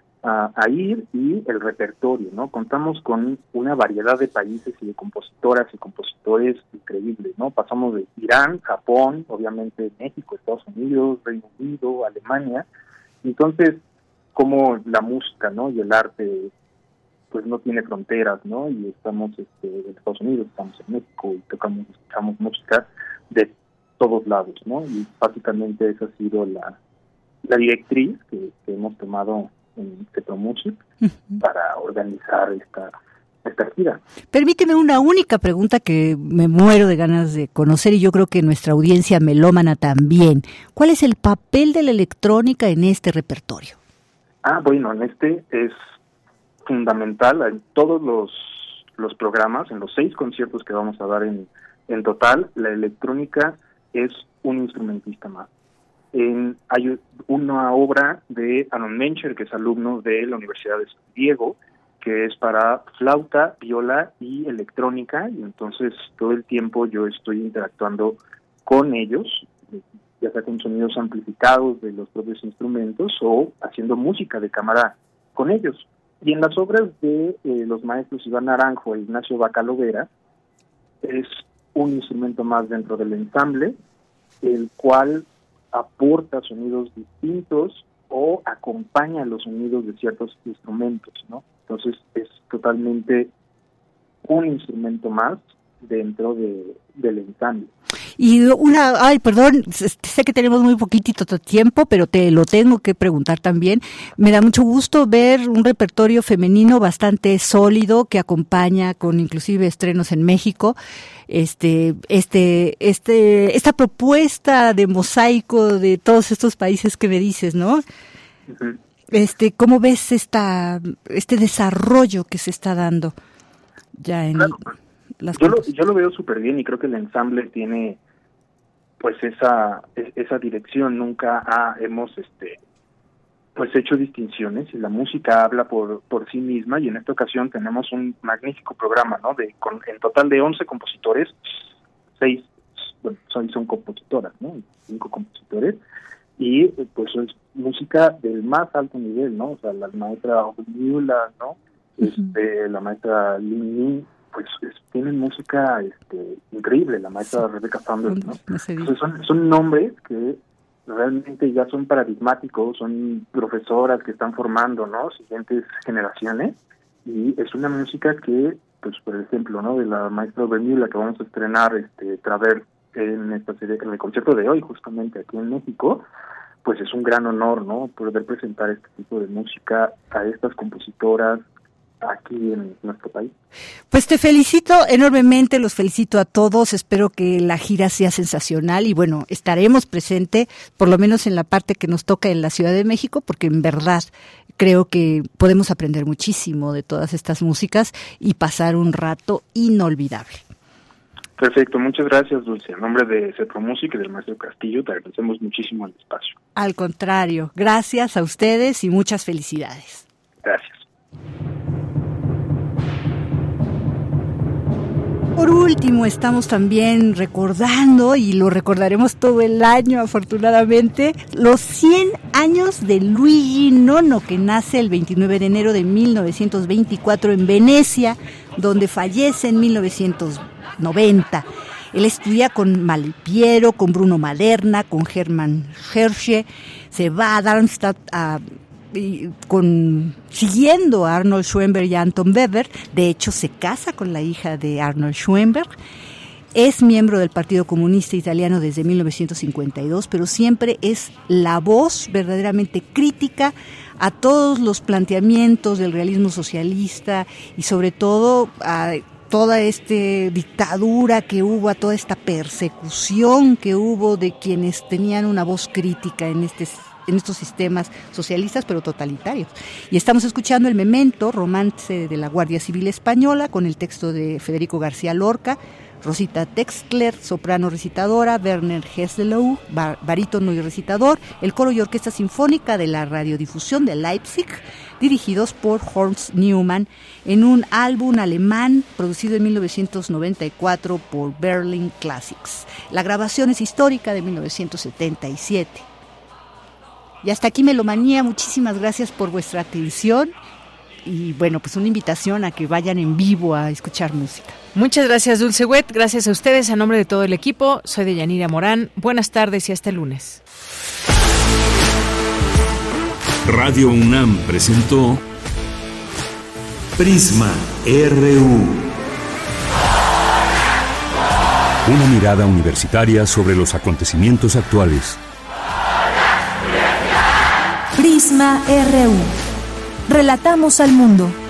Speaker 18: ir y el repertorio, ¿no? Contamos con una variedad de países y de compositoras y compositores increíbles, ¿no? Pasamos de Irán, Japón, obviamente México, Estados Unidos, Reino Unido, Alemania. Entonces, como la música, ¿no? Y el arte pues no tiene fronteras, ¿no? Y estamos en Estados Unidos, estamos en México y escuchamos música de todos lados, ¿no? Y básicamente esa ha sido la directriz que hemos tomado en Cepro Music para organizar esta gira.
Speaker 5: Permíteme una única pregunta que me muero de ganas de conocer y yo creo que nuestra audiencia melómana también. ¿Cuál es el papel de la electrónica en este repertorio?
Speaker 18: Bueno, en este es fundamental en todos los programas, en los 6 conciertos que vamos a dar en total, la electrónica es un instrumentista más. Hay una obra de Aaron Mencher, que es alumno de la Universidad de San Diego, que es para flauta, viola y electrónica, y entonces todo el tiempo yo estoy interactuando con ellos, ya sea con sonidos amplificados de los propios instrumentos o haciendo música de cámara con ellos. Y en las obras de los maestros Iván Naranjo e Ignacio Bacalovera, es un instrumento más dentro del ensamble, el cual aporta sonidos distintos o acompaña los sonidos de ciertos instrumentos, ¿no? Entonces es totalmente un instrumento más dentro del ensamble.
Speaker 5: Y perdón, sé que tenemos muy poquitito tiempo, pero te lo tengo que preguntar también. Me da mucho gusto ver un repertorio femenino bastante sólido que acompaña con inclusive estrenos en México. Esta propuesta de mosaico de todos estos países que me dices, ¿no? Uh-huh. ¿Cómo ves este desarrollo que se está dando ya en las
Speaker 19: yo lo veo súper bien y creo que el ensamble tiene pues esa dirección. Nunca hemos pues hecho distinciones y la música habla por sí misma, y en esta ocasión tenemos un magnífico programa, ¿no? En total de 11 compositores, 6 son compositoras, ¿no? 5 compositores, y pues es música del más alto nivel, ¿no? O sea, la maestra Miula, ¿no? Uh-huh. La maestra Lin, pues tienen música increíble, la maestra Rebecca Sanders, ¿no? Entonces son nombres que realmente ya son paradigmáticos, son profesoras que están formando, ¿no? Siguientes generaciones, y es una música que, pues por ejemplo, ¿no? De la maestra Bermula, que vamos a estrenar Traver en esta serie, en el concierto de hoy, justamente aquí en México, pues es un gran honor, ¿no? Poder presentar este tipo de música a estas compositoras aquí en nuestro país.
Speaker 5: Pues te felicito enormemente, los felicito a todos, espero que la gira sea sensacional y bueno, estaremos presentes, por lo menos en la parte que nos toca en la Ciudad de México, porque en verdad creo que podemos aprender muchísimo de todas estas músicas y pasar un rato inolvidable.
Speaker 19: Perfecto, muchas gracias, Dulce. En nombre de Centro Música y del maestro Castillo, te agradecemos muchísimo el espacio.
Speaker 5: Al contrario, gracias a ustedes y muchas felicidades.
Speaker 19: Gracias.
Speaker 5: Por último, estamos también recordando, y lo recordaremos todo el año afortunadamente, los 100 años de Luigi Nono, que nace el 29 de enero de 1924 en Venecia, donde fallece en 1990. Él estudia con Malipiero, con Bruno Maderna, con Hermann Hergé, se va a Darmstadt siguiendo a Arnold Schoenberg y a Anton Weber. De hecho, se casa con la hija de Arnold Schoenberg. Es miembro del Partido Comunista Italiano desde 1952, pero siempre es la voz verdaderamente crítica a todos los planteamientos del realismo socialista y sobre todo a toda esta dictadura que hubo, a toda esta persecución que hubo de quienes tenían una voz crítica en estos sistemas socialistas pero totalitarios. Y estamos escuchando el Memento, romance de la Guardia Civil Española, con el texto de Federico García Lorca, Rosita Textler, soprano recitadora, Werner Hesselow, barítono y recitador, el coro y orquesta sinfónica de la radiodifusión de Leipzig, dirigidos por Horst Neumann, en un álbum alemán producido en 1994 por Berlin Classics. La grabación es histórica, de 1977. Y hasta aquí Melomanía, muchísimas gracias por vuestra atención y bueno, pues una invitación a que vayan en vivo a escuchar música.
Speaker 3: Muchas gracias, Dulce Wet, gracias a ustedes, a nombre de todo el equipo, soy Deyanira Morán, buenas tardes y hasta el lunes.
Speaker 2: Radio UNAM presentó Prisma RU, una mirada universitaria sobre los acontecimientos actuales.
Speaker 1: Prisma RU. Relatamos al mundo.